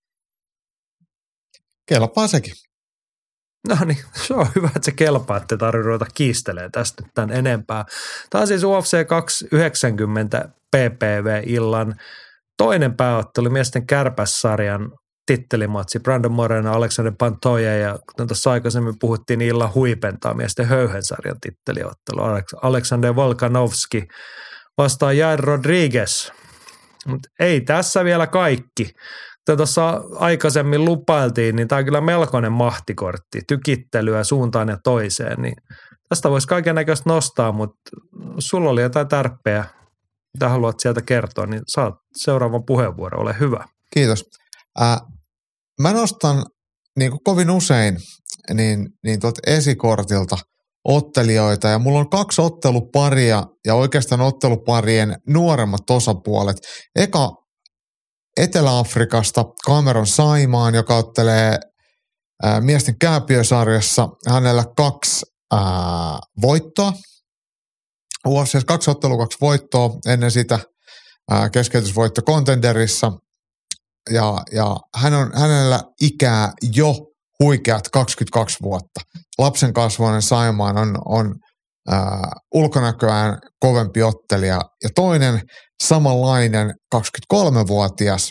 Kelpaa sekin. No niin, se on hyvä, että se kelpaa, että tarvitse ruveta kiistelemään tästä nyt tämän enempää. Tämä on siis U F C kaksisataayhdeksänkymmentä P P V-illan toinen pääottelu miesten kärpässarjan tittelimatsi. Brandon Moreno, Alexander Pantoja ja kuten tuossa aikaisemmin puhuttiin, niin illan huipentaa miesten höyhensarjan titteliottelu. Alexander Volkanovski vastaan Jair Rodriguez. Mutta ei tässä vielä kaikki. Kuten tuossa aikaisemmin lupailtiin, niin tämä on kyllä melkoinen mahtikortti, tykittelyä suuntaan ja toiseen. Niin tästä voisi kaiken näköistä nostaa, mutta sulla oli jotain tärppejä, mitä haluat sieltä kertoa, niin saat seuraavan puheenvuoron, ole hyvä. Kiitos. Äh, mä nostan niin kuin kovin usein niin, niin tuolta esikortilta ottelijoita ja mulla on kaksi otteluparia ja oikeastaan otteluparien nuoremmat osapuolet. Eka Etelä-Afrikasta Cameron Saimaan, joka ottelee ää, miesten kääpiösarjassa. Hänellä kaksi ää, voittoa. U F C kaksi ottelua, kaksi voittoa. Ennen sitä ää, keskeytysvoitto Contenderissa. Ja, ja hän on, hänellä ikää jo huikeat kaksikymmentäkaksi vuotta. Lapsen kasvainen Saimaan on, on ää, ulkonäköään kovempi ottelija. Ja toinen samanlainen kaksikymmentäkolmevuotias,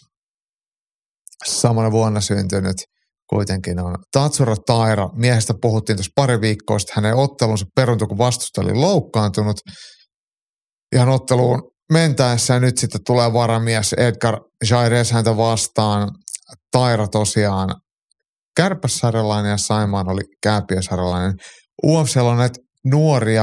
samana vuonna syntynyt kuitenkin on Tatsuro Taira. Miehestä puhuttiin tuossa pari viikkoa sitten. Hänen ottelunsa peruntui, kun vastustaja oli loukkaantunut. Ihan otteluun mentäessä ja nyt sitten tulee varamies Edgar Jairez häntä vastaan. Taira tosiaan kärpässarjalainen ja Saimaan oli kääpiösarjalainen. U F C:llä on näitä nuoria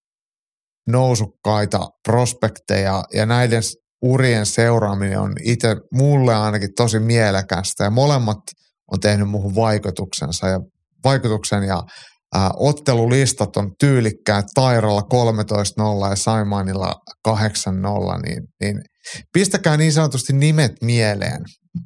nousukkaita prospekteja ja näiden urien seuraaminen on itse mulle ainakin tosi mielekästä ja molemmat on tehnyt muuhun vaikutuksensa ja vaikutuksen ja ää, ottelulistat on tyylikkäät. Tairalla kolmetoista nolla ja Saimaanilla kahdeksan nolla, niin, niin pistäkää niin sanotusti nimet mieleen.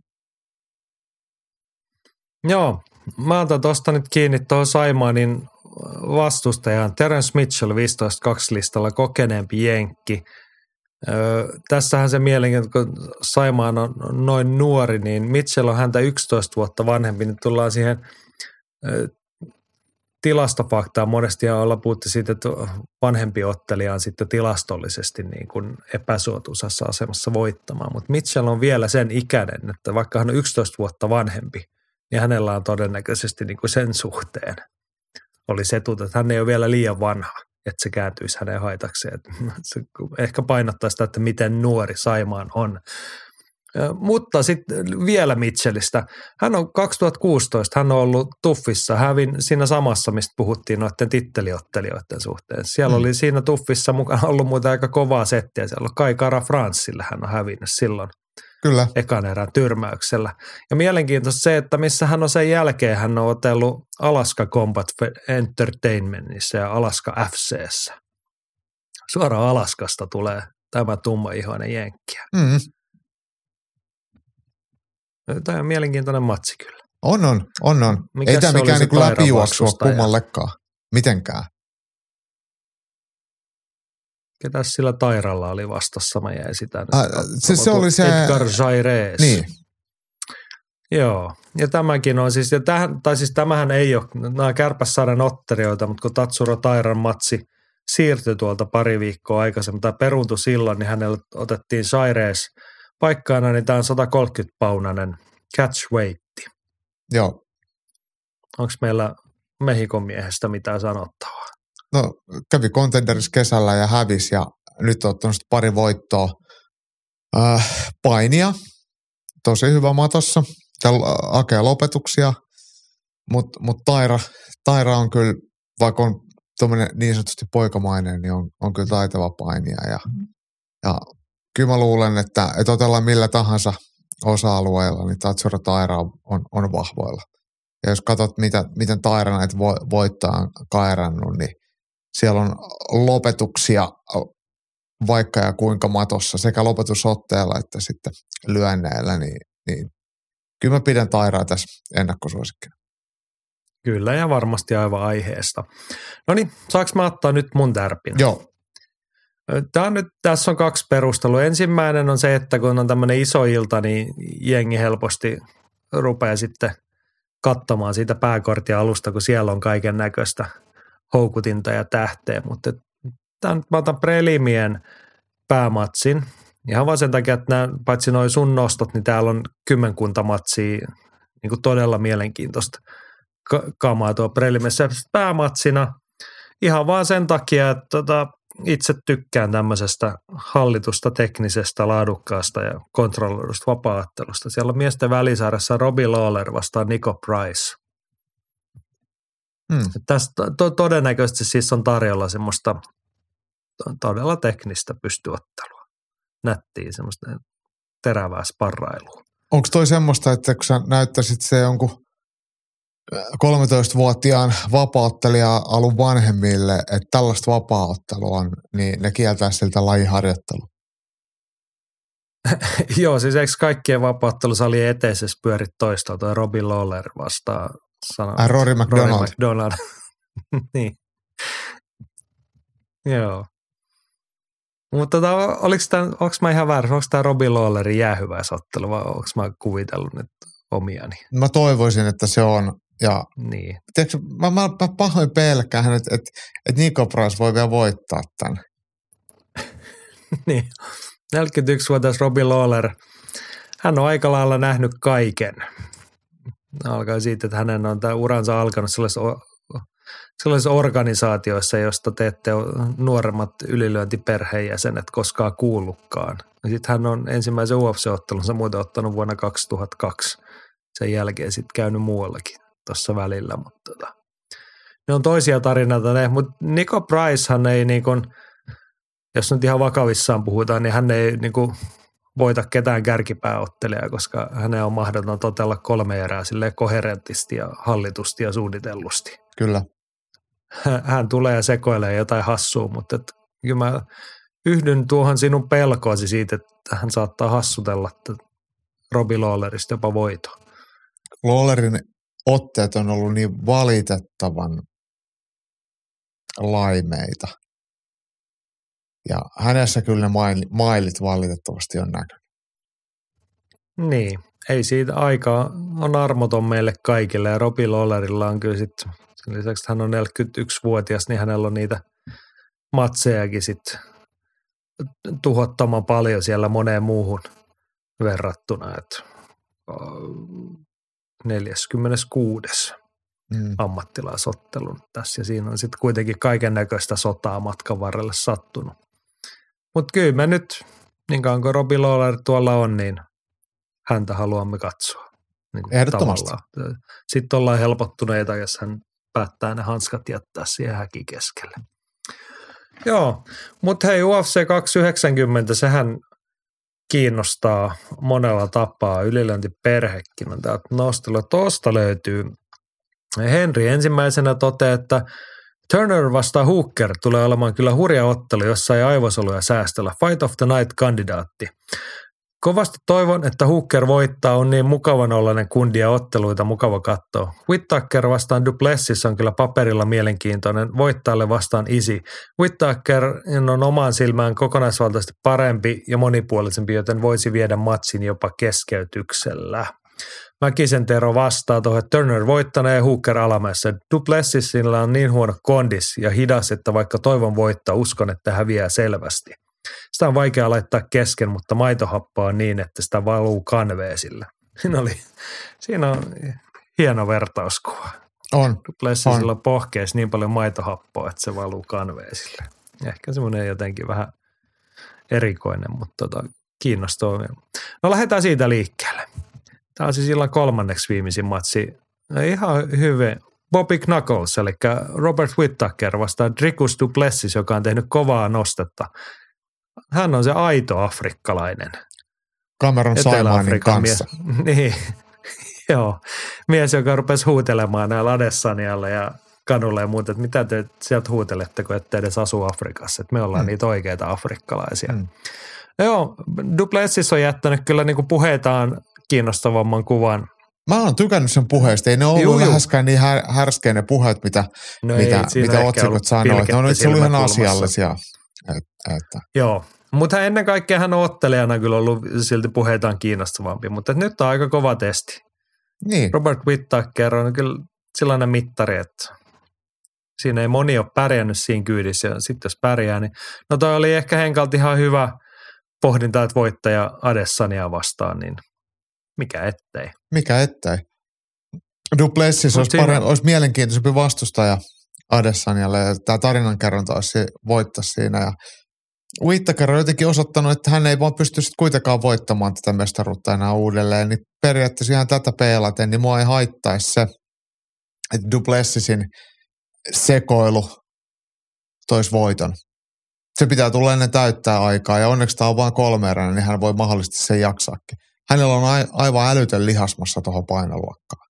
Joo, mä otan tuosta nyt kiinni tuohon Saimaanin vastustajan Terence Mitchell viisitoista kaksi listalla kokeneempi jenkki. Öö, tässähän se mielenkiintoinen, kun Saimaan on noin nuori, niin Mitchell on häntä yksitoista vuotta vanhempi, niin tullaan siihen ö, tilastofaktaan. Monesti olla puhuttu siitä, että vanhempi ottelija on sitten tilastollisesti niin kuin epäsuotuisassa asemassa voittamaan, mutta Mitchell on vielä sen ikäinen, että vaikka hän on yksitoista vuotta vanhempi, niin hänellä on todennäköisesti niin kuin sen suhteen oli se etu, että hän ei ole vielä liian vanha, että se kääntyisi hänen haitakseen. Se ehkä painottaa sitä, että miten nuori Saimaan on. Mutta sitten vielä Mitchellistä. Hän on kaksituhattakuusitoista, hän on ollut Tuffissa, hävin siinä samassa, mistä puhuttiin noiden titteliottelijoiden suhteen. Siellä mm. oli siinä Tuffissa mukana ollut muuten aika kovaa settiä. Siellä on Kai Kara Franssille, hän on hävinnyt silloin. Kyllä. Ekan erän tyrmäyksellä. Ja mielenkiintoista se, että missä hän on sen jälkeen, hän on otellut Alaska Combat Entertainmentissa ja Alaska F C:ssä. Suoraan Alaskasta tulee tämä tummaihoinen jenkkiä. Mm. Tämä on mielenkiintoinen matsi kyllä. On, on, on, on. Mikäs ei tämä mikään niin läpijuoksua kummallekaan. Mitenkään. ketäs sillä Tairalla oli vastassa, mä jäin sitä nyt. Ah, se, se oli se... Edgar Jairez. Niin. Joo, ja tämäkin on siis, ja tähän, tai siis tämähän ei ole, nämä Kärpässaaren otterioita, mutta kun Tatsuro Tairan matsi siirtyi tuolta pari viikkoa aikaisemmin, tai peruuntui silloin, niin hänelle otettiin Jairez paikkaana, niin tämä on sata kolmekymmentä paunainen catch weightti. Joo. Onko meillä Mehikon miehestä mitään sanottavaa? No kävi Contenderissa kesällä ja hävisi ja nyt on ottanut pari voittoa. Äh, painia, tosi hyvä matossa ja akea lopetuksia, mutta mut Taira, Taira on kyllä, vaikka on tuommoinen niin sanotusti poikamainen, niin on, on kyllä taitava painija ja, ja kyllä mä luulen, että, että otellaan millä tahansa osa-alueella, niin Tatsuro Taira on, on, on vahvoilla. Ja jos katsot, mitä, miten Taira näitä vo, voittaa on kairannut, niin siellä on lopetuksia vaikka ja kuinka matossa, sekä lopetusotteella että sitten lyönneillä, niin, niin kyllä mä pidän Tairaa tässä ennakkosuosikkina. Kyllä, ja varmasti aivan aiheesta. No niin, saanko mä ottaa nyt mun tärpin? Joo. Tämä on nyt, tässä on kaksi perustelua. Ensimmäinen on se, että kun on tämmöinen iso ilta, niin jengi helposti rupeaa sitten katsomaan siitä pääkortin alusta, kun siellä on kaiken näköistä houkutinta ja tähteä. Mutta tämän, mä otan prelimien päämatsin. Ihan vaan sen takia, että nämä, paitsi noin sun nostot, niin täällä on kymmenkunta matsia niin kuin todella mielenkiintoista kamaa tuo prelimessä päämatsina. Ihan vaan sen takia, että tota, itse tykkään tämmöisestä hallitusta, teknisestä, laadukkaasta ja kontrolloidusta vapaa-ottelusta. Siellä on miesten välisarjassa Robbie Lawler vastaan Nico Price. Hmm. Tästä to- todennäköisesti siis on tarjolla semmoista todella teknistä pystyottelua. Nättiä semmoista terävää sparrailua. Onko toi semmoista, että kun sä näyttäisit se jonkun kolmetoistavuotiaan vapaa-ottelija alun vanhemmille, että tällaista vapaa-ottelua on, niin ne kieltää siltä lajiharjoittelu. Joo, siis eikö kaikkien vapaa-ottelusalien eteisessä pyörit toista, toi Robbie Lawler vastaan sana. Äh, Rory McDonald. Rory McDonald. Niin. Joo. Mutta tota, oliko tämä, onko mä ihan väärässä, onko tämä Robbie Lawlerin jäähyväisottelu vai onko mä kuvitellut nyt omiani? Mä toivoisin, että se on. Ja niin. Tiedätkö, mä, mä, mä pahoin pelkään, että, että, että Nico Price voi vielä voittaa tämän. Niin, neljäkymmentäyksivuotias Robbie Lawler, hän on aika lailla nähnyt kaiken. Alkaa siitä, että hänen on tämä uransa alkanut sellaisessa, sellaisissa organisaatioissa, josta te ette ole nuoremmat ylilyöntiperheenjäsenet koskaan kuullutkaan. Sitten hän on ensimmäisen U F C-ottelunsa muuten ottanut vuonna kaksituhattakaksi. Sen jälkeen sitten käynyt muuallakin tuossa välillä, mutta tota, ne on toisia tarinoita ne, mutta Nico Pricehan ei niin kuin, jos nyt ihan vakavissaan puhutaan, niin hän ei niin kuin voita ketään kärkipääottelijaa, koska hänen on mahdoton totella kolme erää silleen koherentisti ja hallitusti ja suunnitellusti. Kyllä. Hän tulee ja sekoilee jotain hassua, mutta et, kyllä mä yhdyn tuohon sinun pelkoosi siitä, että hän saattaa hassutella Robbie Lawlerista jopa voito. Lawlerin otteet on ollut niin valitettavan laimeita. Ja hänessä kyllä ne mailit valitettavasti on näkynyt. Niin, ei siitä aikaa on armoton meille kaikille. Ja Robbie Lawlerilla on kyllä sitten, sen lisäksi että hän on neljäkymmentäyksivuotias, niin hänellä on niitä matsejakin sitten tuhottoman paljon siellä moneen muuhun verrattuna. Että neljäskymmeneskuudes mm. ammattilaisottelun tässä ja siinä on sitten kuitenkin kaiken näköistä sotaa matkan varrelle sattunut. Mutta kyllä me nyt, niin kauan kuin Robbie Lawler tuolla on, niin häntä haluamme katsoa. Niin ehdottomasti. Tavallaan. Sitten ollaan helpottuneita, jos hän päättää ne hanskat jättää siihen häkin keskelle. Joo, mutta hei U F C kaksisataayhdeksänkymmentä, sehän kiinnostaa monella tapaa. Ylilöintiperhekin on täältä nostella. Tuosta löytyy. Henry ensimmäisenä toteaa, että Turner vastaan Hooker tulee olemaan kyllä hurja ottelu, jossa ei aivosoluja säästellä. Fight of the Night -kandidaatti. Kovasti toivon, että Hooker voittaa, on niin mukavan ollainen kundia otteluita mukava katsoa. Whittaker vastaan Duplessis on kyllä paperilla mielenkiintoinen, voittajalle vastaan easy. Whittaker on omaan silmään kokonaisvaltaisesti parempi ja monipuolisempi, joten voisi viedä matsin jopa keskeytyksellä. Mäkisen Tero vastaa tuohon, että Turner voittanee ja Hooker alamäessä. Duplessisillä on niin huono kondis ja hidas, että vaikka toivon voittaa, uskon, että häviää selvästi. Sitä on vaikea laittaa kesken, mutta maitohappoa on niin, että sitä valuu kanveesille. Siinä, oli, siinä on hieno vertauskuva. On. Duplessisillä on pohkeessa niin paljon maitohappoa, että se valuu kanveesille. Ehkä semmoinen jotenkin vähän erikoinen, mutta tota, kiinnostaa. No lähdetään siitä liikkeelle. Tämä on siis illan kolmanneksi viimeisin matsi. Ihan hyvä. Bobby Knuckles, eli Robert Whittaker vastaan Dricus du Plessis, joka on tehnyt kovaa nostetta. Hän on se aito afrikkalainen. Cameron Simonin kanssa. Mies. Niin, joo. Mies, joka rupesi huutelemaan näillä Adesanialle ja kadulle ja muuta, että mitä te sieltä huutelette, kun ette edes asu Afrikassa. Että me ollaan mm. niitä oikeita afrikkalaisia. Mm. Joo, du Plessis on jättänyt kyllä niinku puheitaan kiinnostavamman kuvan. Mä oon tykännyt sen puheesta. Ei ne ollut juu, läheskään niin här, härskeä ne puheet, mitä, no mitä, mitä otsikot sanoivat. Ne on itse ollut ihan asiallisia. Et, että. Joo, mutta ennen kaikkea hän on ottelijana kyllä ollut silti puheitaan kiinnostavampi, mutta nyt on aika kova testi. Niin. Robert Whittaker on kyllä sellainen mittari, että siinä ei moni ole pärjännyt siinä kyydissä ja sitten jos pärjää, niin no toi oli ehkä Henkalta ihan hyvä pohdinta, että voittaja Adesania vastaan, niin mikä ettei. Mikä ettei. Du Plessis olisi, siinä... olisi mielenkiintoisempi vastustaja Adesanialle ja tämä tarinankerronta olisi voittaisi siinä. Ja Whittaker on jotenkin osoittanut, että hän ei vaan pysty sitten kuitenkaan voittamaan tätä mestaruutta enää uudelleen. Niin periaatteessa ihan tätä peilaten, niin mua ei haittaisi se, että Du Plessisin sekoilu toisi voiton. Se pitää tulla ennen täyttää aikaa ja onneksi tämä on vain kolmeeräinen, niin hän voi mahdollisesti sen jaksaakin. Hänellä on a- aivan älytön lihasmassa tuohon painoluokkaan.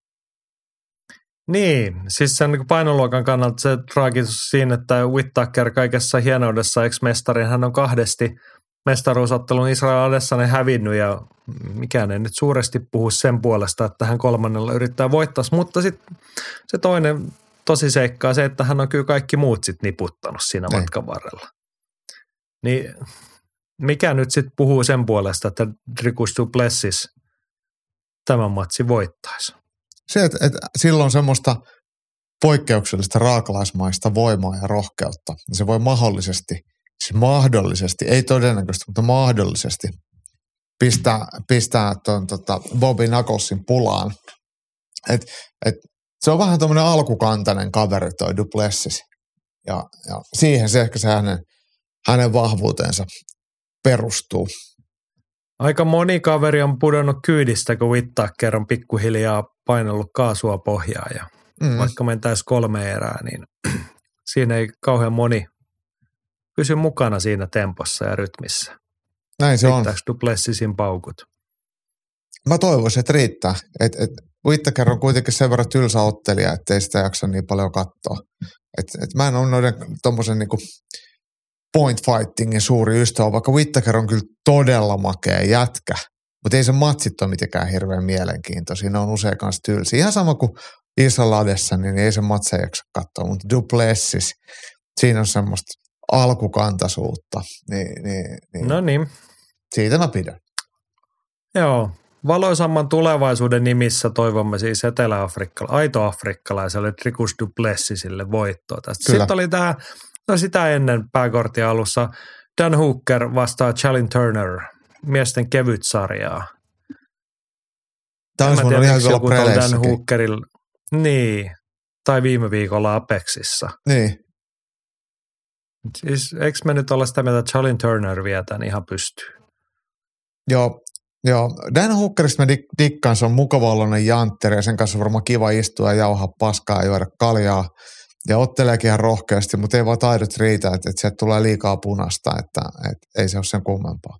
Niin, siis sen painoluokan kannalta se traagisuus siinä, että Whittaker kaikessa hienoudessa ex-mestari, hän on kahdesti mestaruusottelun Israel Adesanya hävinnyt ja mikään ei nyt suuresti puhu sen puolesta, että hän kolmannella yrittää voittaa, mutta sitten se toinen tosi seikkaa se, että hän on kyllä kaikki muut sitten niputtanut siinä Ei. matkan varrella. Niin mikä nyt sitten puhuu sen puolesta, että Dricus du Plessis tämän matsin voittaisi? Se, että, että sillä on semmoista poikkeuksellista raakalaismaista voimaa ja rohkeutta. Se voi mahdollisesti, siis mahdollisesti, ei todennäköisesti, mutta mahdollisesti pistää, pistää tuon tota Bobby Knucklesin pulaan. Et, et, se on vähän tämmöinen alkukantainen kaveri toi Du Plessis. Ja, ja siihen se ehkä se hänen, hänen vahvuutensa perustuu. Aika moni kaveri on pudonnut kyydistä, kun Whittaker on pikkuhiljaa painellut kaasua pohjaa. Ja mm. vaikka mentäisi kolme erää, niin siinä ei kauhean moni pysy mukana siinä tempossa ja rytmissä. Näin se Riittääkö Du Plessisin paukut? Mä toivoisin, että riittää. Et, et Whittaker on kuitenkin sen verran tylsä ottelija, ettei sitä jaksa niin paljon katsoa. Et, et mä en ole noiden tommosen niinku point fightingin suuri ystävä, vaikka Whittaker on kyllä todella makea jätkä, mutta ei se matsit ole mitenkään hirveän mielenkiintoisia. Ne on usein kanssa tylsiä. Ihan sama kuin Israel Adesanya, niin ei se matseja jaksa katsoa, mutta Du Plessis, siinä on semmoista alkukantaisuutta. Niin, niin, niin. No niin. Siitä mä pidän. Joo. Valoisamman tulevaisuuden nimissä toivomme siis etelä-afrikkalaiselle, aito-afrikkalaiselle Dricus du Plessisille voittoa tästä. Kyllä. Sitten oli tämä, no sitä ennen pääkortin alussa, Dan Hooker vastaa Chalin Turner, miesten kevytsarjaa. Tämä olisi voinut ihan olla Dan Hookerilla, niin, tai viime viikolla Apexissa. Niin. Siis eikö me nyt olla sitä mieltä, että Chalin Turner vie tämän ihan pystyy? Joo. Joo, Dan Hookerista mä dik- dikkaan, se on mukava oloinen jantteri ja sen kanssa on varmaan kiva istua ja jauhaa paskaa ja juoda kaljaa. Ja otteleekin ihan rohkeasti, mutta ei vaan taidot riitä, että, että sieltä tulee liikaa punasta, että, että ei se ole sen kummempaa.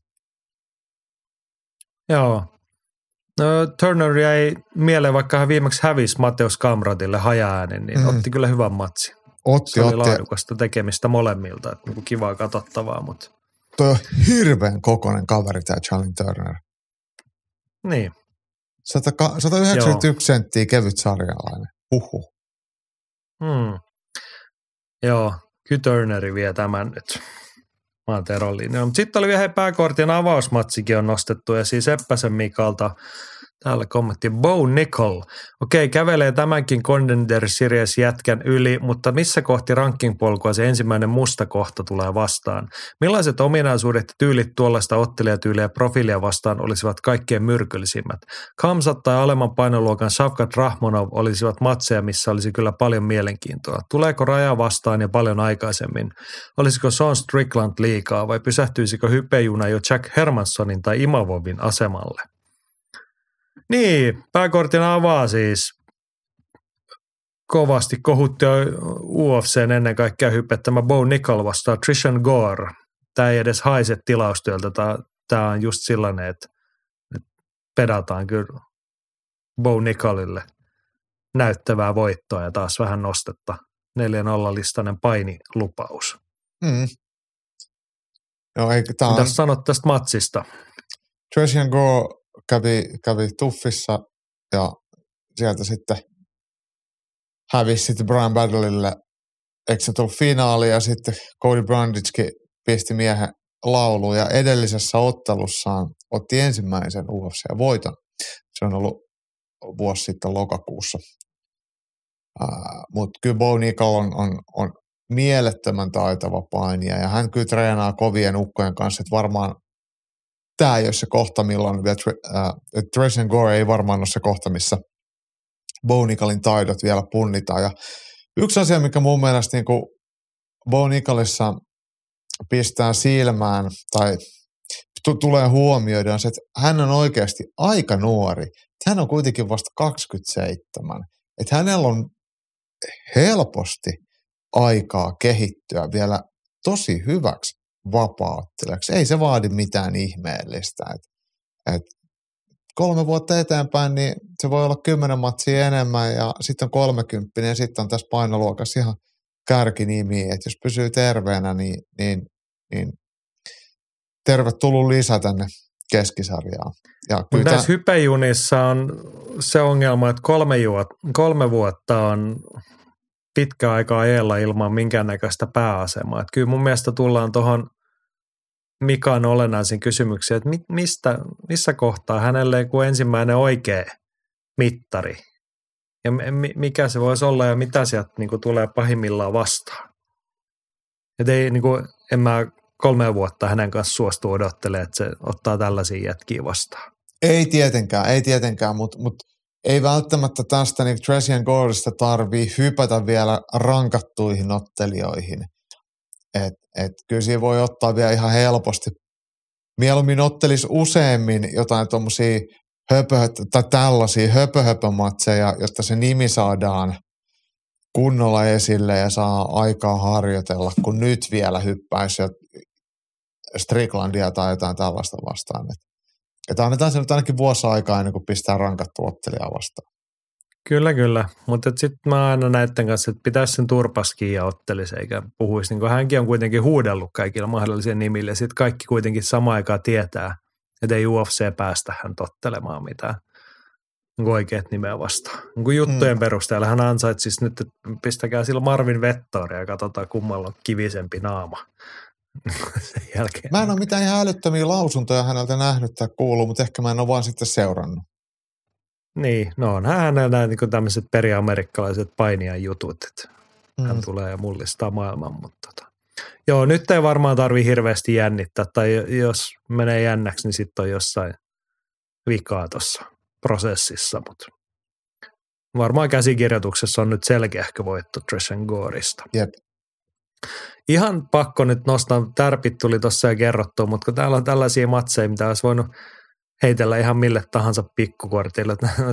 Joo. No, Turner jäi mieleen, vaikka hän viimeksi hävisi Mateus Kamratille hajaäänin, niin mm. otti kyllä hyvän matsin. Otti, se oli otti. laadukasta tekemistä molemmilta, että niin kivaa katsottavaa, mutta... Toi on hirveän kokoinen kaveri tämä Chalin Turner. Niin. sata, sata yhdeksänkymmentäyksi senttiä kevyt sarjalainen. Huhhuh. Hmm. Joo, Ky Turneri vie tämän nyt. Mä oon Teron linjalla. Mutta sitten oli vielä hei, pääkortin avausmatsikin on nostettu ja siis Eppäsen Mikalta täällä kommentti Bo Nickel. Okei, kävelee tämänkin Contender Series jätkän yli, mutta missä kohti ranking-polkua se ensimmäinen musta kohta tulee vastaan? Millaiset ominaisuudet ja tyylit tuollaista ottelijatyyliä ja profiilia vastaan olisivat kaikkein myrkyllisimmät? Kamsat tai alemman painoluokan Shavkat Rahmonov olisivat matseja, missä olisi kyllä paljon mielenkiintoa. Tuleeko raja vastaan ja paljon aikaisemmin? Olisiko Sean Strickland liikaa vai pysähtyisikö hypejuna jo Jack Hermanssonin tai Imavovin asemalle? Niin, pääkortin avaa siis kovasti kohutti U F C:n ennen kaikkea hypettämä Bo Nickel vastaan Trishan Gore. Tämä ei edes haise tilaustyöltä, tämä on just sellainen, että pedataan kyllä Bo Nickelille näyttävää voittoa ja taas vähän nostetta. neljä nolla listainen painilupaus. Mm. No, ei, tää on... Mitäs sanot tästä matsista? Trishan Gore kävi, kävi tuffissa ja sieltä sitten hävisi sitten Brian Battlelle. Eikö se tullut finaali ja sitten Cody Branditski pisti miehen lauluun ja edellisessä ottelussaan otti ensimmäisen U F C-voiton. Se on ollut vuosi sitten lokakuussa. Uh, Mutta kyllä Bo Nickel on, on, on mielettömän taitava painija ja hän kyllä treenaa kovien ukkojen kanssa, että varmaan tämä ei ole se kohta, milloin uh, Trishan Gore ei varmaan ole se kohta, missä Bo Nickelin taidot vielä punnitaan. Ja yksi asia, mikä mun mielestä niin kuin Bo Nickelissa pistää silmään tai t- tulee huomioida, on se, että hän on oikeasti aika nuori. Hän on kuitenkin vasta kaksikymmentäseitsemän. Että hänellä on helposti aikaa kehittyä vielä tosi hyväksi vapaattelijaksi. Ei se vaadi mitään ihmeellistä. Et, et kolme vuotta eteenpäin, niin se voi olla kymmenen matsia enemmän ja sitten on kolmekymppinen ja sitten on tässä painoluokassa ihan kärkinimi. Että jos pysyy terveenä, niin, niin, niin tervetullut lisä tänne keskisarjaan. Mutta näissä hypejunissa on se ongelma, että kolme, juot, kolme vuotta on pitkä aika ajella ilman minkäännäköistä pääasemaa. Että kyllä mun mielestä tullaan tuohon Mikan olennaisiin kysymyksiin, että mistä, missä kohtaa hänelle kun ensimmäinen oikea mittari ja mikä se voisi olla ja mitä sieltä niin kuin tulee pahimmillaan vastaan. Että ei, niin kuin, en mä kolme vuotta hänen kanssa suostu odottelemaan, että se ottaa tällaisia jätkiä vastaan. Ei tietenkään, ei tietenkään, mutta mut ei välttämättä tästä niin Trishan Goresta tarvii hypätä vielä rankattuihin ottelijoihin. Et, et kyllä siinä voi ottaa vielä ihan helposti. Mieluummin ottelisi useammin jotain tuommoisia höpö, tai tällaisia höpö-höpö-matseja, jotta se nimi saadaan kunnolla esille ja saa aikaa harjoitella, kun nyt vielä hyppäisi Stricklandia tai jotain tällaista vastaan. Että annetaan se nyt ainakin vuosi aikaa ennen kuin pistää rankattu ottelijaa vastaan. Kyllä, kyllä. Mutta sitten mä aina näiden kanssa, että pitäisi sen turpaskin ja ottelisi, eikä puhuisi. Niin hänkin on kuitenkin huudellut kaikilla mahdollisilla nimillä. Ja sitten kaikki kuitenkin samaan aikaan tietää, että ei U F C päästä hän tottelemaan mitään niin oikeat nimeä vastaan. Niin juttujen mm. perusteella hän ansaitsi siis nyt, että pistäkää sillä Marvin Vettoria ja katsotaan kummalla on kivisempi naama. Sen jälkeen. Mä en ole mitään ihan älyttömiä lausuntoja häneltä nähnyt tai kuullut, mutta ehkä mä en ole vaan sitten seurannut. Niin, no on hänellä nämä niin tämmöiset periamerikkalaiset painijan jutut, että mm. hän tulee ja mullistaa maailman, mutta tota. Joo, nyt ei varmaan tarvitse hirveästi jännittää, tai jos menee jännäksi, niin sitten on jossain vikaa tuossa prosessissa, mutta varmaan käsikirjoituksessa on nyt selkeähkö voitto Trishan Goresta. Jep. Ihan pakko nyt nostaa, tärpit tuli tuossa jo kerrottua, mutta kun täällä on tällaisia matseja, mitä olisi voinut heitellä ihan mille tahansa pikkukortille.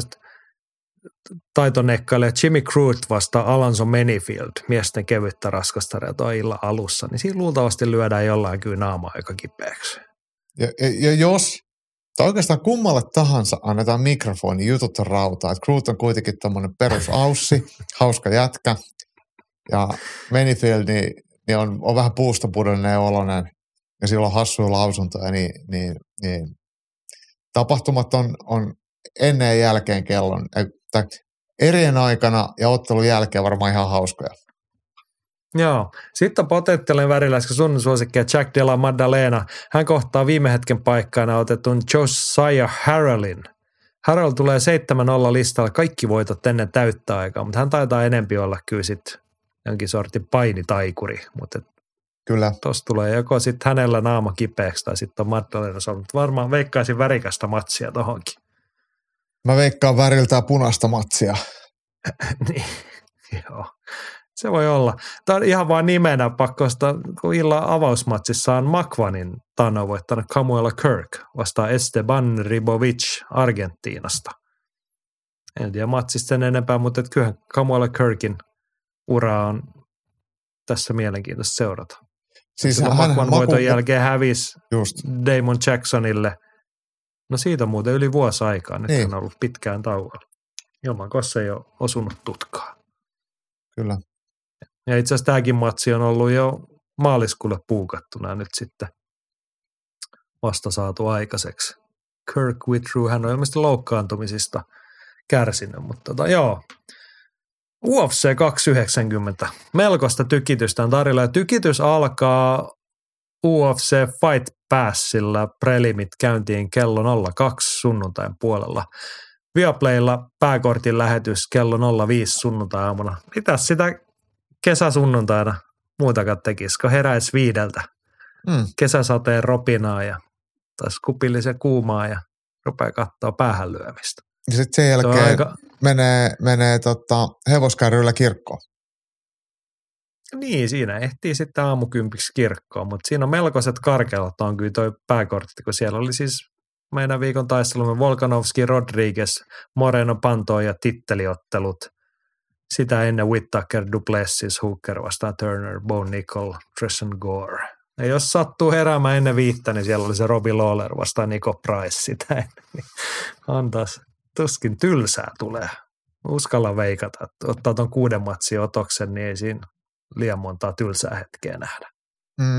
Taitonekkaille Jimmy Crute vastaan Alonzo Menifield, miesten kevyttä raskastarjaa illan alussa, niin siinä luultavasti lyödään jollain kyllä naama aika kipeäksi. Ja, ja, ja jos, tai oikeastaan kummalle tahansa annetaan mikrofoni, jutut on rautaa, että Crute on kuitenkin tommoinen perusaussi, hauska jätkä, ja Menifield niin, niin on, on vähän puusta pudonneen oloinen, ja sillä on hassuja lausuntoja, niin, niin, niin tapahtumat on, on ennen ja jälkeen kellon, tai erien aikana ja ottelun jälkeen varmaan ihan hauskoja. Joo. Sitten on potentiaalinen väriläiskä sun suosikkia Jack Della Maddalena. Hän kohtaa viime hetken paikkaana otetun Josiah Harrellin. Harrell tulee seitsemän nolla listalla, kaikki voitot ennen täyttä aikaa, mutta hän taitaa enempi olla kyllä sitten jonkin sortin painitaikuri, mutta kyllä. Tuossa tulee joko sitten hänellä naama kipeäksi tai sitten on Maddalena, mutta varmaan veikkaisin värikästä matsia tohonkin. Mä veikkaan väriltään punaista matsia. Niin, joo. Se voi olla. Tämä on ihan vaan nimenä pakko sitä, kun illan avausmatsissa on Makvanin Tano voittanut Kamuela Kirk vastaan Esteban Ribovic Argentiinasta. En tiedä matsista sen enempää, mutta kyllähän Kamuela Kirkin ura on tässä mielenkiintoista seurata. Siis hän, Makvan voiton maku... jälkeen hävisi just Damon Jacksonille. No siitä on muuten yli vuosi aikaa. Nyt niin. on ollut pitkään tauolla. Ilman kossa ei ole osunut tutkaa. Kyllä. Ja itse asiassa tämäkin matsi on ollut jo maaliskuulle puukattuna nyt sitten vasta saatu aikaiseksi. Kirk withdrew, hän on ilmeisesti loukkaantumisista kärsinyt, mutta tota, joo. U F C kaksisataayhdeksänkymmentä. Melkoista tykitystä on tarjolla ja tykitys alkaa U F C Fight Passilla. Prelimit käyntiin kello nolla kaksi sunnuntain puolella. Viaplaylla pääkortin lähetys kello nolla viisi sunnuntai-aamuna. Mitäs sitä kesäsunnuntaina muutakaan tekisi, kun heräisi viideltä. Mm. Kesäsateen ropinaa ja taas kupillisen kuumaa ja rupeaa katsoa päähän lyömistä. Ja sitten sen jälkeen se aika... menee, menee tota hevoskärryillä kirkkoon. Niin, siinä ehtii sitten aamukympiksi kirkkoon, mutta siinä on melkoiset karkelat on kyllä toi pääkortti, kun siellä oli siis meidän viikon taistelumme Volkanovski, Rodriguez, Moreno, Panto ja titteliottelut. Sitä ennen Whittaker, Duplessis, Hooker vastaan Turner, Bo Nickel, Tresson Gore. Ja jos sattuu heräämään ennen viittä, niin siellä oli se Robbie Lawler vastaan Nico Price sitä ennen. Niin antaas, tuskin tylsää tulee. Uskalla veikata, että ottaa tuon kuuden matsin otoksen, niin ei siinä liian montaa tylsää hetkeä nähdä. Mm.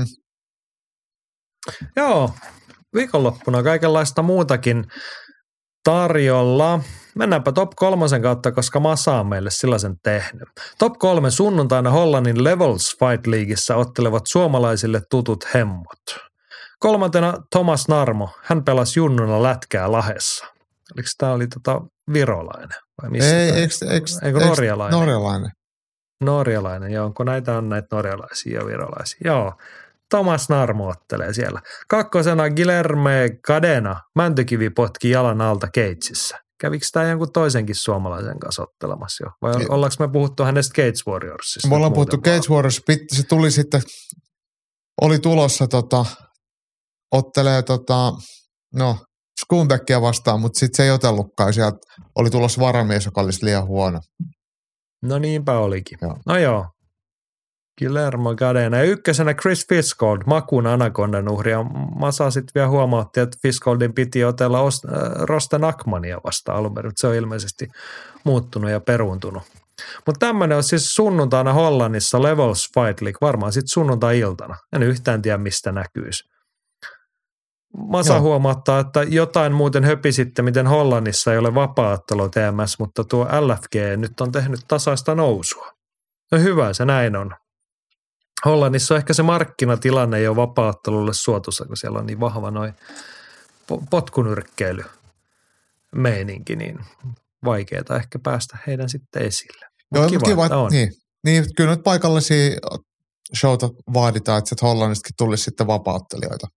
Joo, viikonloppuna kaikenlaista muutakin tarjolla. Mennäänpä top kolmosen kautta, koska Masa on meille sellaisen tehnyt. Top kolme sunnuntaina Hollannin Levels Fight Leagueissä ottelevat suomalaisille tutut hemmot. Kolmantena Thomas Narmo. Hän pelasi junnuna lätkää Lahessa. Oliko tämä oli tota virolainen? Vai missä ei, tämä? eikö, eikö, eikö norjalainen? Norjalainen. Norjalainen, joo. Kun näitä on näitä norjalaisia ja virolaisia. Joo. Thomas Narmo ottelee siellä. Kakkosena Guilherme Cadena. Mäntykivi potki jalan alta Cageissä. Kävikö tämä jonkun toisenkin suomalaisen kanssa ottelemassa jo? Vai Ei. ollaanko me puhuttu hänestä Cage Warriorsista? Me ollaan puhuttu Cage Warriors. Se tuli sitten, oli tulossa tota, ottelee tota, no, Scumbeckia vastaan, mutta sitten se ei otellutkaan. Sieltä oli tulossa varamies, joka olisi liian huono. No niinpä olikin. Joo. No joo. Guillermo Cadena. Ja ykkösenä Chris Fisgold, Makun Anacondan uhri. Ja Masa sitten vielä huomautti, että Fisgoldin piti otella Ost- äh, Rosten Akmania vastaan alun perin. Se on ilmeisesti muuttunut ja peruuntunut. Mutta tämmöinen on siis sunnuntaina Hollannissa Levels Fight League. Varmaan sitten sunnuntai-iltana. En yhtään tiedä, mistä näkyisi. Masa Joo. huomauttaa, että jotain muuten höpisitte, miten Hollannissa ei ole vapaa-ottelu T M S, mutta tuo L F G nyt on tehnyt tasaista nousua. No hyvä, se näin on. Hollannissa on ehkä se markkinatilanne jo vapaa-ottelulle suotussa, kun siellä on niin vahva noin potkunyrkkeily meininki, niin vaikeaa ehkä päästä heidän sitten esille. Joo, kiva, kiva että on. Niin, niin, kyllä nyt paikallisia showta vaaditaan, että Hollannistakin tulisi sitten vapaa-ottelijoita.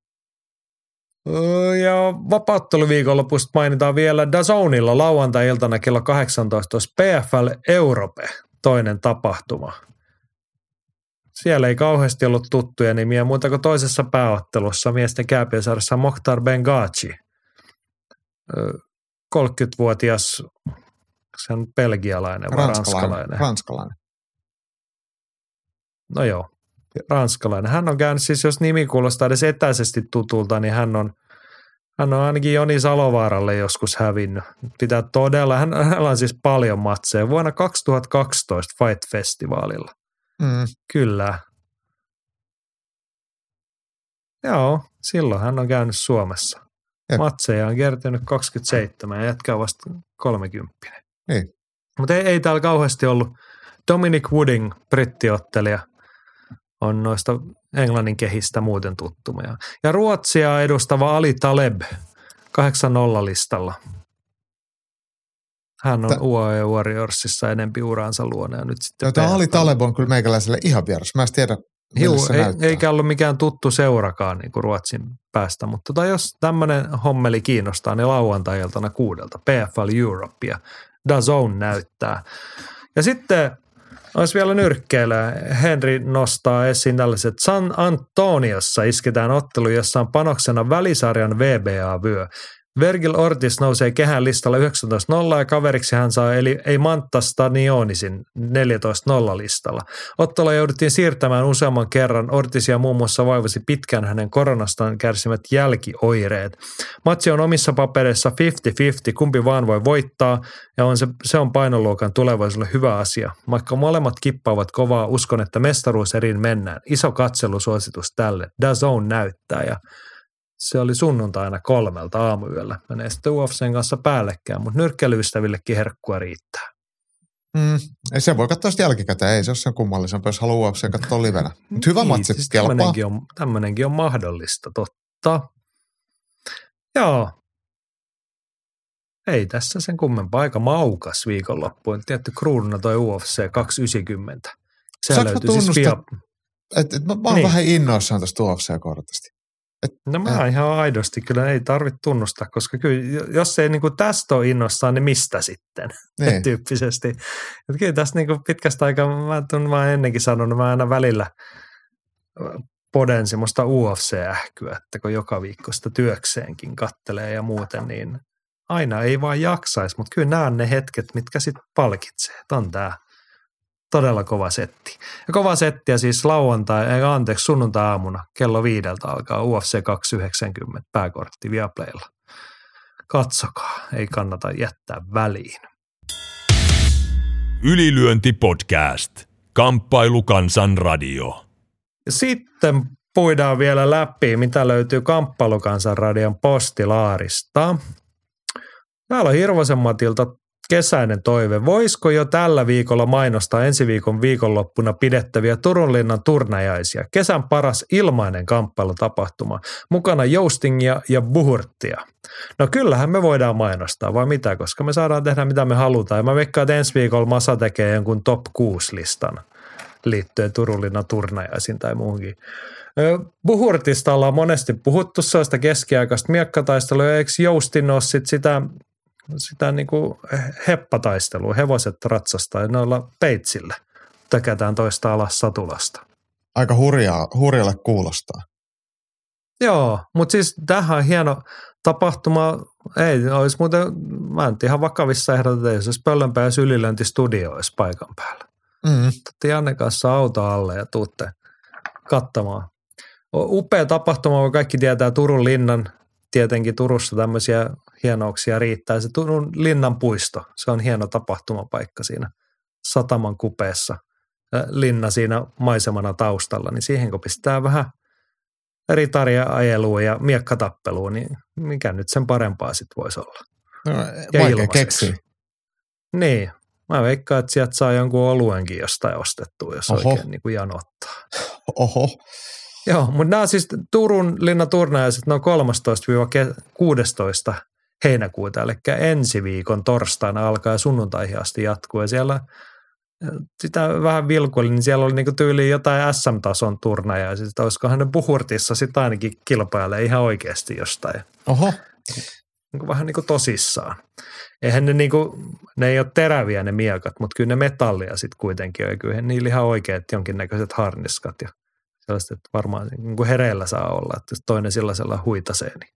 Ja vapaatteluviikonlopusta mainitaan vielä DAZNilla lauantai-iltana kello kahdeksantoista P F L Europe, toinen tapahtuma. Siellä ei kauheasti ollut tuttuja nimiä, muuta kuin toisessa pääottelussa miesten kääpiösarjassa Mokhtar Benghazi. kolmekymmentävuotias, se on belgialainen vai ranskalainen? Ranskalainen. No joo, ranskalainen. Hän on käynyt siis, jos nimi kuulostaa edes etäisesti tutulta, niin hän on, hän on ainakin Joni Salovaaralle joskus hävinnyt. Pitää todella, hän, hänellä on siis paljon matseja. Vuonna kaksituhattakaksitoista Fight-festivaalilla. Mm. Kyllä. Joo, silloin hän on käynyt Suomessa. Matseja on kertynyt kaksikymmentäseitsemän ja jätkää vasta kolmekymmentä. Niin. Mutta ei, ei täällä kauheasti ollut. Dominic Wooding, brittiottelija, on noista englannin kehistä muuten tuttuja. Ja Ruotsia edustava Ali Taleb kahdeksan nolla listalla. Hän on Tä... U A E Warriorsissa enempi uraansa luona. Ja nyt sitten Tämä Ali Taleb on kyllä meikäläiselle ihan vieras. Mä en tiedä, Juu, ei, eikä ollut mikään tuttu seurakaan niin kuin Ruotsin päästä, mutta tota, jos tämmöinen hommeli kiinnostaa, niin lauantai-iltana kuudelta P F L Europe ja D A Z N näyttää. Ja sitten olisi vielä nyrkkeilyä. Henry nostaa esiin tällaiset. San Antoniossa isketään ottelu, jossa on panoksena välisarjan V B A-vyö. Vergil Ortiz nousee kehän listalla yhdeksäntoista nolla ja kaveriksi hän saa eli ei Manta Stanionisin neljätoista nolla listalla. Ottelua jouduttiin siirtämään useamman kerran. Ortizia muun muassa vaivasi pitkään hänen koronastaan kärsimät jälkioireet. Matsi on omissa papereissa viisikymmentä viisikymmentä, kumpi vaan voi voittaa ja on se, se on painoluokan tulevaisuudelle hyvä asia. Vaikka molemmat kippaavat kovaa, uskon, että mestaruuseriin mennään. Iso katselusuositus tälle. D A Z N näyttää ja se oli sunnuntaina kolmelta aamuyöllä. Menee sitten U F C:n kanssa päällekään, mutta nyrkkeilyystävillekin herkkua riittää. Mm, ei se voi katsoa sitten jälkikäteen, ei se ole sen kummallisempaa, jos haluaa U F C katsoa livenä. Mutta hyvä niin, matsi, siis kelpaa. Tämmöinenkin on, tämmöinenkin on mahdollista, totta. Joo. Ei tässä sen kummempaa, aika maukas viikonloppuun. Tietty kruununa toi U F C kaksisataayhdeksänkymmentä. Sehän löytyy siis via... että et mä, mä oon niin. vähän innoissaan tästä U F C-kortista. Et, no mä äh. ihan aidosti kyllä ei tarvitse tunnustaa, koska kyllä jos ei niinku tästä ole innoissaan, niin mistä sitten niin. tyyppisesti. Et kyllä tästä niinku pitkästä aikaa, mä, tunnen, mä oon ennenkin sanonut, mä aina välillä poden semmoista U F C-ähkyä, että kun joka viikko sitä työkseenkin kattelee ja muuten, niin aina ei vaan jaksaisi, mutta kyllä nämä on ne hetket, mitkä sitten palkitsee. Tämä on tämä todella kova setti. Ja kova settiä siis lauantai, ei anteeksi, sunnuntai-aamuna kello viideltä alkaa U F C kaksisataayhdeksänkymmentä pääkortti Viaplaylla. Katsokaa, ei kannata jättää väliin. Ylilyönti podcast. Kamppailu Kansan radio. Sitten puidaan vielä läpi, mitä löytyy Kamppailu Kansan radion postilaarista. Täällä on Hirvosen Matilta kesäinen toive. Voisiko jo tällä viikolla mainostaa ensi viikon viikonloppuna pidettäviä Turunlinnan turnajaisia? Kesän paras ilmainen kamppailutapahtuma. Mukana joustingia ja buhurttia. No kyllähän me voidaan mainostaa, vai mitä? Koska me saadaan tehdä mitä me halutaan. Ja mä veikkaan, että ensi viikolla Masa tekee jonkun top kuusi listan liittyen Turunlinnan turnajaisiin tai muuhunkin. Buhurtista ollaan monesti puhuttu sellaista keskiaikaista miekkataistelua. Eikö joustin ole sit sitä... sitä niinku heppataistelua, hevoset ratsastaa ja noilla peitsillä tökätään toista alas satulasta. Aika hurjaa, hurjalle kuulostaa. Joo, mutta siis tämähän on hieno tapahtuma, ei olisi muuten, mä en ihan vakavissa ehdotetaan, jos olisi Pöllönpää ja Ylilöntistudio olisi paikan päällä. Mm-hmm. Tuutte Janne kanssa auto alle ja tuutte katsomaan. Upea tapahtuma, kun kaikki tietää Turun linnan. Tietenkin Turussa tämmöisiä hienouksia riittää. Se Turun linnan puisto, se on hieno tapahtumapaikka siinä sataman kupeessa. Linna siinä maisemana taustalla, niin siihen kun pistää vähän ritaria-ajelua ja miekkatappeluun, niin mikä nyt sen parempaa sitten voisi olla. No, vaikea keksiä. Niin, mä veikkaan, että sieltä saa jonkun oluenkin jostain ostettua, jos Oho. oikein niin kuin janottaa. Oho. Joo, mutta nämä siis Turun linnaturnajaiset, ne on kolmastoista kuudestoista heinäkuuta, eli ensi viikon torstaina alkaa ja sunnuntaihin asti jatkuu. Ja siellä sitä vähän vilkuili, niin siellä oli niinku tyyliin jotain S M-tason turnaja, ja sitten olisikohan ne Buhurtissa sitten ainakin kilpailee ihan oikeasti jostain. Oho. Niin vähän niin kuin tosissaan. Eihän ne niinku, ne ei ole teräviä ne miekat, mutta kyllä ne metallia sitten kuitenkin on, ja kyllä niillä ihan oikeat jonkinnäköiset harniskat ja sellaiset, että varmaan niin kuin hereillä saa olla, että toinen sellaisella huitasee. Niin.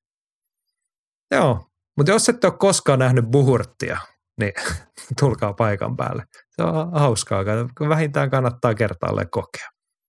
Joo, mutta jos ette ole koskaan nähnyt buhurttia, niin tulkaa paikan päälle. Se on hauskaa, vähintään kannattaa kertaalleen kokea.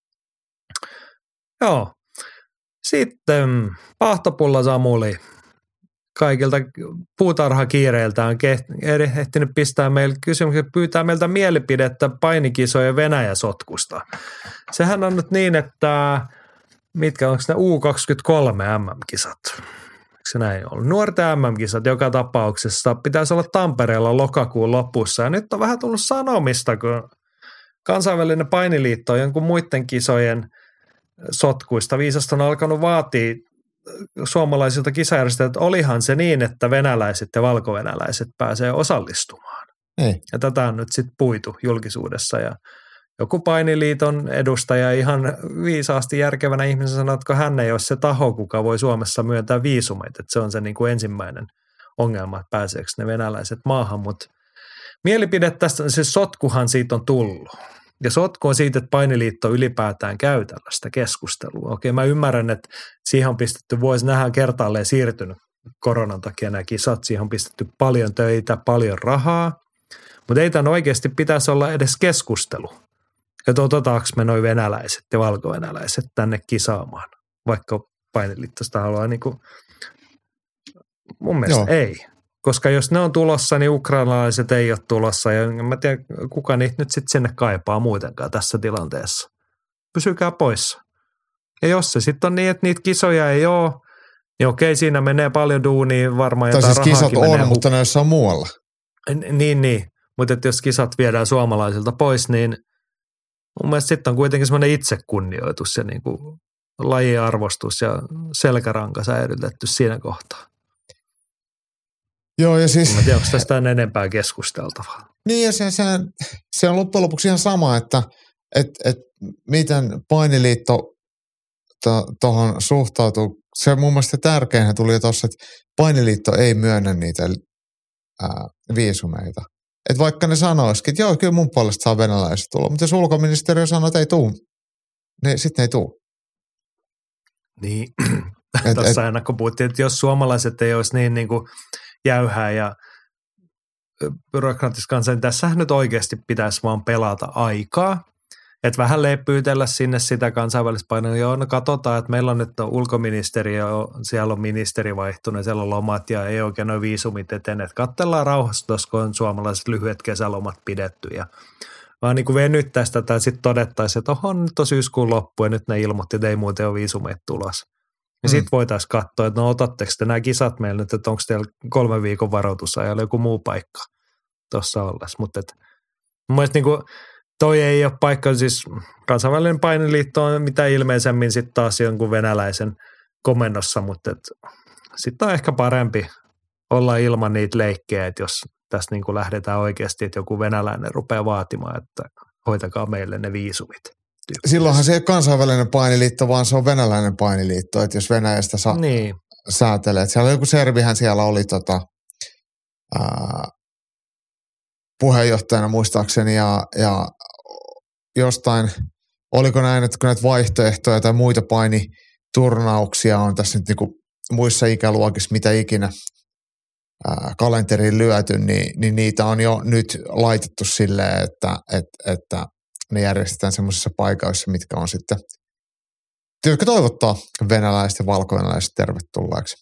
Joo, sitten Pahtopulla Samuli kaikilta puutarhakiireiltä on ehtinyt pistää meille kysymyksiä, pyytää meiltä mielipidettä painikisojen Venäjä-sotkusta. Sehän on nyt niin, että mitkä onko ne U kaksikymmentäkolme M M-kisat, se näin ollut? Nuorten M M-kisat joka tapauksessa pitäisi olla Tampereella lokakuun lopussa. Ja nyt on vähän tullut sanomista, kun kansainvälinen painiliitto on jonkun muiden kisojen sotkuista viisasta on alkanut vaatia suomalaisilta kisajärjestöiltä, että olihan se niin, että venäläiset ja valkovenäläiset pääsee osallistumaan. Ei. Ja tätä on nyt sitten puitu julkisuudessa ja joku painiliiton edustaja ihan viisaasti järkevänä ihmisenä sanoo, että hän ei ole se taho, kuka voi Suomessa myöntää viisumeita. Että se on se niin kuin ensimmäinen ongelma, että pääseekö ne venäläiset maahan. Mutta mielipide tästä, se sotkuhan siitä on tullut. Ja sotku on siitä, että painiliitto ylipäätään käy tällaista keskustelua. Okei, mä ymmärrän, että siihen on pistetty vuosi, nähdään kertaalleen siirtynyt koronan takia nämä kisat. Siihen on pistetty paljon töitä, paljon rahaa, mutta ei tämän oikeasti pitäisi olla edes keskustelu. Että otetaanko me noi venäläiset ja valkovenäläiset tänne kisaamaan, vaikka painiliitto sitä haluaa niin kuin, mun mielestä Joo. ei. Koska jos ne on tulossa, niin ukrainalaiset ei ole tulossa ja en mä tiedä, kuka niitä nyt sitten sinne kaipaa muutenkaan tässä tilanteessa. Pysykää poissa. Ja jos se sitten on niin, että niitä kisoja ei ole, niin okei, siinä menee paljon duunia, varmaan tai jotain siis kisat rahaakin menee. on, mutta ne jossain muualla. Niin, niin. Mutta jos kisat viedään suomalaisilta pois, niin mun mielestä sitten on kuitenkin semmoinen itsekunnioitus ja niin kuin lajiarvostus ja selkäranka säilytetty siinä kohtaa. Joo, ja siis... Mä tiedän, onko tästä enempää keskusteltavaa. Niin, ja se, se, se on loppujen lopuksi ihan sama, että et, et miten painiliitto tuohon to, suhtautuu. Se mun mielestä tärkeinhän tuli tuossa, että painiliitto ei myönnä niitä ää, viisumeita. Että vaikka ne sanoisikin, että joo, kyllä mun puolesta saa venäläiset tulla, mutta jos ulkoministeriö sanoo, että ei tuu, niin sitten ei tuu. Niin, tuossa ennakko puhuttiin, että jos suomalaiset ei olisi niin, niin kuin jäyhää ja byrokraattista kanssa, niin tässähän nyt oikeasti pitäisi vaan pelata aikaa. Että vähän lepyytellä sinne sitä kansainvälistä painoa. Joo, no katsotaan, että meillä on nyt ulkoministeriö, siellä on ministeri vaihtunut, siellä on lomat ja ei oikein ole viisumit eteen. Että katsellaan rauhassa tuossa, kun on suomalaiset lyhyet kesälomat pidetty ja vaan niin kuin venyttäisiin tätä ja sitten todettaisiin, että oho, nyt on syyskuun loppu ja nyt ne ilmoitti, että ei muuten ole viisumeita tulossa. Ja mm. sitten voitaisiin katsoa, että no otatteko te nämä kisat meille nyt, että onko teillä kolmen viikon varoitusajalla joku muu paikka tuossa ollessa. Mutta mun mielestä niin kuin toi ei ole paikka, siis kansainvälinen painiliitto on mitä ilmeisemmin sitten taas jonkun venäläisen komennossa, mutta sitten on ehkä parempi olla ilman niitä leikkejä, että jos tässä niin kuin lähdetään oikeasti, että joku venäläinen rupeaa vaatimaan, että hoitakaa meille ne viisumit. Tyyppisesti. Silloinhan se ei ole kansainvälinen painiliitto, vaan se on venäläinen painiliitto, että jos Venäjästä sa- niin. säätelee. Että siellä joku servihän siellä oli tota, ää, puheenjohtajana muistaakseni ja, ja jostain, oliko näin, että kun näitä vaihtoehtoja tai muita painiturnauksia on tässä nyt niinku muissa ikäluokissa, mitä ikinä ää, kalenteriin lyöty, niin, niin niitä on jo nyt laitettu silleen, että, että, että ne järjestetään semmoisissa paikoissa, mitkä on sitten, jotka toivottaa venäläiset ja valkovenäläiset tervetulleeksi.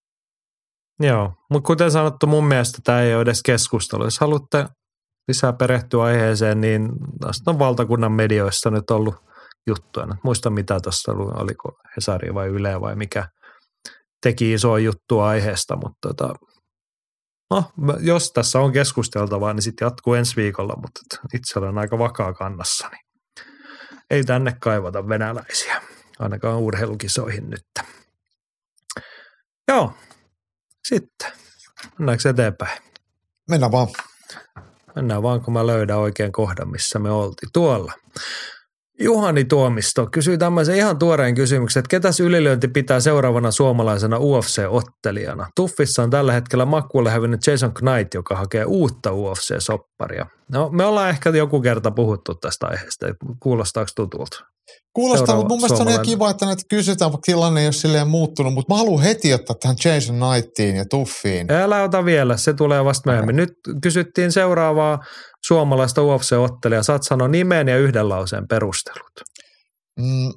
Joo, mutta kuten sanottu, mun mielestä tämä ei ole edes keskustelu. Jos haluatte lisää perehtyä aiheeseen, niin tästä on valtakunnan medioissa nyt ollut juttuja. Muista mitä tuossa oli, oliko Hesari vai Yle vai mikä teki isoa juttua aiheesta, mutta tota, no, jos tässä on keskusteltavaa, niin sitten jatkuu ensi viikolla, mutta itse olen aika vakaa kannassa, niin ei tänne kaivata venäläisiä, ainakaan urheilukisoihin nyt. Joo, sitten mennäänkö eteenpäin? Mennään vaan. Mennään vaan, kun mä löydän oikein kohdan, missä me oltiin. Tuolla. Juhani Tuomisto kysyy tämmöisen ihan tuoreen kysymyksen, että ketäs ylilyönti pitää seuraavana suomalaisena U F C-ottelijana? Tuffissa on tällä hetkellä makuulle hävinnyt Jason Knight, joka hakee uutta U F C-sopparia. No, me ollaan ehkä joku kerta puhuttu tästä aiheesta. Kuulostaako tutulta? Kuulostaa, mutta mun mielestä on ihan kiva, että näitä kysytään, vaikka tilanne ei ole silleen muuttunut, mutta mä haluan heti ottaa tähän Jason Knightiin ja Tuffiin. Älä ota vielä, se tulee vasta myöhemmin. Nyt kysyttiin seuraavaa suomalaista U F C-ottelijaa. Saat sanoa nimen ja yhden lauseen perustelut. Mm.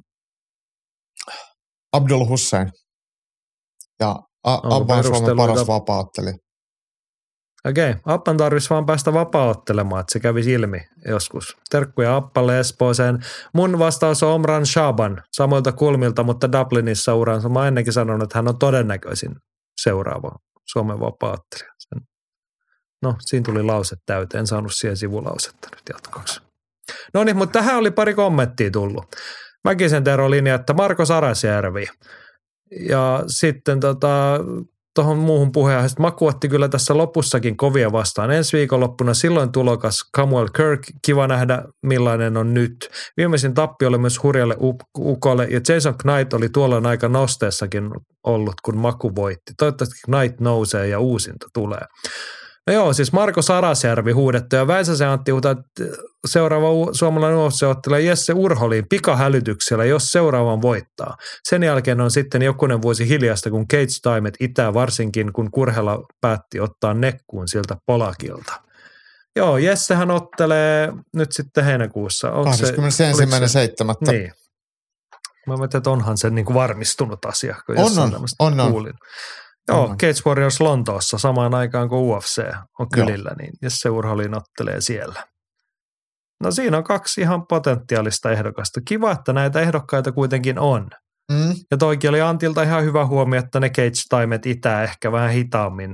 Abdul Hussein. Ja A- Abba on Suomen paras vapaa-ottelija. Okei, okay. Appan tarvitsisi vaan päästä vapaa-ottelemaan, että se kävisi ilmi joskus. Terkkuja Appalle Espooseen. Mun vastaus on Omran Shaban samoilta kulmilta, mutta Dublinissa uransa. Mä oon ennenkin sanonut, että hän on todennäköisin seuraava Suomen vapaa-ottelija. No, siinä tuli lause täyteen, en saanut siihen sivulausetta nyt jatkoksi. No niin, mutta tähän oli pari kommenttia tullut. Mäkisen Tero linja, että Marko Sarasjärvi. Ja sitten tota, tuohon muuhun puheen, että Maku otti kyllä tässä lopussakin kovia vastaan. Ensi viikonloppuna silloin tulokas Samuel Kirk, kiva nähdä millainen on nyt. Viimeisin tappi oli myös hurjalle ukolle ja Jason Knight oli tuolloin aika nosteessakin ollut, kun Maku voitti. Toivottavasti Knight nousee ja uusinta tulee. No joo, siis Marko Sarasjärvi huudettu ja Väisäsen Antti huutaa, että seuraava suomalainen U F C-ottelija Jesse Urholiin pikahälytyksellä, jos seuraavan voittaa. Sen jälkeen on sitten jokunen vuosi hiljasta, kun Cage Timet itää varsinkin, kun Kurhela päätti ottaa nekkuun siltä Polakilta. Joo, Jessehän ottelee nyt sitten heinäkuussa. kahdeskymmenesensimmäinen seitsemättä Niin. Mä mietin, että onhan se niin kuin varmistunut asia, kun on, on, on, on. kuulin. Joo, Cage Warriors Lontoossa samaan aikaan kuin U F C on kylillä, Joo. niin Jesse Urholin ottelee siellä. No siinä on kaksi ihan potentiaalista ehdokasta. Kiva, että näitä ehdokkaita kuitenkin on. Mm. Ja toikin oli Antilta ihan hyvä huomio, että ne Cage Timet itää ehkä vähän hitaammin.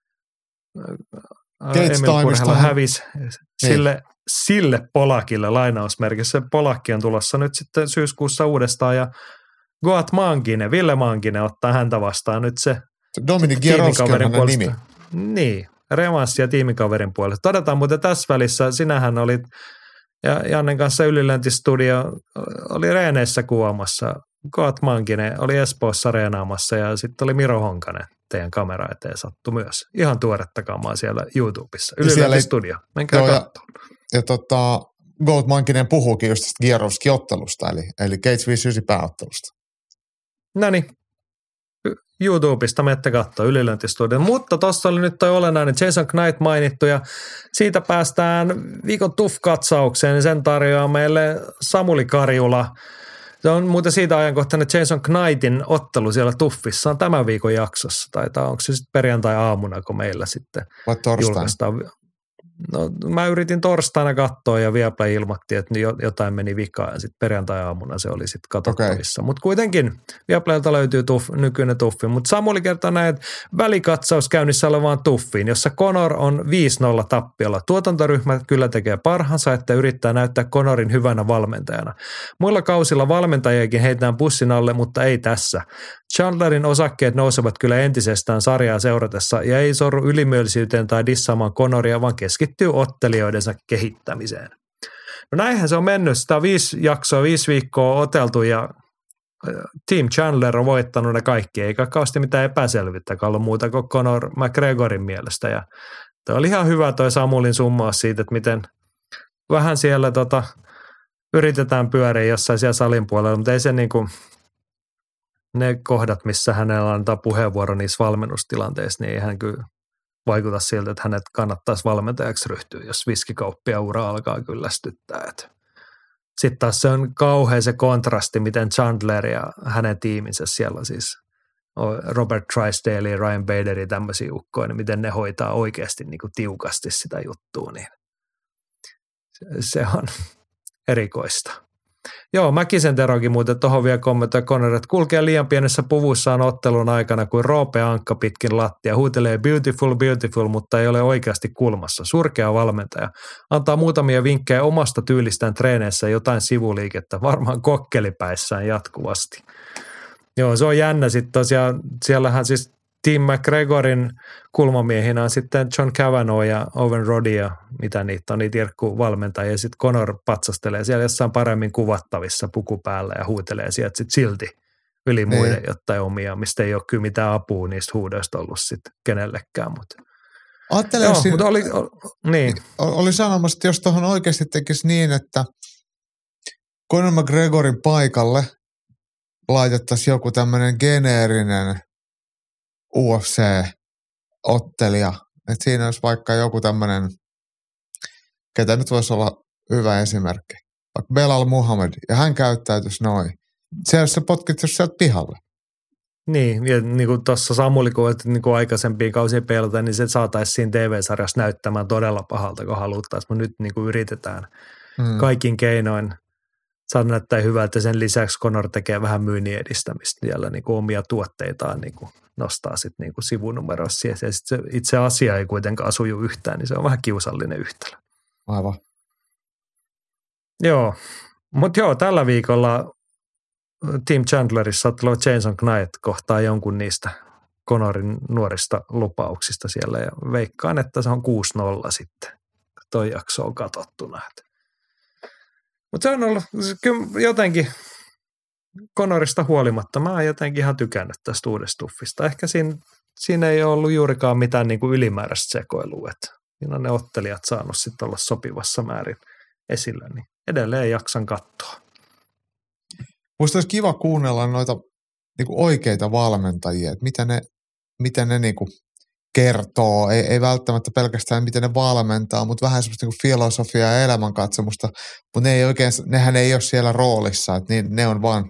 Emil Kurhela hävisi sille, sille Polakille lainausmerkissä. Se Polakki on tulossa nyt sitten syyskuussa uudestaan ja Goat Mankinen, Ville Mankinen ottaa häntä vastaan nyt se Dominik Gierowski on hänen nimi. Niin, remanssi ja tiimikaverin puolesta. Todetaan muuten tässä välissä, sinähän olit ja Jannen kanssa Ylilöntistudio oli reeneissä kuvaamassa. Goat Mankinen oli Espoossa reenaamassa ja sitten oli Miro Honkanen teidän kamera eteen sattu myös. Ihan tuoretta kamaa siellä YouTubessa. Ylilöntistudio, menkää katsomaan. Ja, ja tota, Goat Mankinen puhuukin just tästä Gierowski-ottelusta, eli, eli Cage viisikymmentäyhdeksän pääottelusta. Noniin. YouTubesta menette katsoa Ylilöntistudion. Mutta tuossa oli nyt toi olennainen Jason Knight mainittu ja siitä päästään viikon Tuff-katsaukseen, niin sen tarjoaa meille Samuli Karjula. Se on muuten siitä ajankohtainen Jason Knightin ottelu siellä Tuffissa on tämän viikon jaksossa. Taitaa, onko se sitten perjantai-aamuna, kun meillä sitten vai torstaina? Julkaistaan. No mä yritin torstaina katsoa ja Viaplay ilmoitti, että jotain meni vikaan ja sitten perjantai-aamuna se oli sitten katsottavissa. Okay. Mutta kuitenkin Viaplaylta löytyy tuff, nykyinen Tuffi. Mutta Samuli kertoo näin, että välikatsaus käynnissä olevaan Tuffiin, jossa Conor on viisi nolla tappiolla. Tuotantoryhmä kyllä tekee parhaansa, että yrittää näyttää Conorin hyvänä valmentajana. Muilla kausilla valmentajiakin heitään bussin alle, mutta ei tässä. Chandlerin osakkeet nousevat kyllä entisestään sarjaa seuratessa ja ei sorru ylimielisyyteen tai dissaamaan Conoria, vaan keskittyy ottelijoidensa kehittämiseen. No näinhän se on mennyt. Sitä viisi jaksoa, viisi viikkoa oteltu ja Team Chandler on voittanut ne kaikki, eikä kauheasti mitään epäselvyyttä ollut muuta kuin Conor McGregorin mielestä. Ja toi oli ihan hyvä toi Samulin summaus siitä, että miten vähän siellä tota, yritetään pyöriä jossain siellä salin puolella, mutta ei se niin kuin ne kohdat, missä hänellä antaa puheenvuoro niissä valmennustilanteissa, niin ei hän kyllä vaikuta siltä, että hänet kannattaisi valmentajaksi ryhtyä, jos viskikauppia ura alkaa kyllästyttää. Sitten taas se on kauhea se kontrasti, miten Chandler ja hänen tiiminsä siellä siis Robert Drysdale ja Ryan Bader ja tämmöisiä ukkoja, niin miten ne hoitaa oikeasti niin kuin tiukasti sitä juttua, niin se on erikoista. Joo, Mäkisen Terokin muuten tuohon vielä kommentoi Conor, että kulkee liian pienessä puvussaan ottelun aikana kuin roope ankka pitkin lattia. Huutelee beautiful, beautiful, mutta ei ole oikeasti kulmassa. Surkea valmentaja. Antaa muutamia vinkkejä omasta tyylistään treeneissä jotain sivuliikettä. Varmaan kokkelipäissään jatkuvasti. Joo, se on jännä sitten tosiaan. Siellähän siis Team McGregorin kulmamiehinä on sitten John Kavanagh ja Owen Roddy ja mitä niitä on, niitä irkkuvalmentajia. Ja sitten Conor patsastelee siellä jossain paremmin kuvattavissa puku päällä ja huutelee sieltä sitten silti yli muiden niin jotain omia, mistä ei ole kyllä mitään apua niistä huudoista ollut sitten kenellekään. Mutta ajattelen, Joo, mutta oli, oli, niin. oli sanomassa, että jos tuohon oikeasti tekisi niin, että Conor McGregorin paikalle laitettaisiin joku tämmöinen geneerinen U F C-ottelija, että siinä olisi vaikka joku tämmöinen, ketä nyt voisi olla hyvä esimerkki, vaikka Belal Muhammad, ja hän käyttäytyisi noin. Se olisi se potkittu sieltä pihalle. Niin, ja niin kuin tuossa Samuli, kun niin kuin aikaisempia kausia peilata, niin se saataisiin siinä T V-sarjassa näyttämään todella pahalta, kun haluttaisiin, mutta nyt niin kuin yritetään hmm. kaikin keinoin saada näyttää hyvältä, että sen lisäksi Conor tekee vähän myynnin edistämistä vielä niin kuin omia tuotteitaan niin kuin nostaa sitten niin kuin sivunumeroissa ja sitten se itse asia ei kuitenkaan suju yhtään, niin se on vähän kiusallinen yhtälö. Aivan. Joo, mutta joo, tällä viikolla Team Chandlerissa otteleva Jason Knight kohtaa jonkun niistä Conorin nuorista lupauksista siellä ja veikkaan, että se on kuusi nolla sitten, kun toi jakso on katsottuna. Mutta se on ollut kyllä jotenkin Conorista huolimatta. Mä oon jotenkin ihan tykännyt tästä uudesta tuffista. Ehkä siinä, siinä ei ollut juurikaan mitään niin kuin ylimääräistä sekoilua. Että siinä on ne ottelijat saanut sitten olla sopivassa määrin esillä, niin edelleen jaksan katsoa. Musta olisi kiva kuunnella noita niin kuin oikeita valmentajia, että mitä ne, mitä ne niin kuin kertoo. Ei, ei välttämättä pelkästään miten ne valmentaa, mutta vähän semmoista niin kuin filosofiaa ja elämänkatsomusta, mutta ne ei oikein, nehän ei ole siellä roolissa, että ne, ne on vaan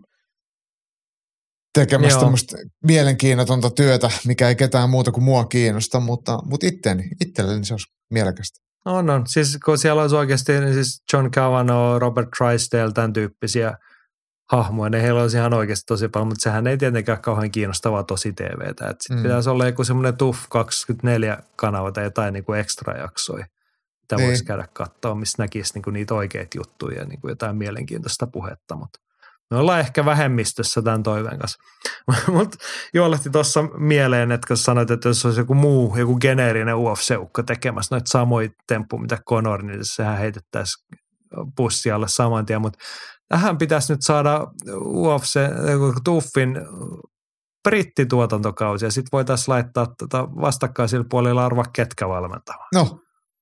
tekemässä tämmöistä mielenkiinnotonta työtä, mikä ei ketään muuta kuin mua kiinnosta, mutta, mutta itteni, itselleni se olisi mielekästä. On, on. Siis kun siellä olisi oikeasti niin siis John Cavanaugh, Robert Drysdale, tämän tyyppisiä hahmoja, ne heillä olisi ihan oikeasti tosi paljon, mutta sehän ei tietenkään kauhean kiinnostavaa tosi T V:tä. Sitten mm. pitäisi olla joku semmoinen T U F kaksikymmentäneljä-kanava tai jotain niin kuin ekstra-jaksoja, mitä niin voisi käydä katsoa, missä näkisi niin kuin niitä oikeita juttuja ja niin kuin jotain mielenkiintoista puhetta, mutta me ollaan ehkä vähemmistössä tämän toiveen kanssa. Mutta juolahti tuossa mieleen, että kun sanoit, että jos olisi joku muu, joku geneerinen U F C-ukko tekemässä noita samoja temppuja, mitä Conor, niin sehän heitettäisiin pussi alle saman tien, mutta tähän pitäisi nyt saada U F C, Tuffin brittituotantokausi ja sitten voitaisiin laittaa tota vastakkaisilla puolilla arva ketkä valmentamaan. No.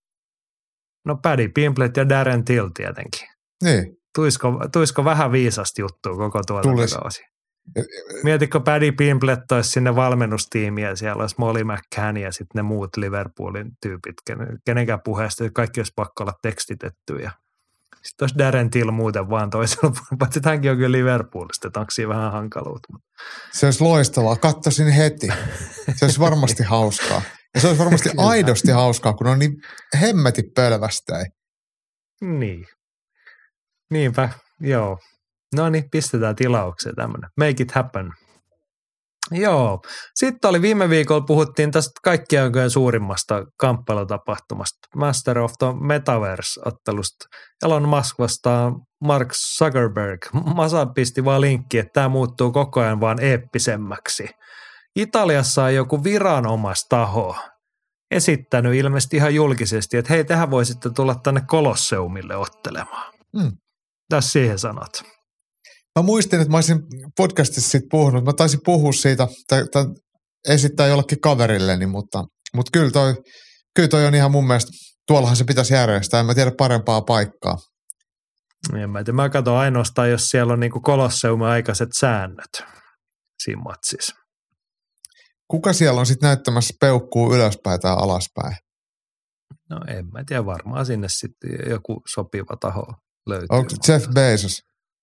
No Paddy Pimblett ja Darren Till tietenkin. Niin. Tuisko, tuisko vähän viisasta juttua koko tuotantokausi? Mietitkö Paddy Pimblett olisi sinne valmennustiimiä ja siellä olisi Molly McCann ja sitten ne muut Liverpoolin tyypit, kenenkään puheesta kaikki olisi pakko olla tekstitetty ja sitten olisi Darren Till muuten vaan toisella puolella, paitsi hänkin on kyllä Liverpoolista, että onko siinä vähän hankaluutta. Se olisi loistavaa, katsoisin heti. Se olisi varmasti hauskaa. Ja se olisi varmasti aidosti hauskaa, kun on niin hemmetin pölvästä. Niin. Niinpä, joo. No niin, pistetään tilaukseen tämmöinen. Make it happen. Joo. Sitten oli viime viikolla, puhuttiin tästä kaikkien aikojen suurimmasta kamppailutapahtumasta. Master of the Metaverse-ottelusta. Elon Musk vastaa Mark Zuckerberg. Masa pisti vaan linkki, että tämä muuttuu koko ajan vaan eeppisemmäksi. Italiassa on joku viranomaistaho esittänyt ilmeisesti ihan julkisesti, että hei, tehän voisitte tulla tänne Kolosseumille ottelemaan. Mm. Tässä siihen sanot. Mä muistin, että mä olisin podcastissa siitä puhunut. Mä taisin puhua siitä, tai, tai esittää jollekin kaverilleni, mutta, mutta kyllä, toi, kyllä toi on ihan mun mielestä, tuollahan se pitäisi järjestää. En mä tiedä parempaa paikkaa. En mä tiedä. Mä katson ainoastaan, jos siellä on niinku Kolosseumin aikaiset säännöt siinä matsissa. Kuka siellä on sitten näyttämässä peukkuu ylöspäin tai alaspäin? No en mä tiedä, varmaan sinne sitten joku sopiva taho löytyy. Onko Jeff Bezos?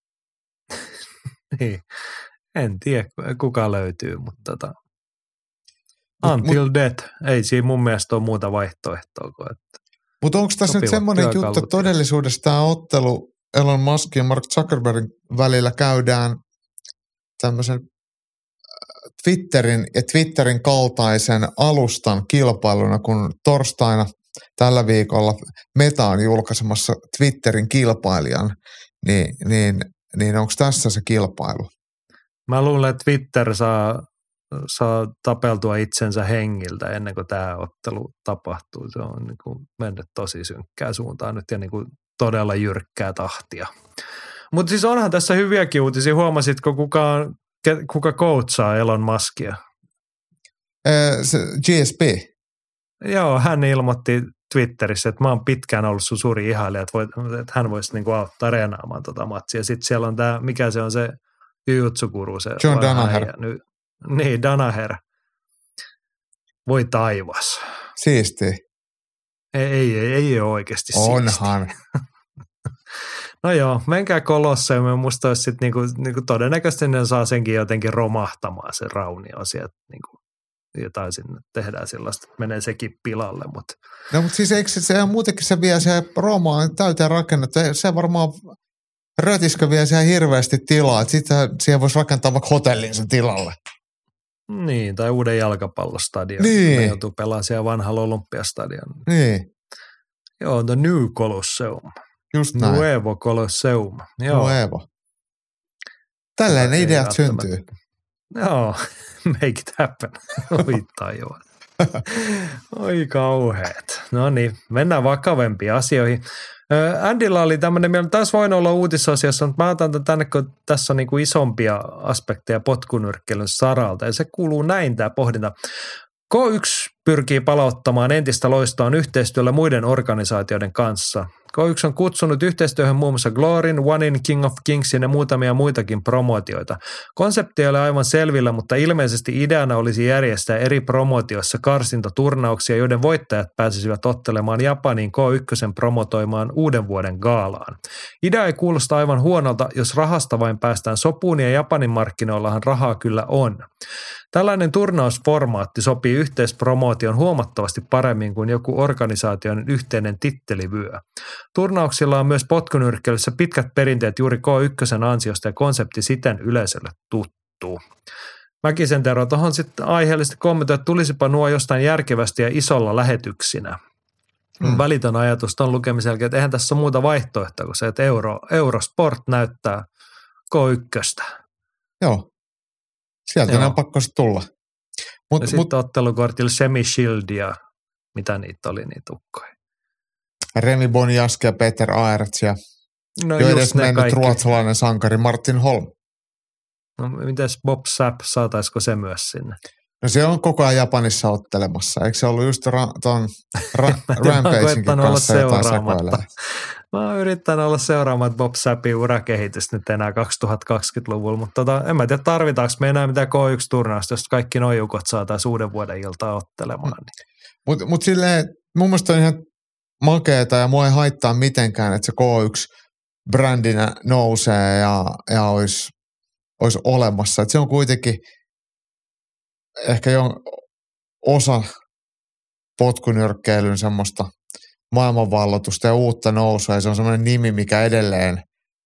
Niin, en tiedä kuka löytyy, mutta tota, until mut, death, ei siinä mun mielestä ole muuta vaihtoehtoa kuin, että mutta onko tässä nyt semmoinen juttu, että todellisuudessa tämä ottelu Elon Musk ja Mark Zuckerbergin välillä käydään tämmöisen Twitterin ja Twitterin kaltaisen alustan kilpailuna, kun torstaina tällä viikolla Meta on julkaisemassa Twitterin kilpailijan, niin, niin, niin onko tässä se kilpailu? Mä luulen, että Twitter saa, saa tapeltua itsensä hengiltä ennen kuin tämä ottelu tapahtuu. Se on niin kuin mennyt tosi synkkää suuntaan nyt ja niin kuin todella jyrkkää tahtia. Mutta siis onhan tässä hyviäkin uutisia. Huomasitko, kuka, on, kuka coachaa Elon Muskia? Ee, se G S P. Joo, hän ilmoitti Twitterissä, että mä oon pitkään ollut sun suuri ihailija, että, voit, että hän voisi niinku auttaa reenaamaan tota matsia. Sitten siellä on tämä, mikä se on se jujutsu-guru, se John Danaher. Ny, niin, Danaher. Voi taivas. Siistiä. Ei, ei, ei, ei ole oikeasti Onhan. siistiä. No joo, menkää Kolosseum. Musta olisi sitten niinku, niinku todennäköisesti ne saa senkin jotenkin romahtamaan se raunio sieltä niinku. Jotain sinne tehdään sellaista, että menee sekin pilalle. Mutta. No mutta siis eikö se, se muutenkin se vie se Rooma on täyteen rakennettu. Se varmaan rötiskö vie siellä hirveästi tilaa, että sitten siihen voisi rakentaa vaikka hotellin sen tilalle. Niin, tai uuden jalkapallostadion. Niin. Me joutuu pelaamaan siellä vanhalla Olympiastadion. Niin. Joo, The New Colosseum. Just näin. Nuevo Colosseum. Joo. Nuevo. Tälleen ne ideat syntyy. Joo, make it happen. Oi tajua. Oi kauheet. No niin, mennään vakavempiin asioihin. Andylla oli tämmöinen, meillä taas voin olla uutisasiassa, mutta mä otan tänne, kun tässä on niin kuin isompia aspekteja potkunyrkkeilyn saralta, ja se kuuluu näin tämä pohdinta. K yksi pyrkii palauttamaan entistä loistoaan yhteistyöllä muiden organisaatioiden kanssa. K yksi on kutsunut yhteistyöhön muun muassa Gloryn, Onein, King of Kingsin ja muutamia muitakin promootioita. Konsepti ei ole aivan selvillä, mutta ilmeisesti ideana olisi järjestää eri promootioissa karsintaturnauksia, joiden voittajat pääsisivät ottelemaan Japaniin K yksi promotoimaan uuden vuoden gaalaan. Idea ei kuulosta aivan huonolta, jos rahasta vain päästään sopuun, ja Japanin markkinoillahan rahaa kyllä on. Tällainen turnausformaatti sopii yhteispromootion huomattavasti paremmin kuin joku organisaation yhteinen tittelivyö. Turnauksilla on myös potkunyrkkeilyssä pitkät perinteet juuri K yksi ansiosta ja konsepti siten yleisölle tuttu. Mäkisen Tero tuohon sitten aiheellisesti kommentoi, että tulisipa nuo jostain järkevästi ja isolla lähetyksinä. Hmm. Välitön ajatus tuon lukemisen jälkeen, että eihän tässä ole muuta vaihtoehtoa kuin se, että Euro, Eurosport näyttää K yksi. Joo. Sieltä Joo. ne on pakko tulla. Mut, ja sitten ottelukortilla Semi Shield ja mitä niitä oli, niitä ukkoja. Remi Bonjaski ja Peter Aerts ja no jo edes mennyt kaikki. Ruotsalainen sankari Martin Holm. No mites Bob Sapp, saataisiko se myös sinne? No se on koko ajan Japanissa ottelemassa. Eikö se ollut just ra- ton ra- Rampaginkin kanssa jotain sekoilee? Mä oon yrittänyt olla seuraamaan Bob Sappin urakehitystä nyt enää kaksituhattakaksikymmentäluvulla, mutta tota, en mä tiedä tarvitaanko me enää mitään K yksi -turnausta, jos kaikki noijukot saataisiin uuden vuoden iltaa ottelemaan. Niin. Mutta mut silleen, mun mielestä on ihan makeeta ja mua ei haittaa mitenkään, että se K yksi brändinä nousee ja, ja olisi, olisi olemassa. Et se on kuitenkin ehkä jo osa potkunyrkkeilyn semmoista maailmanvalloitusta ja uutta nousua, ja se on semmoinen nimi, mikä edelleen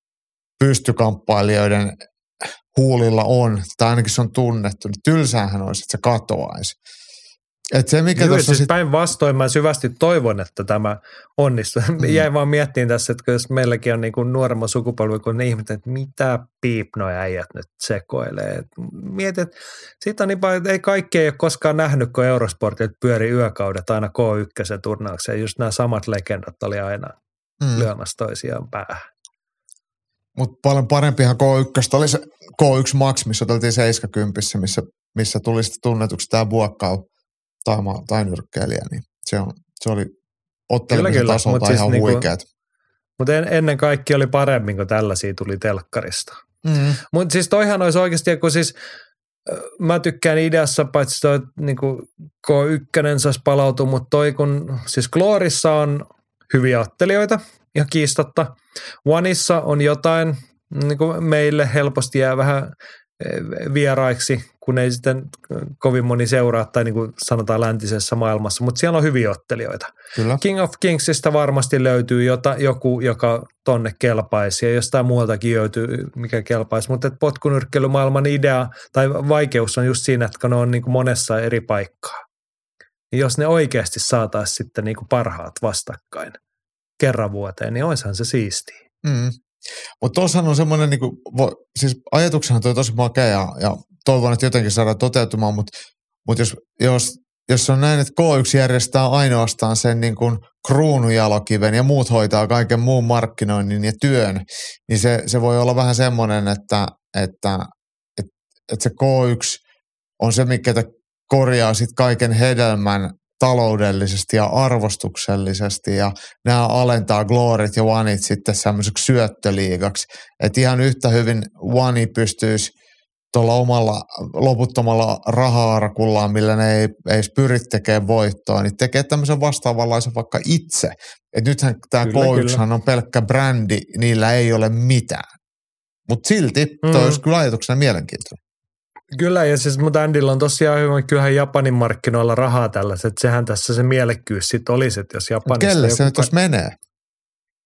pystykamppailijoiden huulilla on, tai ainakin se on tunnettu, niin tylsäähän olisi, että se katoaisi. Et se, mikä Joo, siis sit... päinvastoin mä syvästi toivon, että tämä onnistuu. Mm. Jäin vaan miettimään tässä, että jos meilläkin on niin kuin nuoremman sukupolvi, kun ne ihmettä, että mitä piipnoja äijät nyt sekoilee. Mietin, että siitä on niin paljon, että ei kaikki ei ole koskaan nähnyt, kun Eurosportit pyöri yökaudet aina K yksi -turnaukseen. Just nämä samat legendat oli aina mm. lyömässä toisiaan päähän. Mutta paljon parempihan K yksi oli se K yksi Max, missä oteltiin seitsemänkymmentä, missä, missä tuli sitten tunnetuksi tämä Buokkau tai, tai nyrkkeilijä, niin se, on, se oli ottelemisen tasolta siis ihan niinku, huikeat. Mutta en, ennen kaikkea oli paremmin, kun tällaisia tuli telkkarista. Mm. Mutta siis toihan olisi oikeasti, kun siis mä tykkään ideassa, paitsi toi niinku K yksi saisi palautua, mutta toi kun, siis Glorissa on hyviä ottelijoita, ihan kiistatta. Oneissa on jotain, niin kuin meille helposti jää vähän vieraiksi, kun ei sitten kovin moni seuraa tai niin kuin sanotaan läntisessä maailmassa, mutta siellä on hyviä ottelijoita. Kyllä. King of Kingsista varmasti löytyy jota, joku, joka tonne kelpaisi ja jostain muualtakin löytyy, mikä kelpaisi, mutta potkunyrkkeilymaailman idea tai vaikeus on just siinä, että ne on niin kuin monessa eri paikkaa. Ja jos ne oikeasti saataisiin sitten niin kuin parhaat vastakkain kerran vuoteen, niin olisihan se siistiä. Mm. Mutta tuossahan on semmoinen, niinku, siis ajatuksenhan toi tosi makea ja, ja toivon, että jotenkin saadaan toteutumaan, mutta mut jos, jos, jos on näin, että K yksi järjestää ainoastaan sen niin kuin kruunujalokiven ja muut hoitaa kaiken muun markkinoinnin ja työn, niin se, se voi olla vähän semmoinen, että, että, että, että se K yksi on se, mikä korjaa sitten kaiken hedelmän taloudellisesti ja arvostuksellisesti ja nämä alentaa Glorit ja Oneit sitten semmoiseksi syöttöliigaksi. Että ihan yhtä hyvin One pystyisi tuolla omalla loputtomalla raha-arkullaan, millä ne ei, ei pyri tekemään voittoa, niin tekee tämmöisen vastaavanlaisen vaikka itse. Että nythän tämä K yksi on pelkkä brändi, niillä ei ole mitään. Mutta silti toi mm. olisi kyllä ajatuksena mielenkiintoinen. Kyllä, ja siis mutta Andyllä on tosiaan hyvä, kyllähän Japanin markkinoilla rahaa tällaiset, että sehän tässä se mielekkyys sitten olisi, että jos Japanista... Kelle se nyt jos menee?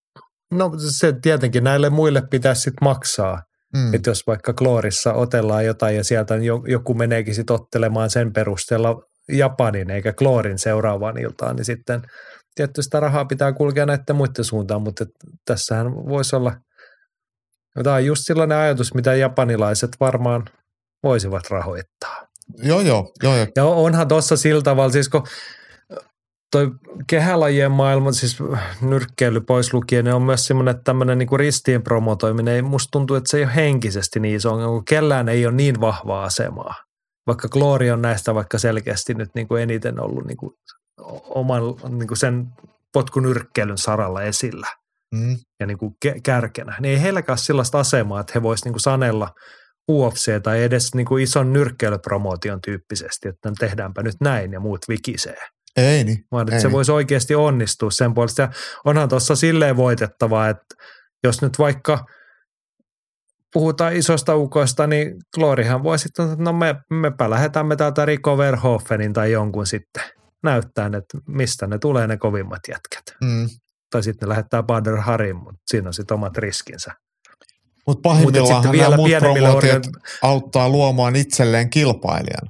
No se tietenkin näille muille pitäisi sitten maksaa. Mm. Että jos vaikka Gloorissa otellaan jotain ja sieltä joku meneekin sitten ottelemaan sen perusteella Japanin eikä Gloorin seuraavaan iltaan, niin sitten tietysti sitä rahaa pitää kulkea näiden muiden suuntaan, mutta tässähän voisi olla jotain just sellainen ajatus, mitä japanilaiset varmaan voisivat rahoittaa. Joo, joo, joo. joo. Ja onhan tuossa sillä tavalla, siis kun toi kehälajien maailma, siis nyrkkeily pois lukien, ne on myös semmoinen, että tämmöinen niin kuin ristiin promotoiminen, ei musta tuntuu, että se ei ole henkisesti niin iso ongelma, kun kellään ei ole niin vahvaa asemaa. Vaikka Glory on näistä vaikka selkeästi nyt niin kuin eniten ollut niin kuin oman niin kuin sen potkunyrkkeilyn saralla esillä Mm. ja niin kuin kärkenä. Niin ei heilläkään sellaista asemaa, että he voisivat niin kuin sanella U F C tai edes niin kuin ison nyrkkeilypromootion tyyppisesti, että tehdäänpä nyt näin ja muut vikisee. Ei niin. Vaan että ei se niin. voisi oikeasti onnistua sen puolesta. Ja onhan tuossa silleen voitettavaa, että jos nyt vaikka puhutaan isosta ukoista, niin Gloryhan voi sitten, että no me, mepä lähdetään me täältä Rico Verhoevenin tai jonkun sitten näyttää, että mistä ne tulee ne kovimmat jätkät. Mm. Tai sitten ne lähettää Badr Harim, mutta siinä on sitten omat riskinsä. Mutta pahimmillaan Mut nämä muut promootiot organ... auttaa luomaan itselleen kilpailijan.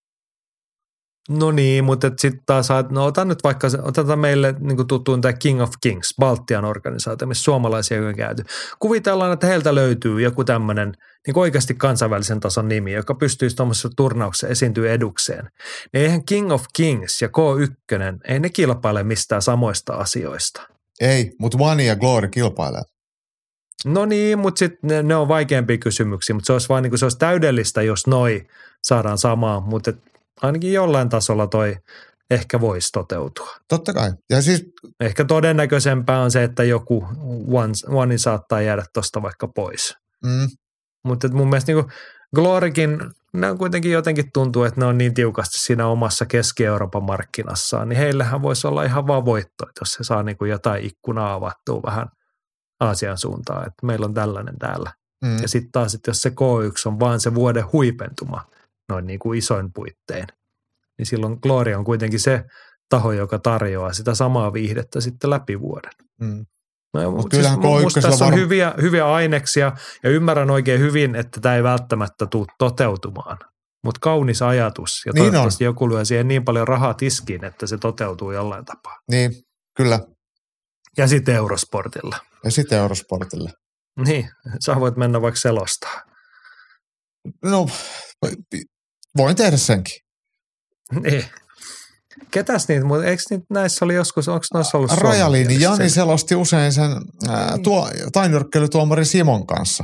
No niin, mutta sitten taas, no otan nyt vaikka, otetaan meille niin tuttuun tämä King of Kings, Baltian organisaatio, missä suomalaisia on käyty. Kuvitellaan, että heiltä löytyy joku tämmöinen niin oikeasti kansainvälisen tason nimi, joka pystyisi tuommoisessa turnauksessa esiintyä edukseen. Niin eihän King of Kings ja K yksi, ei ne kilpaile mistään samoista asioista. Ei, mutta One ja Glory kilpailee. No niin, mutta sitten ne, ne on vaikeampia kysymyksiä, mutta se olisi vaan niin kuin se olisi täydellistä, jos noi saadaan samaan, mutta ainakin jollain tasolla toi ehkä voisi toteutua. Totta kai. Ja siis, ehkä todennäköisempää on se, että joku one, one saattaa jäädä tuosta vaikka pois. mm, Mutta mun mielestä niin Glorykin, ne on kuitenkin jotenkin tuntuu, että ne on niin tiukasti siinä omassa Keski-Euroopan markkinassaan, niin heillähän voisi olla ihan vaan voitto, että jos se saa niin kuin jotain ikkunaa avattua vähän Aasian suuntaan, että meillä on tällainen täällä. mm, Ja sitten taas, että jos se K yksi on vaan se vuoden huipentuma, noin niin kuin isoin puittein, niin silloin Glory on kuitenkin se taho, joka tarjoaa sitä samaa viihdettä sitten läpi vuoden. mm. No, Mut siis kyllähän musta tässä on var... hyviä, hyviä aineksia ja ymmärrän oikein hyvin, että tämä ei välttämättä tule toteutumaan. Mutta kaunis ajatus ja niin toivottavasti on. joku lyö siihen niin paljon rahaa tiskiin, että se toteutuu jollain tapaa. Niin, kyllä. Ja sitten Eurosportilla. Ja sitten Eurosportille. Niin, sä voit mennä vaikka selostaa. No, voin tehdä senkin. Niin. Ketäs niitä, mutta eikö niitä näissä oli joskus, onko noissa ollut Rajaliini Jani selosti usein sen ää, tuo, tainyrkkeilytuomari Simon kanssa.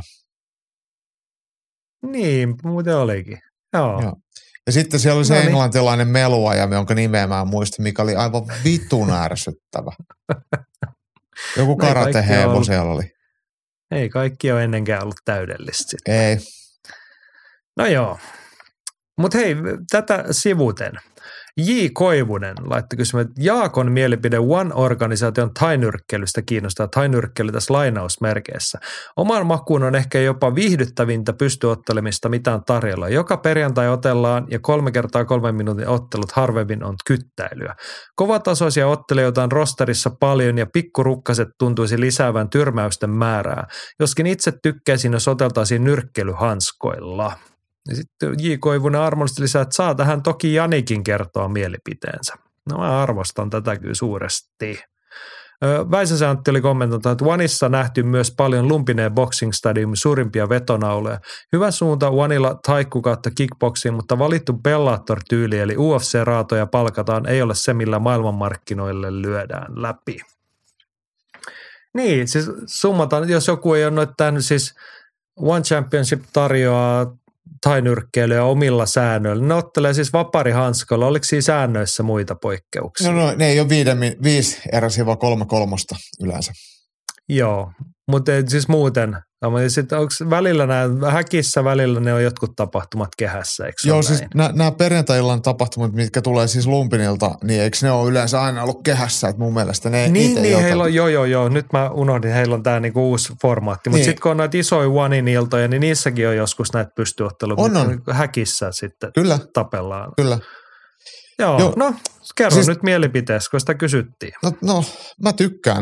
Niin, muuten olikin. Joo. Joo. Ja sitten siellä oli se No niin. englantilainen meluaja, jonka nimeä mä en muista, mikä oli aivan vitun ärsyttävä. Joku No ei kaikki karatehevo ole siellä oli. Ei kaikki ole ennenkään ollut täydellistä sitten. Ei. No joo. Mutta hei, tätä sivuten. J. Koivunen laittoi kysymään, että Jaakon mielipide One-organisaation tainyrkkeilystä kiinnostaa tainyrkkeily tässä lainausmerkeissä. Oman makuun on ehkä jopa viihdyttävintä pystyottelemista, mitä on tarjolla. Joka perjantai otellaan ja kolme kertaa kolmen minuutin ottelut harvemmin on kyttäilyä. Kovatasoisia ottelijoita on rosterissa paljon ja pikkurukkaset tuntuisi lisäävän tyrmäysten määrää. Joskin itse tykkäisin, jos oteltaisiin nyrkkeilyhanskoilla. Ja sitten J. Koivunen armollisesti lisää, että saa tähän toki Janikin kertoa mielipiteensä. No mä arvostan tätä kyllä suuresti. Väisäsen Antti oli kommentoinut, että Oneissa nähty myös paljon Lumpineen Boxing Stadiumin suurimpia vetonauleja. Hyvä suunta Oneilla taikku kautta kickboxiin, mutta valittu Bellator-tyyli eli U F C-raatoja palkataan ei ole se, millä maailmanmarkkinoille lyödään läpi. Niin, siis summataan, jos joku ei ole noita tähnyt, siis One Championship tarjoaa tainyrkkeilyä omilla säännöillä. Ne ottelee siis vaparihanskoilla. Oliko siinä säännöissä muita poikkeuksia? No, no ne ei ole viiden, viisi eräsiä, vaan kolme kolmosta yleensä. Joo, mutta siis muuten. Sitten onko välillä nämä, häkissä välillä ne on jotkut tapahtumat kehässä, eikö Joo, siis nämä perjantai-illan tapahtumat, mitkä tulee siis Lumpinilta, niin eikö ne ole yleensä aina ollut kehässä, että mun mielestä ne Niin, niin ei heillä on, joo, joo, joo, nyt mä unohdin, heillä on tämä niinku uusi formaatti, mutta niin. Sitten kun on näitä isoja One-iltoja, niin niissäkin on joskus näitä pystyotteluja, on, on. Häkissä sitten Kyllä. tapellaan. Kyllä. Joo, joo. No kerro siis, nyt mielipiteessä, kun sitä kysyttiin. No, no mä tykkään.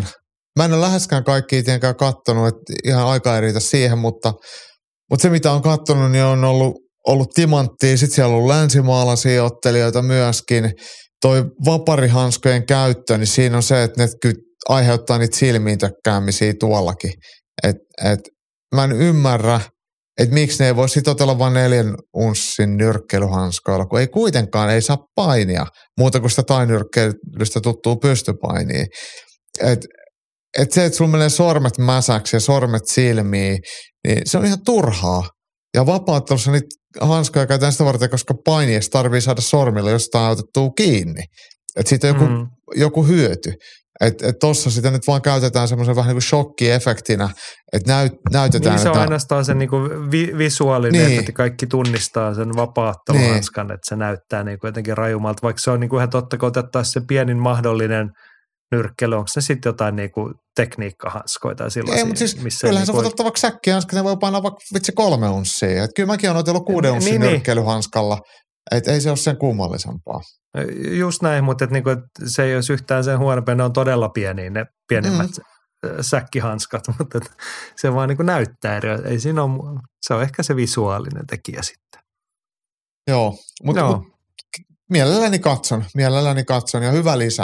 mä en ole läheskään kaikki tietenkään kattonut, että ihan aika ei riitä siihen, mutta, mutta se mitä on kattonut, niin on ollut, ollut timanttia, sitten siellä on ollut länsimaalaisia ottelijoita myöskin. Toi vaparihanskojen käyttö, niin siinä on se, että ne kyllä aiheuttaa niitä silmiintökkäämisiä tuollakin. Et, et, mä en ymmärrä, että miksi ne ei voi sitotella vain neljän unssin nyrkkeilyhanskoilla, kun ei kuitenkaan, ei saa painia muuta kuin sitä tainyrkkeilystä tuttuu pystypainiin. Että et se, että sulla menee sormet mäsäksi ja sormet silmiin, niin se on ihan turhaa. Ja vapaattelussa niitä hanskoja käytetään sitä varten, koska painiessa tarvii saada sormilla jostain otettua kiinni. Että siitä on joku, mm. joku hyöty. Että et tossa sitä nyt vaan käytetään semmoisen vähän niin kuin shokkiefektinä, että näyt, näytetään. Niin se on että ainoastaan se niinku vi, visuaalinen niin. efekti, kaikki tunnistaa sen vapaatteluhanskan, niin. Että se näyttää niinku jotenkin rajumalta, vaikka se on niinku ihan totta, kun otettaisiin se pienin mahdollinen nyrkkeily, onko se sitten jotain niinku tekniikkahanskoja tai sellaisia? Ei, mutta siis missä kyllähän niinku sä voit ottaa vaikka säkkihanskat, ne voi painaa vaikka vitsi kolme unssia. Et kyllä mäkin olen otellut kuuden unssin niin, nyrkkeilyhanskalla, että ei se ole sen kummallisempaa. Just näin, mutta et niinku, et se ei olisi yhtään sen huonompi, ne on todella pieniä, ne pienimmät mm. säkkihanskat, mutta et se vaan niinku näyttää eri. Ei siinä ole, se on ehkä se visuaalinen tekijä sitten. Joo, mutta Joo. mut, mielelläni katson, mielelläni katson ja hyvä lisä.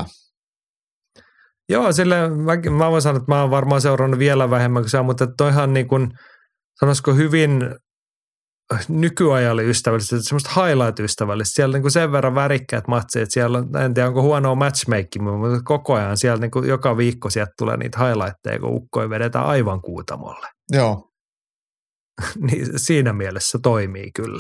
Joo, sille mä, mä voin sanoa, että mä oon varmaan seurannut vielä vähemmän kuin sä, mutta toihan niin kuin, sanoisiko hyvin nykyajalle ystävällistä, semmoista highlight-ystävällistä. Siellä on niin kuin sen verran värikkäät matseja, että siellä on, en tiedä onko huonoa matchmaking, mutta koko ajan siellä niin kuin joka viikko sieltä tulee niitä highlightteja, kun ukkoja vedetään aivan kuutamolle. Joo. Niin siinä mielessä toimii kyllä,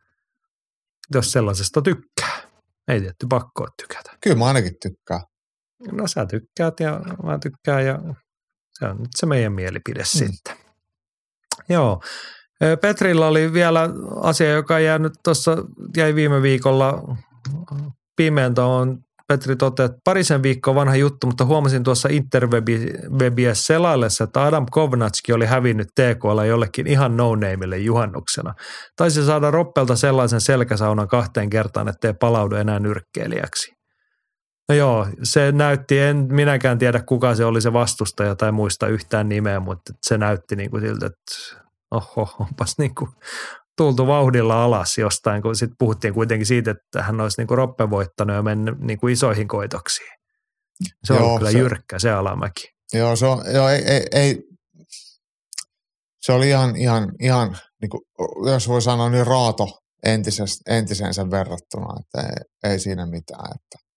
jos sellaisesta tykkää. Ei tietty pakko tykätä. Kyllä mä ainakin tykkään. No sä tykkäät ja mä tykkään ja se on nyt se meidän mielipide mm. sitten. Joo. Petrillä oli vielä asia, joka jäi nyt tuossa, jäi viime viikolla pimentoon. Petri totesi, että parisen viikkoa vanha juttu, mutta huomasin tuossa interwebiä selaillessa, että Adam Kovnatski oli hävinnyt T K:lla jollekin ihan no-nameille juhannuksena. Taisi saada Roppelta sellaisen selkäsaunan kahteen kertaan, ettei palaudu enää nyrkkeilijäksi. No joo, se näytti, en minäkään tiedä kuka se oli se vastustaja tai muista yhtään nimeä, mutta se näytti niin kuin siltä, että oho, onpas niin kuin tultu vauhdilla alas jostain, kun sitten puhuttiin kuitenkin siitä, että hän olisi niin kuin Roppe voittanut ja mennyt niin kuin isoihin koitoksiin. Se on joo, kyllä se, jyrkkä se alamäki. Joo, se, on, joo ei, ei, ei, se oli ihan, ihan, ihan niin kuin, jos voi sanoa, niin raato entiseensä verrattuna, että ei, ei siinä mitään, että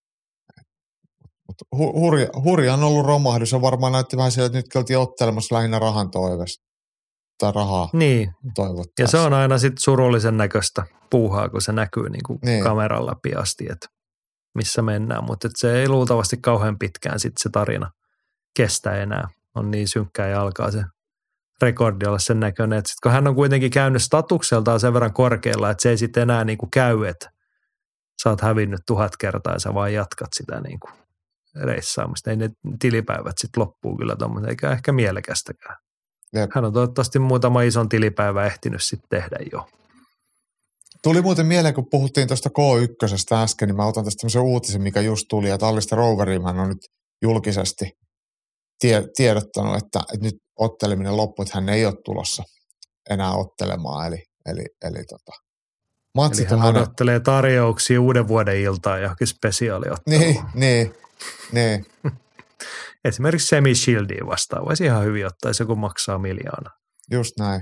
mutta hurja, hurja on ollut romahdus ja varmaan näytti vähän siellä, että nyt oltiin ottelemassa lähinnä rahan toivesta tai rahaa niin. toivottaessa. Ja se on aina sitten surullisen näköistä puuhaa, kun se näkyy niin kuin niin. kameran läpi asti, että missä mennään. Mutta se ei luultavasti kauhean pitkään sitten se tarina kestä enää. On niin synkkää ja alkaa se rekordi olla sen näköinen. Että sit, kun hän on kuitenkin käynyt statukseltaan sen verran korkealla, että se ei sitten enää niin kuin käy, että sä oot hävinnyt tuhat kertaa ja sä vaan jatkat sitä niin kuin reissaamista. Ei ne tilipäivät sitten loppuu kyllä tuommoinen, eikä ehkä mielekästäkään. Jep. Hän on toivottavasti muutama ison tilipäivä ehtinyt sitten tehdä jo. Tuli muuten mieleen, kun puhuttiin tuosta K yksi äsken, niin mä otan tästä tämmöisen uutisen, mikä just tuli, että Alistair Overeem hän on nyt julkisesti tie, tiedottanut, että, että nyt otteleminen loppuu, että hän ei ole tulossa enää ottelemaan, eli, eli, eli tota, matsit eli hän hänen odottelee tarjouksia uuden vuoden iltaan johonkin spesiaaliotteluun. Niin, niin, niin. Esimerkiksi Semi Shieldia vastaan voisi ihan hyvin ottaa, jos joku maksaa miljoona. Just näin.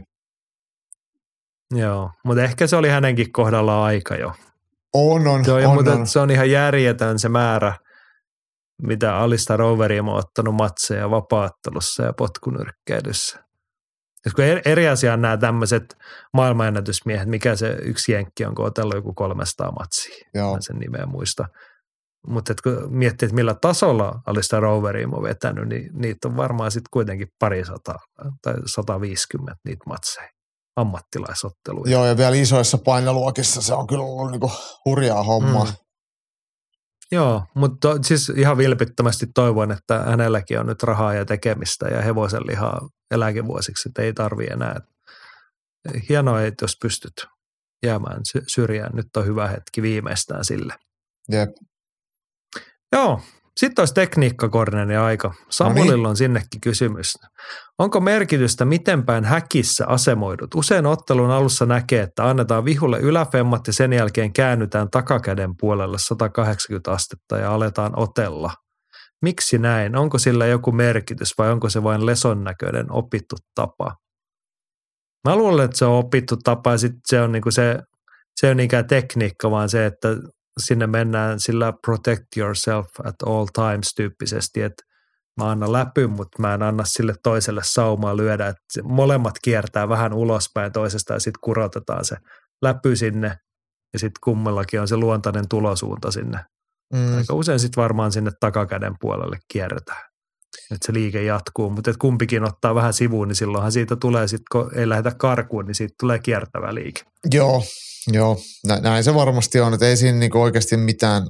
Joo, mutta ehkä se oli hänenkin kohdalla aika jo. On, on, Joo, on, mutta on. Se on ihan järjetön se määrä, mitä Alistair Overeem on ottanut matseja vapaattelussa ja potkunyrkkeilyssä. Kun eri asia on nämä tämmöiset maailmanennätysmiehet, mikä se yksi jenkki on, kun otellut joku kolmesataa matsia. Joo. Mä sen nimeä muista. Mutta kun miettii, että millä tasolla Alistair Overeem on vetänyt, niin niitä on varmaan sitten kuitenkin pari sataa tai sata viisikymmentä niitä matseja, ammattilaisotteluita. Joo, ja vielä isoissa painoluokissa se on kyllä ollut niinku hurjaa hommaa. Mm. Joo, mutta siis ihan vilpittömästi toivon, että hänelläkin on nyt rahaa ja tekemistä ja hevosen lihaa eläkevuosiksi, että ei tarvitse enää. Hienoa, että jos pystyt jäämään syrjään, nyt on hyvä hetki viimeistään sille. Jep. Joo, Sitten olisi tekniikkakornerin aika. Samuelilla on sinnekin kysymys. Onko merkitystä miten päin häkissä asemoidut? Usein ottelun alussa näkee, että annetaan vihulle yläfemmat ja sen jälkeen käännytään takakäden puolelle sata kahdeksankymmentä astetta ja aletaan otella. Miksi näin? Onko sillä joku merkitys vai onko se vain leson näköinen opittu tapa? Mä luulen, että se on opittu tapa ja sitten se on niinku se, se on ikään tekniikka, vaan se, että sinne mennään sillä protect yourself at all times tyyppisesti, että mä annan läpyn, mutta mä en anna sille toiselle saumaa lyödä, että molemmat kiertää vähän ulospäin toisesta ja sitten kurotetaan se läpy sinne ja sitten kummallakin on se luontainen tulosuunta sinne. Mm. Aika usein sitten varmaan sinne takakäden puolelle kierretään, että se liike jatkuu, mutta kumpikin ottaa vähän sivuun, niin silloinhan siitä tulee sitten, kun ei lähdetä karkuun, niin siitä tulee kiertävä liike. Joo. Joo, näin se varmasti on, että ei siinä niinku oikeasti mitään,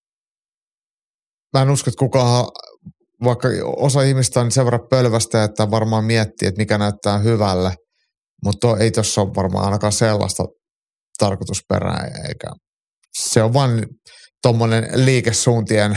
mä en usko, että kukaan, vaikka osa ihmistä on sen verran pölvästä, että varmaan miettii, että mikä näyttää hyvälle, mutta ei tuossa ole varmaan ainakaan sellaista tarkoitusperää, eikä se on vaan tuommoinen liikesuuntien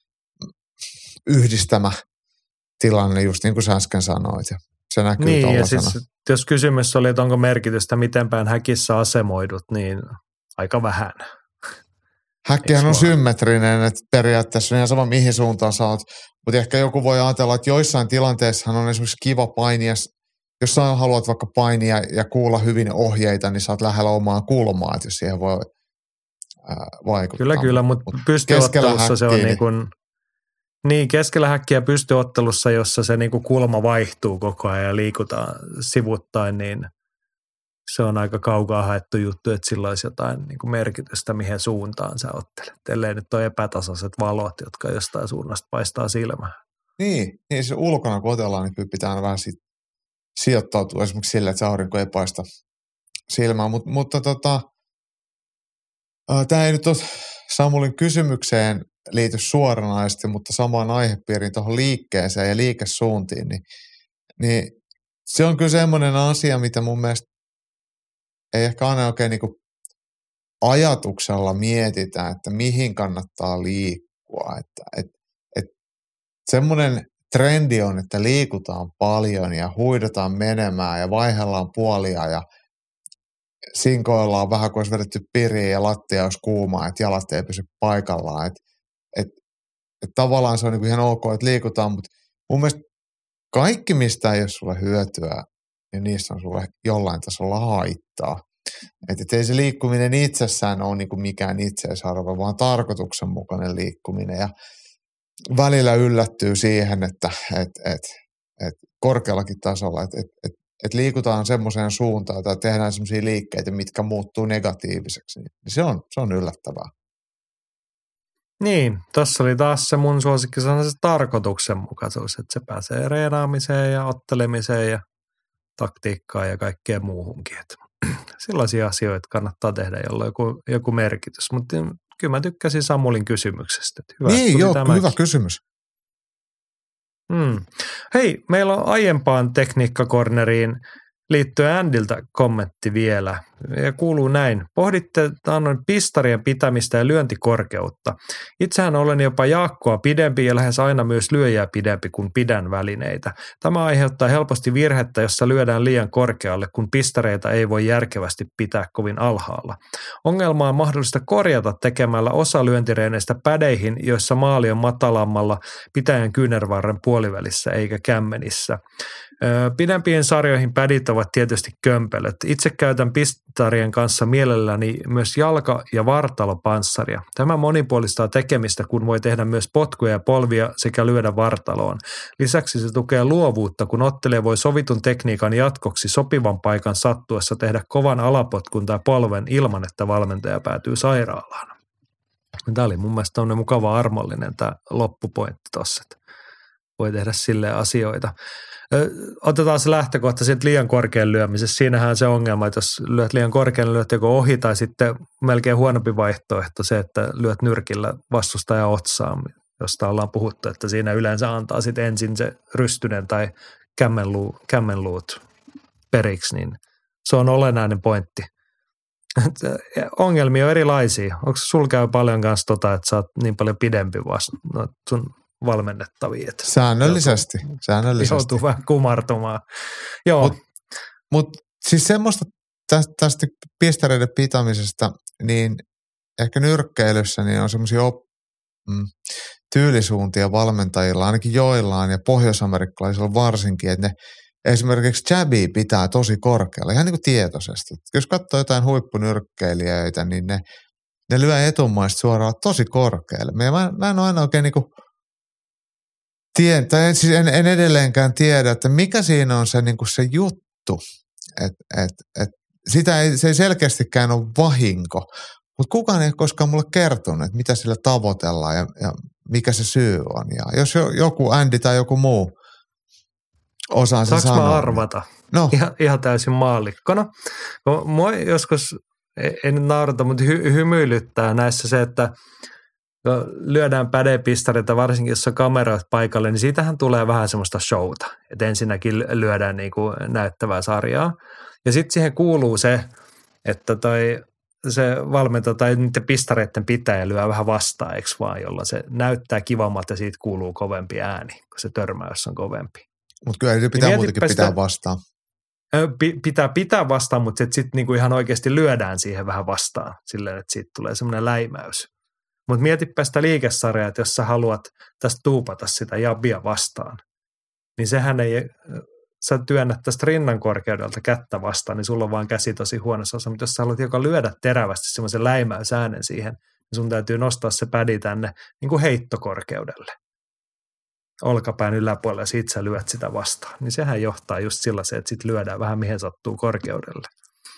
yhdistämä tilanne, just niin kuin sä äsken sanoit, ja se näkyy niin, tollasena. Ja siis, jos kysymys oli, että onko merkitystä miten päin häkissä asemoidut, niin aika vähän. Häkkihän on symmetrinen, että periaatteessa on ihan sama mihin suuntaan sä oot, mutta ehkä joku voi ajatella, että joissain tilanteissahan on esimerkiksi kiva painia, jos sä haluat vaikka painia ja kuulla hyvin ohjeita, niin sä oot lähellä omaa kulmaa, että jos siihen voi ää, vaikuttaa. Kyllä, kyllä, mutta mut pystyottelussa se on niin kuin, niin keskellä häkkiä pystyottelussa, jossa se niin kuin kulma vaihtuu koko ajan ja liikutaan sivuttain, niin se on aika kaukaa haettu juttu, että sillä olisi jotain niin kuin merkitystä, mihin suuntaan sä ottelet. Ellei nyt ole epätasaiset valot, jotka jostain suunnasta paistaa silmään. Niin, niin se ulkona kun otellaan, niin kyllä pitää aina vähän sit sijoittautua esimerkiksi sille, että se aurinko ei paista silmään. Mut, mutta tota, tämä ei nyt ole Samulin kysymykseen liity suoranaisesti, mutta samaan aihepiiriin tuohon liikkeeseen ja liikesuuntiin, niin, niin se on kyllä semmoinen asia, mitä mun mielestä ei ehkä aina oikein niin kuin ajatuksella mietitä, että mihin kannattaa liikkua. Että, et, et semmoinen trendi on, että liikutaan paljon ja huidataan menemään ja vaihdellaan puolia ja sinkoillaan vähän, kun olisi vedetty piriin ja lattia olisi kuumaa, että jalat ei pysy paikallaan. Että et, et tavallaan se on niin ihan ok, että liikutaan, mutta mun mielestä kaikki, mistä ei ole sulle hyötyä, niin niissä on sulle jollain tasolla haittaa. Että et ei se liikkuminen itsessään ole niin kuin mikään itseisarvo, vaan tarkoituksenmukainen liikkuminen. Ja välillä yllättyy siihen, että et, et, et korkeallakin tasolla, että et, et, et liikutaan semmoiseen suuntaan tai tehdään semmoisia liikkeitä, mitkä muuttuu negatiiviseksi. Niin se on, se on yllättävää. Niin, tässä oli taas se mun suosikkisana se tarkoituksenmukaisuus, että se pääsee reenaamiseen ja ottelemiseen ja taktiikkaan ja kaikkeen muuhunkin. Että sellaisia asioita kannattaa tehdä, jolla on joku, joku merkitys. Mutta kyllä mä tykkäsin Samulin kysymyksestä. Hyvä, niin, joo, tämäkin. Hyvä kysymys. Hmm. Hei, meillä on aiempaan tekniikkakorneriin liittyen Andiltä kommentti vielä. Ja kuuluu näin. Pohditte annoin pistarien pitämistä ja lyöntikorkeutta. Itsehän olen jopa Jaakkoa pidempi ja lähes aina myös lyöjää pidempi, kun pidän välineitä. Tämä aiheuttaa helposti virhettä, jossa lyödään liian korkealle, kun pistareita ei voi järkevästi pitää kovin alhaalla. Ongelma on mahdollista korjata tekemällä osa lyöntireeneistä pädeihin, joissa maali on matalammalla pitäjän kyynärvarren puolivälissä eikä kämmenissä. Pidempien sarjoihin pädit ovat tietysti kömpelöt. Itse käytän pistarien kanssa mielelläni myös jalka- ja vartalopanssaria. Tämä monipuolistaa tekemistä, kun voi tehdä myös potkuja ja polvia sekä lyödä vartaloon. Lisäksi se tukee luovuutta, kun ottelija voi sovitun tekniikan jatkoksi sopivan paikan sattuessa tehdä kovan alapotkun tai polven ilman, että valmentaja päätyy sairaalaan. Tämä oli mun mielestä tämmöinen mukava armollinen tämä loppupointti tuossa, että voi tehdä silleen asioita. Otetaan se lähtökohta siitä liian korkean lyömisessä. Siinähän se ongelma, että jos lyöt liian korkean, lyöt joko ohi tai sitten melkein huonompi vaihtoehto se, että lyöt nyrkillä vastustajan otsaan, josta ollaan puhuttu, että siinä yleensä antaa sitten ensin se rystynen tai kämmenluu, kämmenluut periksi, niin se on olennainen pointti. Ongelmia on erilaisia. Onko sulla käy paljon kanssa tota, että sä oot niin paljon pidempi vasta? No, sun valmennettavia. Että säännöllisesti, joutuu, säännöllisesti. Joutuu vähän kumartumaan. Joo. Mutta mut, siis semmoista tästä, tästä pistareiden pitämisestä, niin ehkä nyrkkeilyssä niin on semmoisia op, mm, tyylisuuntia valmentajilla, ainakin joillaan ja pohjoisamerikkalaisilla varsinkin, että ne esimerkiksi jabia pitää tosi korkealla, ihan niin kuin tietoisesti. Jos katsoo jotain huippunyrkkeilijöitä, niin ne, ne lyö etumaista suoraan tosi korkealle. Mä, mä en ole aina oikein niin kuin tien, tai siis en, en edelleenkään tiedä, että mikä siinä on se, niin kuin se juttu. Et, et, et, sitä ei, se ei selkeästikään ole vahinko, mutta kukaan ei koskaan mulle kertonut, että mitä sillä tavoitellaan ja, ja mikä se syy on. Ja jos joku Andy tai joku muu osaa sen sanoa. Saanko mä arvata? No. Ihan, ihan täysin maallikkona. Mua joskus, en nyt naurata, mutta hy, hymyilyttää näissä se, että lyödään pädepistareita, varsinkin jos on kamerat paikalle, niin siitähän tulee vähän semmoista showta. Että ensinnäkin lyödään niin kuin näyttävää sarjaa. Ja sitten siihen kuuluu se, että toi se valmentaja tai niiden pistareiden pitäjä lyö vähän vastaan, eikö vaan, jolla se näyttää kivammalta ja siitä kuuluu kovempi ääni, kun se törmäys on kovempi. Mutta kyllä se pitää niin muutenkin pitää vastaan. Pitää pitää vastaan, mutta sitten niinku ihan oikeasti lyödään siihen vähän vastaan, silleen, että siitä tulee semmoinen läimäys. Mutta mietipä sitä liikesarjaa, että jos sä haluat tästä tuupata sitä jabbia vastaan, niin sehän ei, sä työnnät tästä rinnan korkeudelta kättä vastaan, niin sulla on vaan käsi tosi huonossa osa, mutta jos sä haluat joka lyödä terävästi semmoisen läimäysäänen siihen, niin sun täytyy nostaa se pädi tänne niin kuin heittokorkeudelle. Olkapään yläpuolella ja sit sä lyöt sitä vastaan. Niin sehän johtaa just sellaiseen, että sit lyödään vähän mihin sattuu korkeudelle.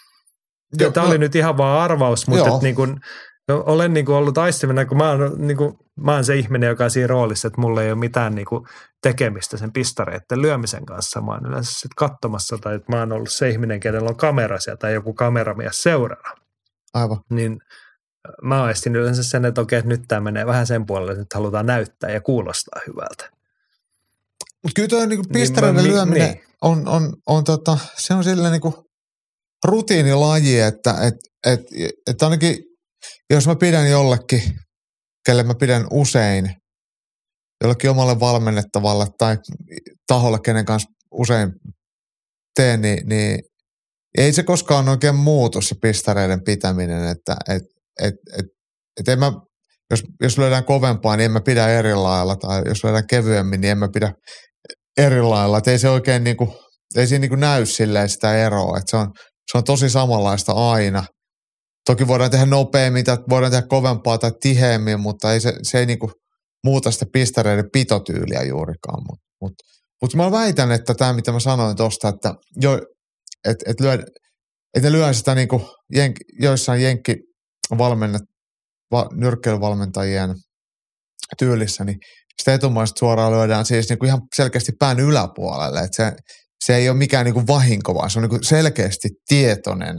Joo, Tämä no, oli nyt ihan vaan arvaus, mutta et niin kun, no, olen niin kun ollut aistimena, kun mä oon, niin kun, mä oon se ihminen, joka on siinä roolissa, että mulla ei ole mitään niin kun tekemistä sen pistareiden lyömisen kanssa. Mä oon yleensä sit katsomassa tai että mä oon ollut se ihminen, kenellä on kamera sieltä tai joku kameramies seurana. Aivan. Niin mä aistin yleensä sen, että okei, nyt tämä menee vähän sen puolelle, että nyt halutaan näyttää ja kuulostaa hyvältä. Mutta kyllä tuo niinku pistareiden niin, lyöminen niin. on, on, on tota, se on silleen niinku rutiinilaji, että et, et, et ainakin jos mä pidän jollekin, kelle mä pidän usein, jollekin omalle valmennettavalle tai taholle, kenen kanssa usein teen, niin, niin ei se koskaan oikein muutu se pistareiden pitäminen, että et, et, et, et en mä, jos, jos lyödään kovempaa, niin en mä pidä eri lailla, tai jos lyödään kevyemmin, niin en mä pidä eri lailla, että ei se oikein niinku, ei siinä niinku näy silleen sitä eroa, että se on, se on tosi samanlaista aina. Toki voidaan tehdä nopeammin, tai voidaan tehdä kovempaa tai tiheämmin, mutta ei se, se ei niinku muuta sitä pistareiden pitotyyliä juurikaan. Mutta mut, mut mä väitän, että tämä mitä mä sanoin tuosta, että jo, et, et lyö, et ne lyö sitä niinku jenk, joissain jenkkivalmennet, va, nyrkkeilyvalmentajien tyylissä, niin sitä etumaista suoraan lyödään siis niinku ihan selkeästi pään yläpuolelle. Et se, se ei ole mikään niinku vahinko, vaan se on niinku selkeästi tietoinen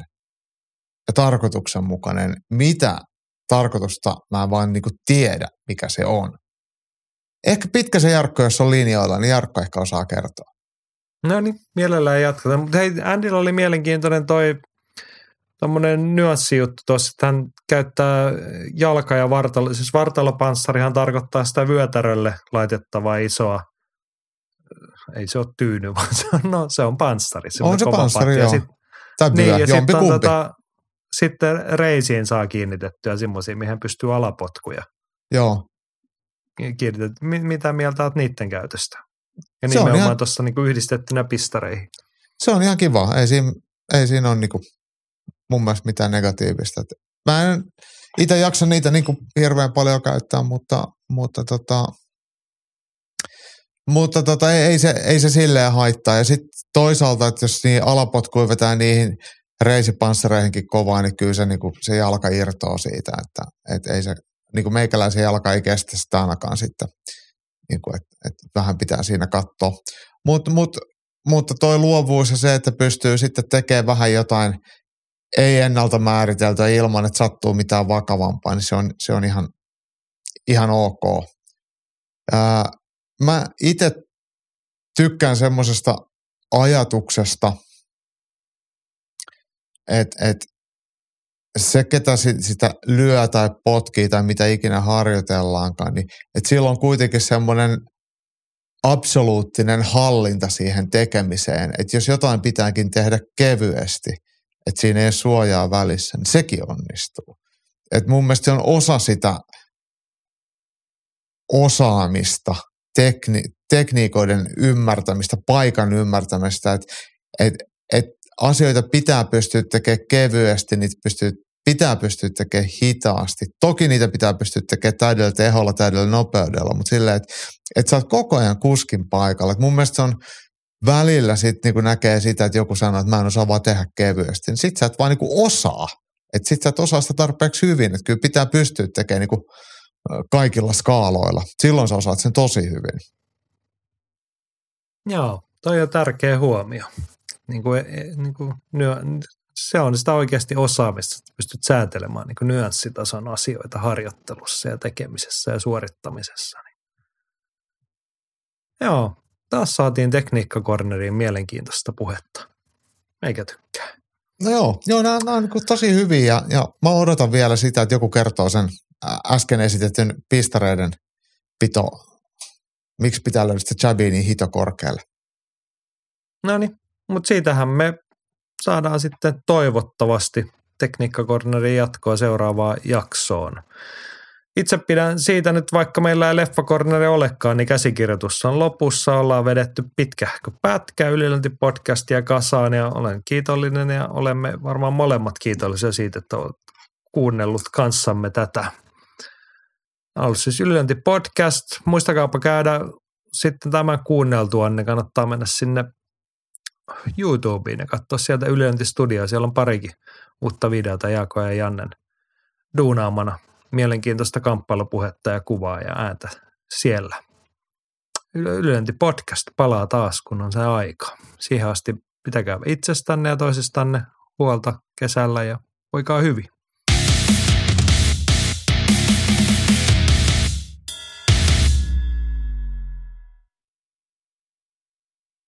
ja tarkoituksenmukainen. Mitä tarkoitusta mä en vaan niinku tiedä, mikä se on. Ehkä Pitkäsen Jarkko, jos on linjoilla, niin Jarkko ehkä osaa kertoa. No niin, mielellään jatketaan. Mutta hei, Andyllä oli mielenkiintoinen toi tommoinen nyanssijuttu tuossa, että hän käyttää jalka- ja vartalo, siis vartalopanssarihan tarkoittaa sitä vyötärölle laitettavaa isoa, ei se ole tyyny, vaan se on, no, se on panssari. Se on se panssari, joo. Sit, tai vyö, niin, ja jompi sitten kumpi. Tota, sitten reisiin saa kiinnitettyä semmoisia, mihin pystyy alapotkuja. Joo. Kiinnitetty. Mitä mieltä olet niiden käytöstä? Ja se nimenomaan ihan, tuossa niinku yhdistettynä pistareihin. Se on ihan kiva. Ei siinä, ei siinä ole niinku mun mielestä mitään negatiivista. Mä en itse jaksa niitä niinku hirveän paljon käyttää, mutta, mutta, tota, mutta tota, ei, ei, se, ei se silleen haittaa. Ja sitten toisaalta, että jos niin alapotkuja vetää niihin reisipanssareihinkin kovaa, niin kyllä se, niinku, se jalka irtoaa siitä. Että et ei se, niinku meikäläisen jalka ei kestä sitä ainakaan sitten. Niinku, että et vähän pitää siinä katsoa. Mut, mut, mutta toi luovuus ja se, että pystyy sitten tekemään vähän jotain ei ennalta määriteltyä ilman, että sattuu mitään vakavampaa, niin se on, se on ihan, ihan ok. Ää, mä itse tykkään semmoisesta ajatuksesta, että et, se, ketä sitä lyö tai potkii tai mitä ikinä harjoitellaankaan, niin että sillä on kuitenkin semmoinen absoluuttinen hallinta siihen tekemiseen, että jos jotain pitääkin tehdä kevyesti, että siinä ei ole suojaa välissä, niin sekin onnistuu. Et mun mielestä se on osa sitä osaamista, tekni, tekniikoiden ymmärtämistä, paikan ymmärtämistä, että et, et asioita pitää pystyä tekemään kevyesti, niitä pystyy, pitää pystyä tekemään hitaasti. Toki niitä pitää pystyä tekemään täydellä teholla, täydellä nopeudella, mutta silleen, että et sä oot koko ajan kuskin paikalla. Et mun mielestä se on välillä sitten niinku näkee sitä, että joku sanoo, että mä en osaa vaan tehdä kevyesti. Niin sit sä et vaan niinku osaa. Että sit sä et osaa sitä tarpeeksi hyvin. Että kyllä pitää pystyä tekemään niinku kaikilla skaaloilla. Silloin sä osaat sen tosi hyvin. Joo, toi on tärkeä huomio. Niin kuin, niin kuin, se on sitä oikeasti osaamista, että pystyt säätelemään niin kuin nyanssitason asioita harjoittelussa ja tekemisessä ja suorittamisessa. Joo, taas saatiin tekniikkakorneriin mielenkiintoista puhetta. Eikä tykkää. No joo, joo nämä, nämä on niin tosi hyviä ja, ja mä odotan vielä sitä, että joku kertoo sen äsken esitetyn pistareiden pito, miksi pitää löydä sitä jabia niin hito korkealle. No niin, mutta siitähän me saadaan sitten toivottavasti tekniikkakornerin jatkoa seuraavaan jaksoon. Itse pidän siitä nyt, vaikka meillä ei leffakorneri olekaan, niin käsikirjoitus on lopussa. Ollaan vedetty pitkähkö pätkä Ylilöinti-podcastia kasaan ja olen kiitollinen ja olemme varmaan molemmat kiitollisia siitä, että olet kuunnellut kanssamme tätä. On ollut siis Ylilöinti-podcast. Muistakaapa käydä sitten tämän kuunneltua, niin kannattaa mennä sinne YouTubeen ja katsoa sieltä Ylilöinti-studioa. Siellä on parikin uutta videota Jaakko ja Jannen duunaamana. Mielenkiintoista kamppailupuhetta ja kuvaa ja ääntä siellä. Ylilöinti-podcast palaa taas, kun on se aika. Siihen asti pitäkää itsestänne ja toisistanne huolta kesällä ja voikaa hyvin.